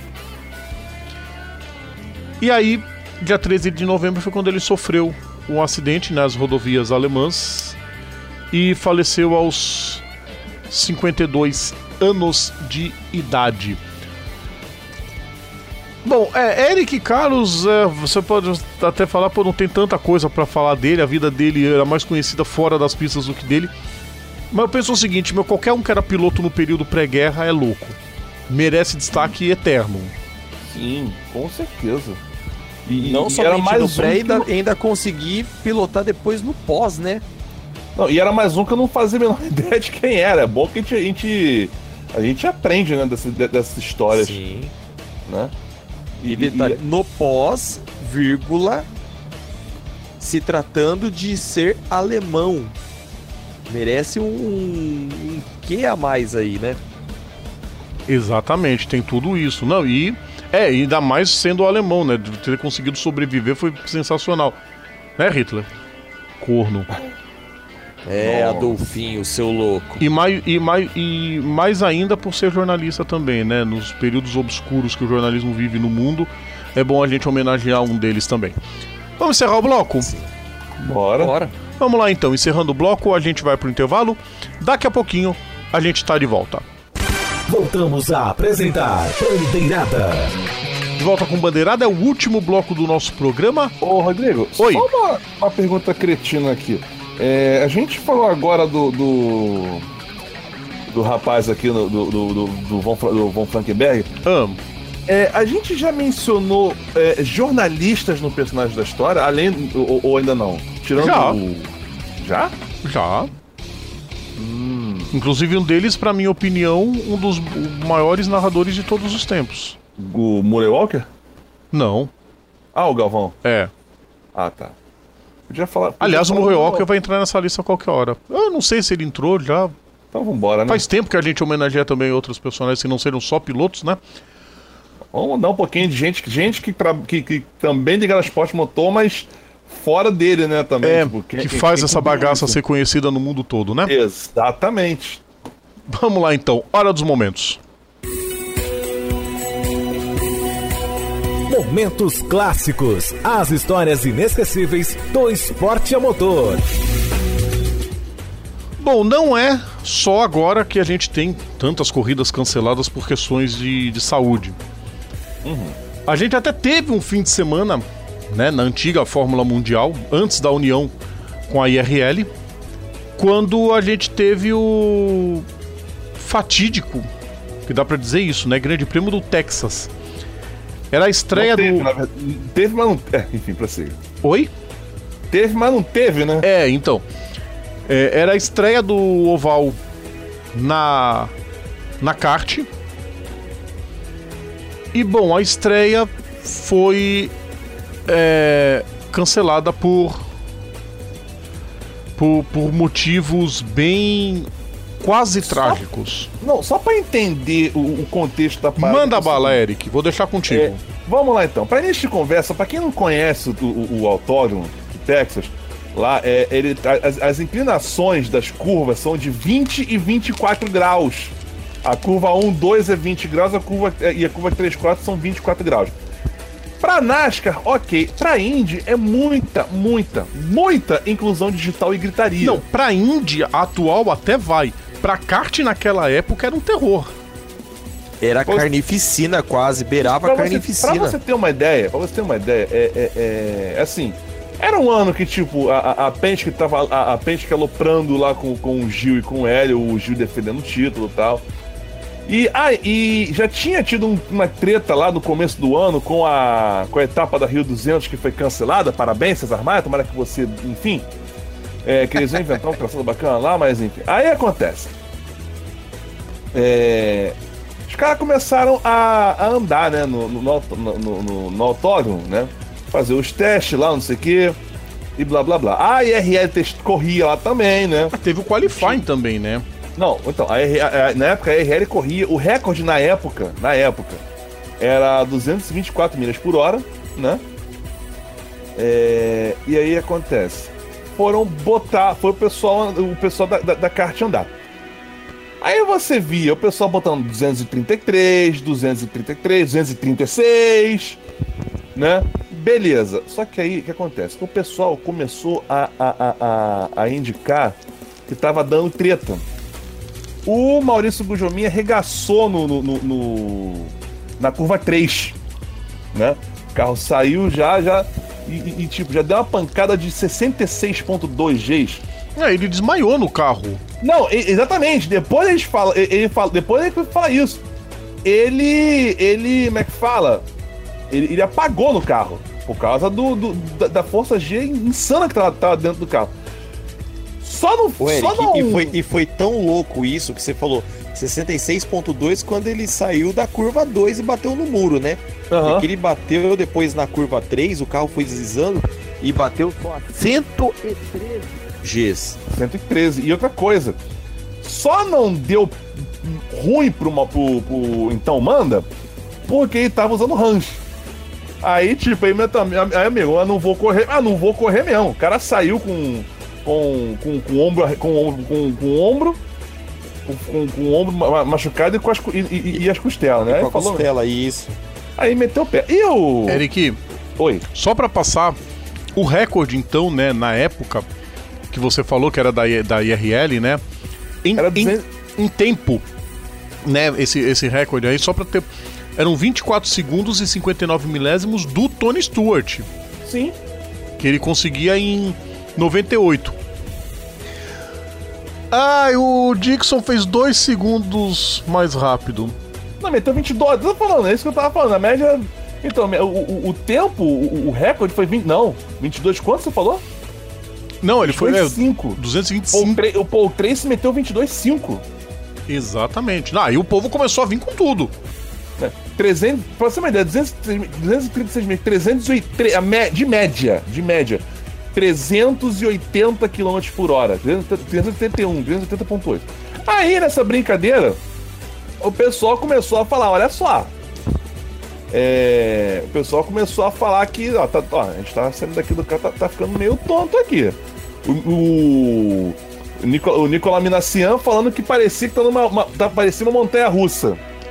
[SPEAKER 2] E aí, dia treze de novembro foi quando ele sofreu um acidente nas rodovias alemãs e faleceu aos cinquenta e dois anos de idade. Bom, é, Eric Carlos, é, você pode até falar, pô, não tem tanta coisa pra falar dele, a vida dele era mais conhecida fora das pistas do que dele. Mas eu penso o seguinte, meu, qualquer um que era piloto no período pré-guerra é louco. Merece destaque eterno.
[SPEAKER 3] Sim, com certeza.
[SPEAKER 4] E não somente mais no pré, um ainda, que... ainda conseguir pilotar depois no pós, né?
[SPEAKER 3] Não, e era mais um que eu não fazia a menor ideia de quem era. É bom que a gente, a gente, a gente aprende, né, dessas, dessas histórias.
[SPEAKER 4] Sim.
[SPEAKER 3] Né?
[SPEAKER 4] E, e detalhe, e... no pós, vírgula, se tratando de ser alemão. Merece um, um quê a mais aí, né?
[SPEAKER 2] Exatamente, tem tudo isso. Não, e é, ainda mais sendo alemão, né? De ter conseguido sobreviver foi sensacional. Né, Hitler? Corno.
[SPEAKER 4] É, nossa. Adolfinho, seu louco.
[SPEAKER 2] E mais, e, mais, e mais ainda por ser jornalista também, né? Nos períodos obscuros que o jornalismo vive no mundo, é bom a gente homenagear um deles também. Vamos encerrar o bloco?
[SPEAKER 3] Bora.
[SPEAKER 4] Bora.
[SPEAKER 2] Vamos lá então, encerrando o bloco, a gente vai pro intervalo. Daqui a pouquinho a gente tá de volta.
[SPEAKER 1] Voltamos a apresentar Bandeirada.
[SPEAKER 2] De volta com Bandeirada, é o último bloco do nosso programa.
[SPEAKER 3] Ô, Rodrigo,
[SPEAKER 2] Oi.
[SPEAKER 3] só uma, uma pergunta cretina aqui. É, a gente falou agora do... do... do rapaz aqui, no, do, do, do, do, Von, do Von Frankenberg.
[SPEAKER 2] Amo.
[SPEAKER 3] É, a gente já mencionou é, jornalistas no personagem da história, além ou, ou ainda não? Tirando
[SPEAKER 2] Já.
[SPEAKER 3] o... Já?
[SPEAKER 2] Já. Hum. Inclusive um deles, pra minha opinião, um dos maiores narradores de todos os tempos.
[SPEAKER 3] O Murray Walker?
[SPEAKER 2] Não.
[SPEAKER 3] Ah, o Galvão.
[SPEAKER 2] É.
[SPEAKER 3] Ah, tá. Podia falar... Podia
[SPEAKER 2] Aliás, o
[SPEAKER 3] falar
[SPEAKER 2] Murray
[SPEAKER 3] do-
[SPEAKER 2] Walker vai entrar nessa lista a qualquer hora. Eu não sei se ele entrou já.
[SPEAKER 3] Então vambora, né?
[SPEAKER 2] Faz tempo que a gente homenageia também outros personagens que não seriam só pilotos, né?
[SPEAKER 3] Vamos mandar um pouquinho de gente, gente que, tra... que, que também liga no esporte motor, mas fora dele, né, também.
[SPEAKER 2] É,
[SPEAKER 3] tipo, quem-
[SPEAKER 2] que
[SPEAKER 3] quem-
[SPEAKER 2] faz
[SPEAKER 3] quem
[SPEAKER 2] essa
[SPEAKER 3] cobriu
[SPEAKER 2] bagaça
[SPEAKER 3] isso?
[SPEAKER 2] ser conhecida no mundo todo, né?
[SPEAKER 3] Exatamente.
[SPEAKER 2] Vamos lá então, hora dos momentos.
[SPEAKER 1] Momentos clássicos. As histórias inesquecíveis do esporte a motor.
[SPEAKER 2] Bom, não é só agora que a gente tem tantas corridas canceladas por questões de, de saúde. A gente até teve um fim de semana, né, na antiga Fórmula Mundial, antes da união com a I R L, quando a gente teve o fatídico, que dá pra dizer isso, né, Grande Prêmio do Texas. Era a estreia
[SPEAKER 3] Não teve,
[SPEAKER 2] do...
[SPEAKER 3] na verdade. Teve, mas não... É, enfim, prossiga.
[SPEAKER 2] Oi?
[SPEAKER 3] Teve, mas não teve, né?
[SPEAKER 2] É, então. É, era a estreia do oval na, na kart. E, bom, a estreia foi é, cancelada por, por, por motivos bem quase
[SPEAKER 3] Só-
[SPEAKER 2] trágicos.
[SPEAKER 3] Não, só pra entender o, o contexto da parada.
[SPEAKER 2] Manda bala, Eric. Vou deixar contigo.
[SPEAKER 3] É, vamos lá então. Pra início de conversa, pra quem não conhece o, o, o autódromo de Texas, lá é, ele, as, as inclinações das curvas são de vinte e vinte e quatro graus. A curva um, dois é vinte graus, a curva, e a curva três, quatro são vinte e quatro graus. Pra NASCAR, ok. Pra Indy é muita, muita, muita inclusão digital e gritaria.
[SPEAKER 2] Não, pra Índia atual até vai. Pra kart naquela época era um terror.
[SPEAKER 4] Era
[SPEAKER 3] Pô,
[SPEAKER 4] carnificina quase, beirava
[SPEAKER 3] Pra você,
[SPEAKER 4] carnificina.
[SPEAKER 3] pra você ter uma ideia, pra você ter uma ideia, é, é, é assim, era um ano que, tipo, a, a, a Penske tava, a, a Penske aloprando lá com, com o Gil e com o Hélio, o Gil defendendo o título e tal. E, ah, e já tinha tido um- uma treta lá no começo do ano com a, com a etapa da Rio duzentos que foi cancelada. Parabéns, Cesar Maia, tomara que você, enfim, é, que eles vão inventar um traçado bacana lá, mas enfim. Aí acontece. É, os caras começaram a, a andar, né, no, no, no, no, no, no autódromo, né? Fazer os testes lá, não sei o quê, e blá blá blá. A I R L test- corria lá também, né?
[SPEAKER 2] Teve o qualifying também, né?
[SPEAKER 3] Não, então, a R- a- a- na época a I R L corria, o recorde na época, na época, era duzentas e vinte e quatro milhas por hora, né? É, e aí acontece, foram botar, foi o pessoal, o pessoal da, da, da kart andar. Aí você via o pessoal botando duzentos e trinta e três, duzentos e trinta e três, duzentos e trinta e seis, né? Beleza. Só que aí o que acontece? O pessoal começou a, a, a, a, a indicar que tava dando treta. O Maurício Gujomin arregaçou no, no, no- no- na curva três, né? O carro saiu já, já e, e- e, tipo, já deu uma pancada de sessenta e seis ponto dois Gs.
[SPEAKER 2] É, ele desmaiou no carro.
[SPEAKER 3] Não, e- exatamente. Depois eles falam, ele, ele fala, depois ele fala isso. Ele, ele, como é que fala? Ele, ele apagou no carro por causa do, do- da, da força G insana que tava, tava dentro do carro. Só no,
[SPEAKER 4] Ô, Eric,
[SPEAKER 3] só não.
[SPEAKER 4] e, foi, e foi tão louco isso que você falou sessenta e seis ponto dois quando ele saiu da curva dois e bateu no muro, né?
[SPEAKER 3] Aham.
[SPEAKER 4] Porque ele bateu depois na curva três, o carro foi deslizando e bateu só a cento e treze Gs.
[SPEAKER 3] cento e treze. E outra coisa, só não deu ruim pro, uma- pro, pro então manda porque ele tava usando range. Aí, tipo, aí, meu, tam- aí amigo, eu não vou correr. Ah, não vou correr mesmo. O cara saiu com com, com, com o ombro com, com, com o ombro com, com, com o ombro ma- machucado e, com as, cu- e, e- e as costelas, né?
[SPEAKER 4] Com
[SPEAKER 3] Aí
[SPEAKER 4] a
[SPEAKER 3] falou,
[SPEAKER 4] costela, isso.
[SPEAKER 3] Aí meteu o pé. E o...
[SPEAKER 2] Eric,
[SPEAKER 3] Oi.
[SPEAKER 2] só pra passar o recorde, então, né, na época que você falou que era da, I- da I R L, né? Em,
[SPEAKER 3] Era
[SPEAKER 2] em,
[SPEAKER 3] duzentos
[SPEAKER 2] em tempo, né, esse, esse recorde aí, só pra ter... Eram vinte e quatro segundos e cinquenta e nove milésimos do Tony Stewart,
[SPEAKER 3] Sim.
[SPEAKER 2] que ele conseguia em noventa e oito. Ah, o Dixon fez dois segundos mais rápido.
[SPEAKER 3] Não, meteu vinte e dois. Eu tô falando, é isso que eu tava falando. A média... Então, o, o, o tempo, o, o recorde foi vinte... Não, vinte e dois quanto você falou?
[SPEAKER 2] Não, ele foi...
[SPEAKER 3] Foi
[SPEAKER 2] É,
[SPEAKER 3] cinco.
[SPEAKER 2] duzentos e vinte e
[SPEAKER 3] Paul,
[SPEAKER 2] cinco.
[SPEAKER 3] Tra- o Paul Tracy meteu vinte e dois cinco.
[SPEAKER 2] Exatamente. Não, aí o povo começou a vir com tudo.
[SPEAKER 3] Né? trezentos, pra você ter uma ideia, duzentos, duzentos e trinta e seis mil, trezentos e oitenta, a mé- de média, de média, trezentos e oitenta quilômetros por hora, trezentos e oitenta e um, trezentos e oitenta ponto oito. Aí, nessa brincadeira, o pessoal começou a falar, olha só, é, o pessoal começou a falar que, ó, tá, ó, a gente tá saindo daqui do carro, tá, tá ficando meio tonto aqui. O, o, o, Nico, o Nicolas Minassian falando que parecia que tá numa, uma, tá, parecia uma montanha-russa.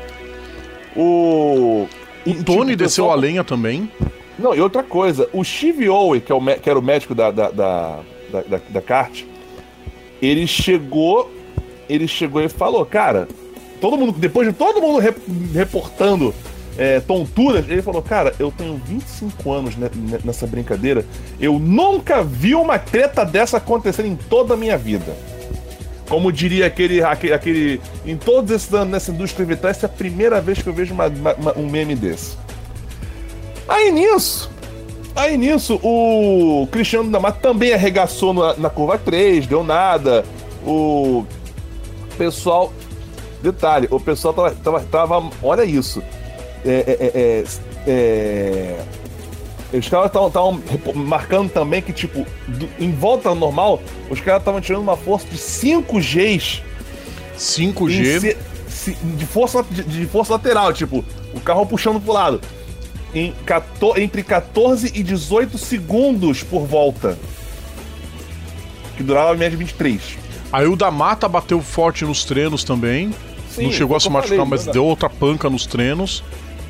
[SPEAKER 3] O,
[SPEAKER 2] O Tony desceu a lenha também.
[SPEAKER 3] Não, e outra coisa, o Steve Owen, que, é o, mé- que era o médico da, da, da, da, da, da kart, ele chegou, ele chegou e falou, cara, todo mundo, depois de todo mundo rep- reportando é, tonturas, ele falou, cara, eu tenho vinte e cinco anos ne- ne- nessa brincadeira, eu nunca vi uma treta dessa acontecer em toda a minha vida. Como diria aquele, aquele, aquele em todos esses anos nessa indústria vital, essa é a primeira vez que eu vejo uma- uma- uma- um meme desse. Aí nisso, aí nisso, o Cristiano da Mata também arregaçou na, na curva três, deu nada. O pessoal, detalhe, o pessoal tava, tava, tava olha isso, é, é, é, é, os caras estavam marcando também que, tipo, do, em volta normal, os caras estavam tirando uma força de cinco Gs.
[SPEAKER 2] cinco G.
[SPEAKER 3] Em se- se- de, força, de, de força lateral, tipo, o carro puxando pro lado. Em quatorze, entre quatorze e dezoito segundos por volta. Que durava a média de vinte e três.
[SPEAKER 2] Aí o da Mata bateu forte nos treinos também.
[SPEAKER 3] Sim,
[SPEAKER 2] não chegou a se
[SPEAKER 3] como eu
[SPEAKER 2] machucar,
[SPEAKER 3] falei,
[SPEAKER 2] mas
[SPEAKER 3] não-
[SPEAKER 2] deu outra panca nos treinos.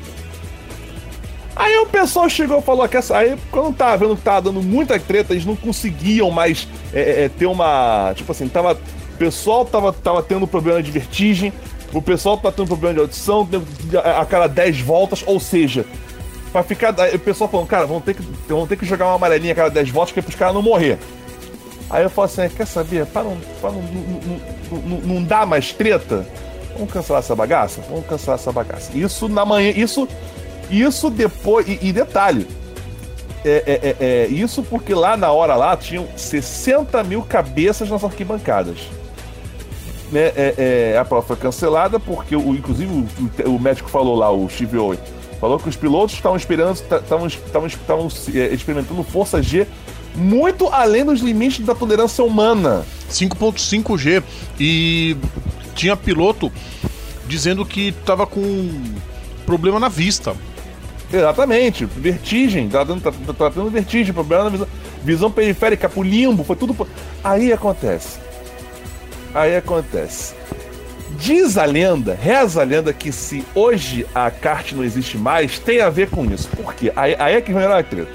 [SPEAKER 3] Aí o pessoal chegou e falou que essa. Aí, quando tava vendo que tava dando muita treta, eles não conseguiam mais é, é, ter uma. Tipo assim, tava. O pessoal tava, tava tendo problema de vertigem, o pessoal tava tendo problema de audição a, a cada dez voltas, ou seja, pra ficar. Aí o pessoal falando, cara, vamos ter que, vamos ter que jogar uma amarelinha a cada dez voltas que é pros caras não morrer. Aí eu falo assim, quer saber? Para não, para não, não, não, não dar mais treta, vamos cancelar essa bagaça? Vamos cancelar essa bagaça. Isso na manhã, isso. Isso depois. E, e detalhe. É, é, é, é, isso porque lá na hora lá tinham sessenta mil cabeças nas arquibancadas. Né, é, é, a prova foi cancelada porque, o, inclusive, o, o médico falou lá, o Steve Owen, falou que os pilotos estavam esperando, estavam estavam é, experimentando força G muito além dos limites da tolerância humana.
[SPEAKER 2] cinco ponto cinco G. E tinha piloto dizendo que tava com problema na vista.
[SPEAKER 3] Exatamente, vertigem, tá dando, tá, tá tendo vertigem, problema na visão, visão periférica pro limbo, foi tudo. Pro... Aí acontece. Aí acontece. Diz a lenda, reza a lenda que se hoje a kart não existe mais, tem a ver com isso. Por quê? Aí, aí é que vem a treta.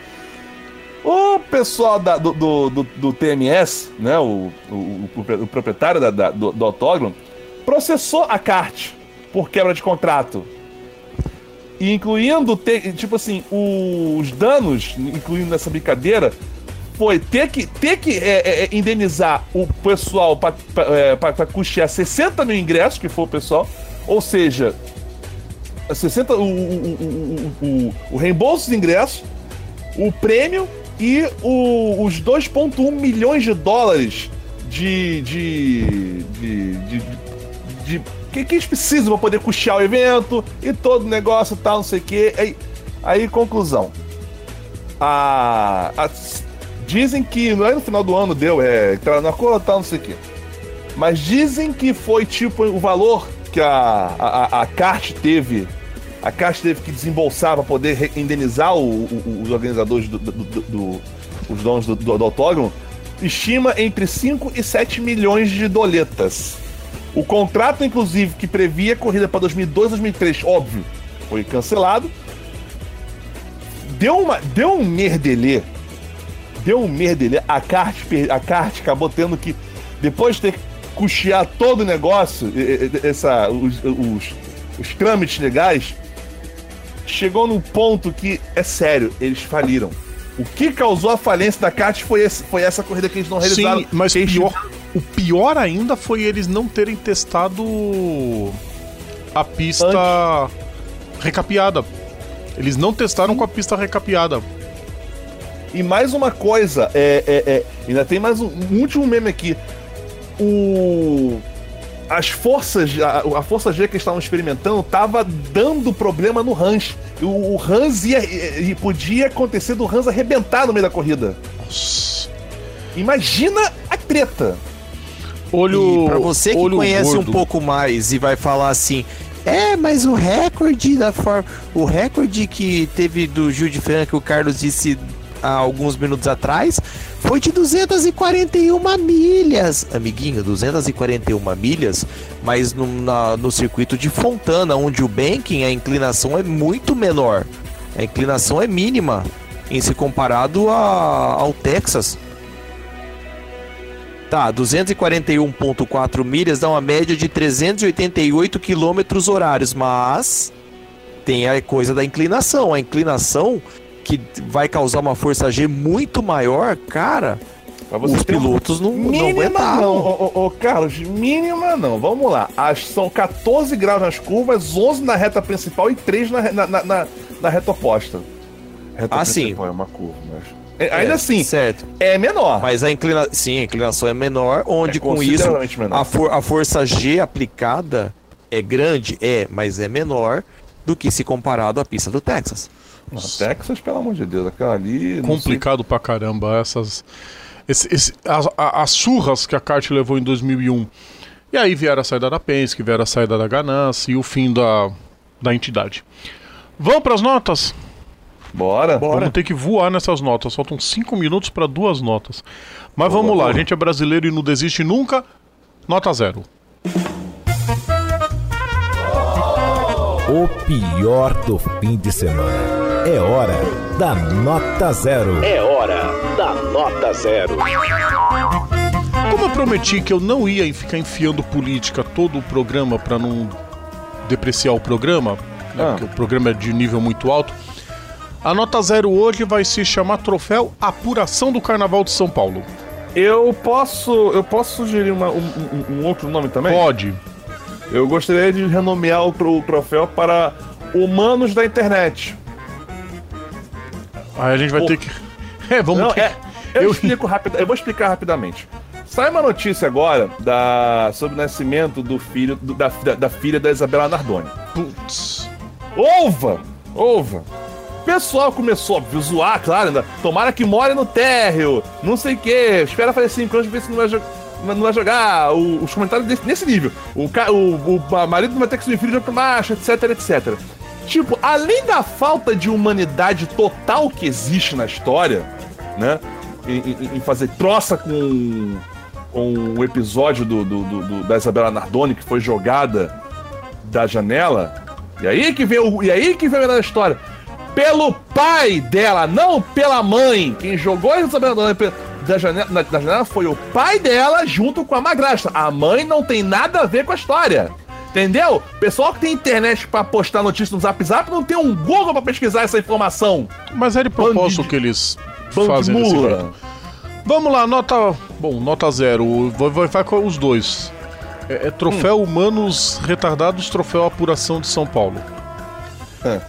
[SPEAKER 3] O pessoal da, do, do, do, do T M S, né, o, o, o proprietário da, da, do, do autódromo, processou a kart por quebra de contrato. E incluindo, ter, tipo assim, os danos, incluindo nessa brincadeira, foi ter que, ter que é, é, indenizar o pessoal para é, custear sessenta mil ingressos, que foi o pessoal, ou seja, sessenta, o, o, o, o, o reembolso dos ingressos, o prêmio e o, os dois vírgula um milhões de dólares de. de. de. de, de, de que, que eles precisam para poder custear o evento e todo o negócio e tal, não sei o que. Aí, aí, conclusão. A, a, dizem que não é no final do ano, deu, é. Tá na cor tal, não sei o que. Mas dizem que foi tipo o valor que a, a, a kart teve. A kart teve que desembolsar para poder indenizar o, o, os organizadores, do, do, do, do, os donos do, do, do autódromo. Estima entre cinco e sete milhões de doletas. O contrato, inclusive, que previa a corrida para dois mil e dois, dois mil e três, óbvio, foi cancelado. Deu, uma, deu um merdelê. Deu um merdelê. A kart, a kart acabou tendo que, depois de ter que custear todo o negócio, essa, os, os, os trâmites legais, chegou num ponto que, é sério, eles faliram. O que causou a falência da kart foi, esse, foi essa corrida que eles não realizaram.
[SPEAKER 2] Sim, mas
[SPEAKER 3] eles...
[SPEAKER 2] pior, o pior ainda foi eles não terem testado a pista Antes. recapeada. Eles não testaram Sim. com a pista recapeada.
[SPEAKER 3] E mais uma coisa, é, é, é, ainda tem mais um, um último meme aqui. O... As forças, a, a força G que eles estavam experimentando tava dando problema no Hans. O, o Hans ia, e podia acontecer do Hans arrebentar no meio da corrida. Nossa. Imagina a treta.
[SPEAKER 4] Olho, e pra você que olho conhece gordo. um pouco mais e vai falar assim, é, mas o recorde da forma, o recorde que teve do Gil de Ferran que o Carlos disse há alguns minutos atrás foi de duzentas e quarenta e uma milhas, amiguinho, duzentas e quarenta e uma milhas, mas no, na, no circuito de Fontana, onde o banking, a inclinação é muito menor, a inclinação é mínima em se comparado a, ao Texas. Tá, duzentas e quarenta e um vírgula quatro milhas dá uma média de trezentos e oitenta e oito quilômetros horários, mas tem a coisa da inclinação, a inclinação que vai causar uma força G muito maior, cara, os pilotos não, não aguentaram.
[SPEAKER 3] Não, ô, ô, ô, Carlos, mínima não, vamos lá. As, são quatorze graus nas curvas, onze na reta principal e três na, na, na, na, na reta oposta. Reta
[SPEAKER 4] ah,
[SPEAKER 3] principal
[SPEAKER 4] sim.
[SPEAKER 3] é uma curva, mas... Ainda
[SPEAKER 4] é,
[SPEAKER 3] assim,
[SPEAKER 4] certo.
[SPEAKER 3] é menor.
[SPEAKER 4] Mas a inclinação, sim, a inclinação é menor, onde é com isso a, for, a força G aplicada é grande, é, mas é menor do que se comparado à pista do Texas.
[SPEAKER 3] No Texas, pelo amor de Deus, aquela ali...
[SPEAKER 2] Complicado pra caramba, essas... Esse, esse, as, as surras que a kart levou em dois mil e um. E aí vieram a saída da Penske, vieram a saída da Ganassi e o fim da, da entidade. Vamos pras notas?
[SPEAKER 3] Bora.
[SPEAKER 2] Bora. Vamos ter que voar nessas notas. Faltam cinco minutos para duas notas. Mas boa, vamos lá, boa. A gente é brasileiro e não desiste nunca. Nota zero.
[SPEAKER 1] O pior do fim de semana. É hora da nota zero. É hora da nota zero.
[SPEAKER 2] Como eu prometi que eu não ia ficar enfiando política todo o programa para não depreciar o programa, né, ah. porque o programa é de nível muito alto, a nota zero hoje vai se chamar Troféu Apuração do Carnaval de São Paulo.
[SPEAKER 3] Eu posso, eu posso sugerir uma, um, um, um outro nome também?
[SPEAKER 2] Pode.
[SPEAKER 3] Eu gostaria de renomear o, o troféu para Humanos da Internet.
[SPEAKER 2] Aí a gente vai Pô. ter que... É, vamos
[SPEAKER 3] Não,
[SPEAKER 2] ter...
[SPEAKER 3] é, eu, eu... Explico rapid... eu vou explicar rapidamente. Sai uma notícia agora da... sobre o nascimento do filho do... da... Da... da filha da Isabela Nardoni.
[SPEAKER 2] Putz.
[SPEAKER 3] Ouva! Ouva! O pessoal começou a zoar, claro, ainda. Tomara que more no térreo, não sei o que. Espera fazer cinco anos pra ver se não vai, jo- não vai jogar. O, os comentários desse, nesse nível. O, ca- o, o marido não vai ter que subir filho de outro macho, etc, etcétera. Tipo, além da falta de humanidade total que existe na história, né? Em, em, em fazer troça com, com o episódio do, do, do, do, da Isabela Nardoni, que foi jogada da janela. E aí que vem o, e aí que vem a melhor história. Pelo pai dela, não pela mãe. Quem jogou a Isabela Nardoni da janela, da janela foi o pai dela junto com a madrasta. A mãe não tem nada a ver com a história. Entendeu? Pessoal que tem internet pra postar notícias no Zap Zap não tem um Google pra pesquisar essa informação.
[SPEAKER 2] Mas é de propósito que eles fazem desse jeito. Vamos lá, nota... Bom, nota zero. Vai, vai, vai com os dois. É, é Troféu hum. Humanos Retardados, Troféu Apuração de São Paulo.
[SPEAKER 3] É.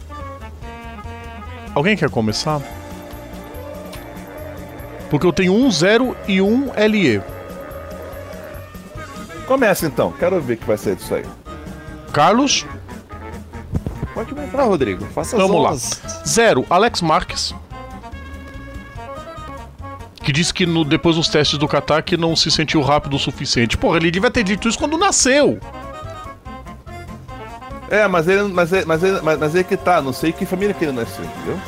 [SPEAKER 2] Alguém quer começar? Porque eu tenho um zero e um L E.
[SPEAKER 3] Começa então, quero ver o que vai ser disso aí.
[SPEAKER 2] Carlos?
[SPEAKER 4] Pode começar, Rodrigo. Faça as
[SPEAKER 2] Vamos
[SPEAKER 4] honras.
[SPEAKER 2] lá. Zero, Alex Marques. Que disse que no, depois dos testes do Qatar que não se sentiu rápido o suficiente. Porra, ele devia ter dito isso quando nasceu.
[SPEAKER 3] É, mas ele, mas ele, mas ele, mas, mas ele que tá, não sei que família que ele nasceu, entendeu?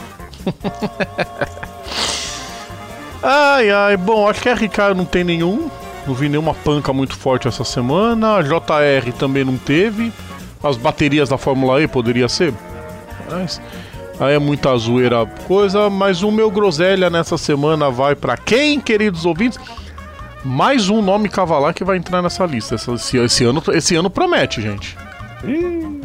[SPEAKER 2] Ai, ai, bom, acho que a R K não tem nenhum. Não vi nenhuma panca muito forte essa semana. A J R também não teve. As baterias da Fórmula E poderia ser? Mas, aí é muita zoeira coisa, mas o meu groselha nessa semana vai pra quem, queridos ouvintes? Mais um nome cavalar que vai entrar nessa lista. Esse, esse, esse, ano, esse ano promete, gente.
[SPEAKER 3] Ih.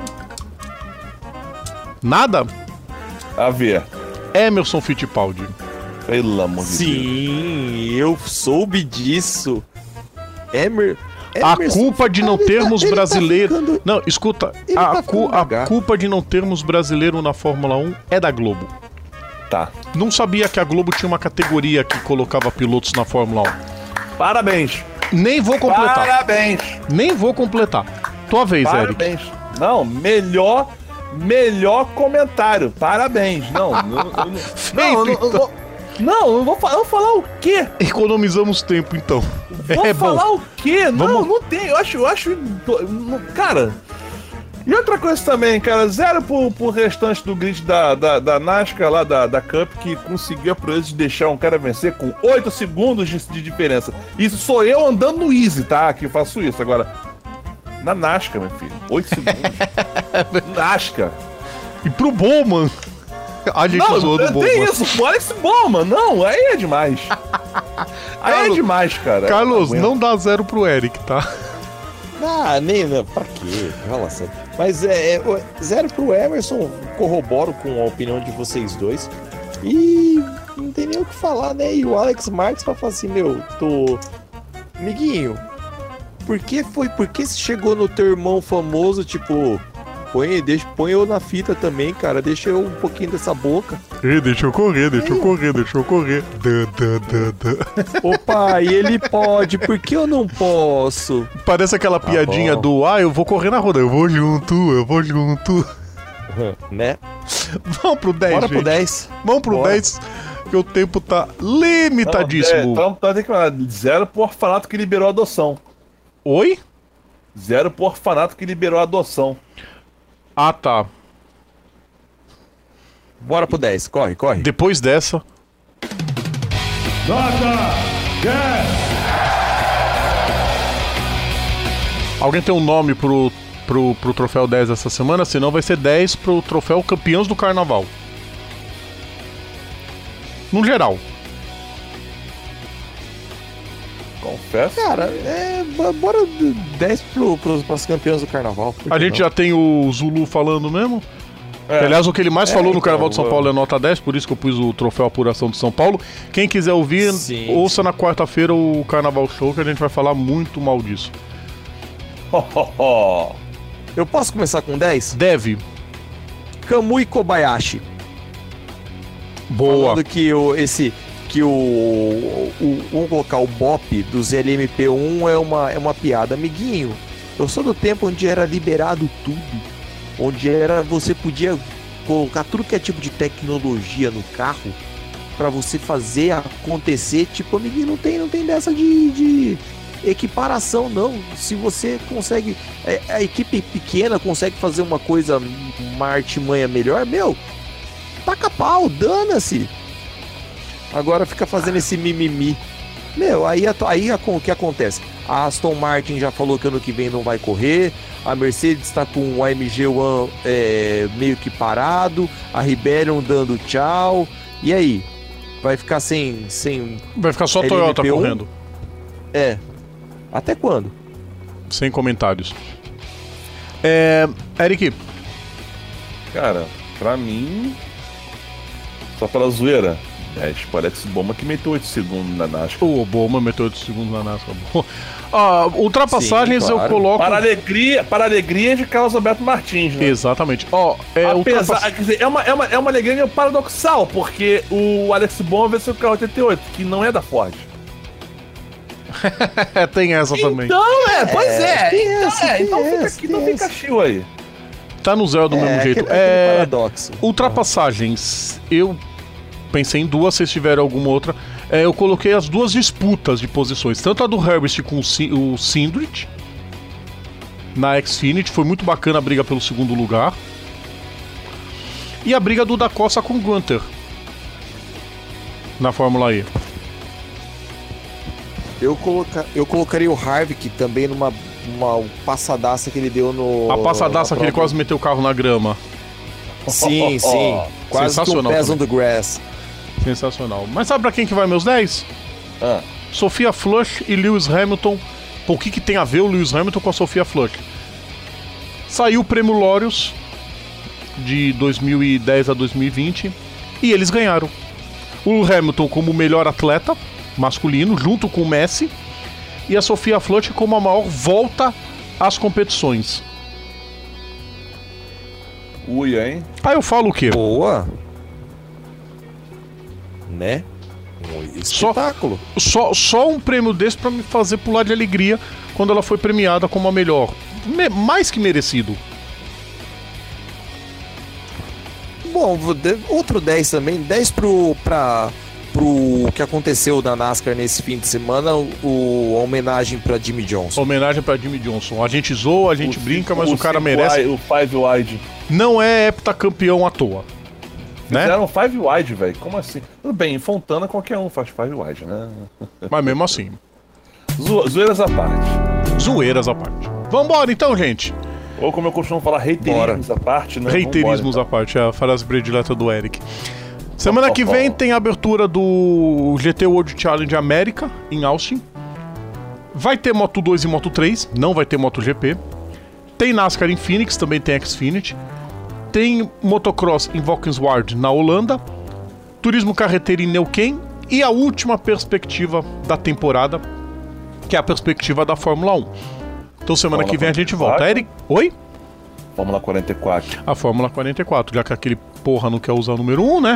[SPEAKER 2] Nada?
[SPEAKER 3] A ver.
[SPEAKER 2] Emerson Fittipaldi.
[SPEAKER 3] Pelo amor de Deus.
[SPEAKER 4] Sim, eu soube disso. Emer...
[SPEAKER 2] A
[SPEAKER 4] Emerson
[SPEAKER 2] culpa de não
[SPEAKER 4] Fittipaldi
[SPEAKER 2] termos
[SPEAKER 4] tá- ele tá
[SPEAKER 2] brasileiro.
[SPEAKER 4] ficando-
[SPEAKER 2] Não, escuta.
[SPEAKER 4] Ele
[SPEAKER 2] A,
[SPEAKER 4] tá
[SPEAKER 2] cu-
[SPEAKER 4] ficando
[SPEAKER 2] a
[SPEAKER 4] gaga.
[SPEAKER 2] culpa de não termos brasileiro na Fórmula um é da Globo.
[SPEAKER 3] Tá.
[SPEAKER 2] Não sabia que a Globo tinha uma categoria que colocava pilotos na Fórmula um.
[SPEAKER 3] Parabéns.
[SPEAKER 2] Nem vou completar.
[SPEAKER 3] Parabéns.
[SPEAKER 2] Nem vou completar. Tua vez, Eric.
[SPEAKER 3] Parabéns. Não, melhor, melhor comentário. Parabéns. Não, não, não, não, não, não, não, não, não vou falar, eu vou falar o quê?
[SPEAKER 2] Economizamos tempo, então.
[SPEAKER 3] Vou
[SPEAKER 2] é
[SPEAKER 3] falar
[SPEAKER 2] bom.
[SPEAKER 3] o quê? Não,
[SPEAKER 2] Vamos-
[SPEAKER 3] não tem. Eu acho, eu acho, não- cara. E outra coisa também, cara, zero pro, pro restante do grid da, da, da NASCAR lá, da, da Cup, que conseguiu a proeza de deixar um cara vencer com oito segundos de, de diferença. Isso sou eu andando no Easy, tá? Que eu faço isso. Agora, na NASCAR, meu filho, oito segundos. NASCAR.
[SPEAKER 2] E pro Bowman. A gente
[SPEAKER 3] Não,
[SPEAKER 2] zoou do
[SPEAKER 3] tem
[SPEAKER 2] Bowman.
[SPEAKER 3] isso, o Alex Bowman. Não, aí é demais. Aí é
[SPEAKER 2] Carlos-
[SPEAKER 3] demais, cara.
[SPEAKER 2] Carlos,
[SPEAKER 3] Aguenta.
[SPEAKER 2] não dá zero pro Eric, tá?
[SPEAKER 4] Ah, nem, não, pra quê? Fala sério. Mas é, é, zero pro Emerson, corroboro com a opinião de vocês dois. E não tem nem o que falar, né? E o Alex Marques pra falar assim, meu, tô. Amiguinho, por que foi? Por que você chegou no teu irmão famoso, tipo, põe, deixa, põe eu na fita também, cara, deixa eu um pouquinho dessa boca.
[SPEAKER 2] Ei, deixa eu correr, deixa eu correr, deixa eu correr. Dã, dã, dã, dã.
[SPEAKER 4] Ô pai, ele pode, por que eu não posso?
[SPEAKER 2] Parece aquela piadinha
[SPEAKER 4] bom.
[SPEAKER 2] do ah, eu vou correr na roda, eu vou junto, eu vou junto.
[SPEAKER 4] Né?
[SPEAKER 2] Vamos pro dez,
[SPEAKER 4] Bora
[SPEAKER 2] gente.
[SPEAKER 4] pro dez.
[SPEAKER 2] Vamos pro
[SPEAKER 3] Bora.
[SPEAKER 2] dez, que o tempo tá
[SPEAKER 3] Não,
[SPEAKER 2] limitadíssimo.
[SPEAKER 3] é, então, então tem que falar, zero pro orfanato que liberou a adoção.
[SPEAKER 2] Oi?
[SPEAKER 3] Zero pro orfanato que liberou a adoção.
[SPEAKER 2] Ah, tá.
[SPEAKER 4] Bora pro dez, corre, corre.
[SPEAKER 2] Depois dessa... Alguém tem um nome pro, pro, pro troféu dez essa semana? Senão vai ser dez pro troféu Campeões do Carnaval. No geral.
[SPEAKER 3] Confesso.
[SPEAKER 4] Cara, é, b- bora dez pro, pros, pros campeões do carnaval. por que
[SPEAKER 2] A gente
[SPEAKER 4] não?
[SPEAKER 2] já tem o Zulu falando mesmo.
[SPEAKER 3] É.
[SPEAKER 2] Aliás, o que ele mais
[SPEAKER 3] É,
[SPEAKER 2] falou no
[SPEAKER 3] então,
[SPEAKER 2] Carnaval de São
[SPEAKER 3] eu-
[SPEAKER 2] Paulo é nota dez, por isso que eu pus o troféu Apuração de São Paulo. Quem quiser ouvir,
[SPEAKER 4] Sim,
[SPEAKER 2] ouça na quarta-feira o Carnaval Show, que a gente vai falar muito mal disso.
[SPEAKER 4] Eu posso começar com dez?
[SPEAKER 2] Deve.
[SPEAKER 4] Kamui Kobayashi.
[SPEAKER 2] Boa.
[SPEAKER 4] Falando que o, esse. Que o, o. Vamos colocar o Bop dos L M P um é uma, é uma piada. Amiguinho, eu sou do tempo onde era liberado tudo. Onde era. Você podia colocar tudo que é tipo de tecnologia no carro pra você fazer acontecer. Tipo, amiguinho, não tem, não tem dessa de, de equiparação, não. Se você consegue. é, A equipe pequena consegue fazer uma coisa, uma artimanha melhor, meu. Taca pau, dana-se. Agora fica fazendo esse mimimi. Meu, aí, a- aí a- o que acontece? A Aston Martin já falou que ano que vem não vai correr. A Mercedes está com o A M G One é, meio que parado. A Ribeirão dando tchau. E aí? Vai ficar sem. sem
[SPEAKER 2] Vai ficar só a
[SPEAKER 4] L M P um?
[SPEAKER 2] Toyota correndo.
[SPEAKER 4] é. Até quando?
[SPEAKER 2] Sem comentários. É. Eric,
[SPEAKER 3] Cara, pra mim. Só pela zoeira. dez pro Alex Bowman que meteu oito segundos na NASCAR.
[SPEAKER 2] o Bowman meteu oito segundos na NASCAR. Ah, ultrapassagens
[SPEAKER 4] Sim, claro.
[SPEAKER 2] eu coloco.
[SPEAKER 3] Para alegria, para alegria de Carlos Alberto Martins, né?
[SPEAKER 2] Exatamente. Ó, é
[SPEAKER 3] Apesar,
[SPEAKER 2] ultrapass...
[SPEAKER 3] quer dizer, é uma, é, uma, é uma alegria meio paradoxal, porque o Alex Bowman venceu o carro oitenta e oito, que não é da Ford.
[SPEAKER 2] é, tem essa também.
[SPEAKER 3] Então, é, pois é.
[SPEAKER 4] tem
[SPEAKER 3] então,
[SPEAKER 4] essa,
[SPEAKER 3] é,
[SPEAKER 4] tem
[SPEAKER 3] então fica,
[SPEAKER 4] essa,
[SPEAKER 3] então
[SPEAKER 4] tem
[SPEAKER 3] fica
[SPEAKER 4] essa.
[SPEAKER 3] chill aí.
[SPEAKER 2] Tá no zero do mesmo jeito.
[SPEAKER 4] aquele, aquele
[SPEAKER 2] É.
[SPEAKER 4] paradoxo.
[SPEAKER 2] Ultrapassagens, eu pensei em duas, se tiver alguma outra. É, eu coloquei as duas disputas de posições, tanto a do Harris com o, Sin- o Sindrich na Xfinity, foi muito bacana a briga pelo segundo lugar. E a briga do Da Costa com o Gunter na Fórmula E.
[SPEAKER 4] Eu, coloca, eu colocaria o Harvick também numa uma passadaça que ele deu no.
[SPEAKER 2] A passadaça
[SPEAKER 4] na
[SPEAKER 2] que ele
[SPEAKER 4] prova.
[SPEAKER 2] quase meteu o carro na grama.
[SPEAKER 4] Sim, sim. Quase que um
[SPEAKER 2] Sensacional
[SPEAKER 4] pés on
[SPEAKER 2] também.
[SPEAKER 4] the grass.
[SPEAKER 2] Sensacional. Mas sabe pra quem que vai meus dez?
[SPEAKER 3] Ah,
[SPEAKER 2] Sophia Flush e Lewis Hamilton. Pô, o que, que tem a ver o Lewis Hamilton com a Sophia Flush? Saiu o prêmio Laureus de dois mil e dez a dois mil e vinte e eles ganharam. O Hamilton como o melhor atleta masculino, junto com o Messi, e a Sophia Flush como a maior volta às competições.
[SPEAKER 3] ui, hein?
[SPEAKER 2] Aí eu falo o quê?
[SPEAKER 4] Boa. Né? Um espetáculo.
[SPEAKER 2] Só, só um prêmio desse pra me fazer pular de alegria quando ela foi premiada como a melhor. Me- mais que merecido.
[SPEAKER 4] Bom, vou de- outro dez também. dez pro, pra, pro que aconteceu na NASCAR nesse fim de semana. O, a homenagem pra Jimmy Johnson.
[SPEAKER 2] Homenagem pra Jimmy Johnson. A gente zoa, a gente
[SPEAKER 3] O
[SPEAKER 2] brinca,
[SPEAKER 3] cinco-
[SPEAKER 2] mas o cara
[SPEAKER 3] cinco
[SPEAKER 2] merece.
[SPEAKER 3] wide, o five wide.
[SPEAKER 2] Não é heptacampeão à toa. Né?
[SPEAKER 3] Fizeram five wide, velho. Como assim? Tudo bem, em Fontana qualquer um faz five wide, né?
[SPEAKER 2] Mas mesmo assim.
[SPEAKER 3] Zo zoeiras à parte.
[SPEAKER 2] Zoeiras à parte. Vambora então, gente.
[SPEAKER 3] Ou como eu costumo falar, reiterismos à parte, né?
[SPEAKER 2] Reiterismos à
[SPEAKER 3] Vambora,
[SPEAKER 2] parte, é a frase predileta do Eric. Semana que
[SPEAKER 3] Ó, ó,
[SPEAKER 2] vem
[SPEAKER 3] ó.
[SPEAKER 2] tem a abertura do G T World Challenge América, em Austin. Vai ter Moto dois e Moto três, não vai ter MotoGP. Tem NASCAR em Phoenix, também tem Xfinity. Tem motocross em Valkenswaard, na Holanda. Turismo carreteiro em Neuquén. E a última perspectiva da temporada, que é a perspectiva da Fórmula um. Então semana
[SPEAKER 3] Fórmula
[SPEAKER 2] que vem a gente volta.
[SPEAKER 3] quarenta e
[SPEAKER 2] Eric, oi?
[SPEAKER 3] Fórmula quarenta e quatro.
[SPEAKER 2] A Fórmula quarenta e quatro, já que aquele porra não quer usar o número um, né?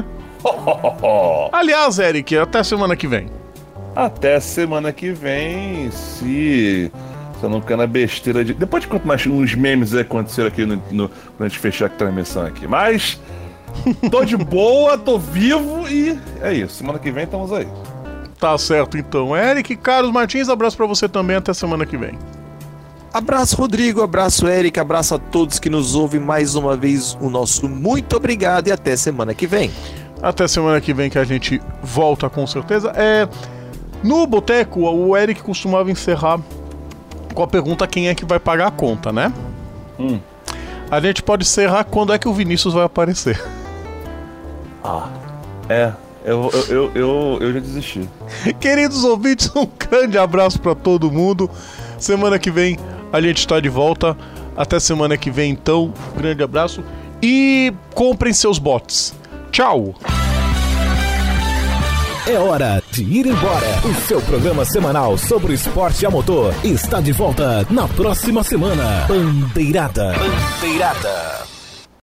[SPEAKER 2] Aliás, Eric, até semana que vem.
[SPEAKER 3] Até semana que vem, se... Se eu não ficar na besteira de... Depois de conto mais uns memes que aconteceram aqui no, no, quando a gente fechar a transmissão aqui. Mas... Tô de boa, tô vivo e... É isso, semana que vem estamos aí.
[SPEAKER 2] Tá certo então. Eric, Carlos Martins, abraço pra você também, até semana que vem.
[SPEAKER 4] Abraço, Rodrigo. Abraço, Eric. Abraço a todos que nos ouvem. Mais uma vez, o nosso muito obrigado e até semana que vem.
[SPEAKER 2] Até semana que vem que a gente volta com certeza. É... No boteco, o Eric costumava encerrar com a pergunta quem é que vai pagar a conta, né?
[SPEAKER 3] Hum.
[SPEAKER 2] A gente pode encerrar quando é que o Vinícius vai aparecer.
[SPEAKER 3] Ah, é... Eu, eu, eu, eu, eu já desisti.
[SPEAKER 2] Queridos ouvintes, um grande abraço pra todo mundo. Semana que vem a gente está de volta. Até semana que vem, então. Um grande abraço. E comprem seus bots. Tchau!
[SPEAKER 1] É hora de ir embora. O seu programa semanal sobre o esporte a motor está de volta na próxima semana. Bandeirada. Bandeirada.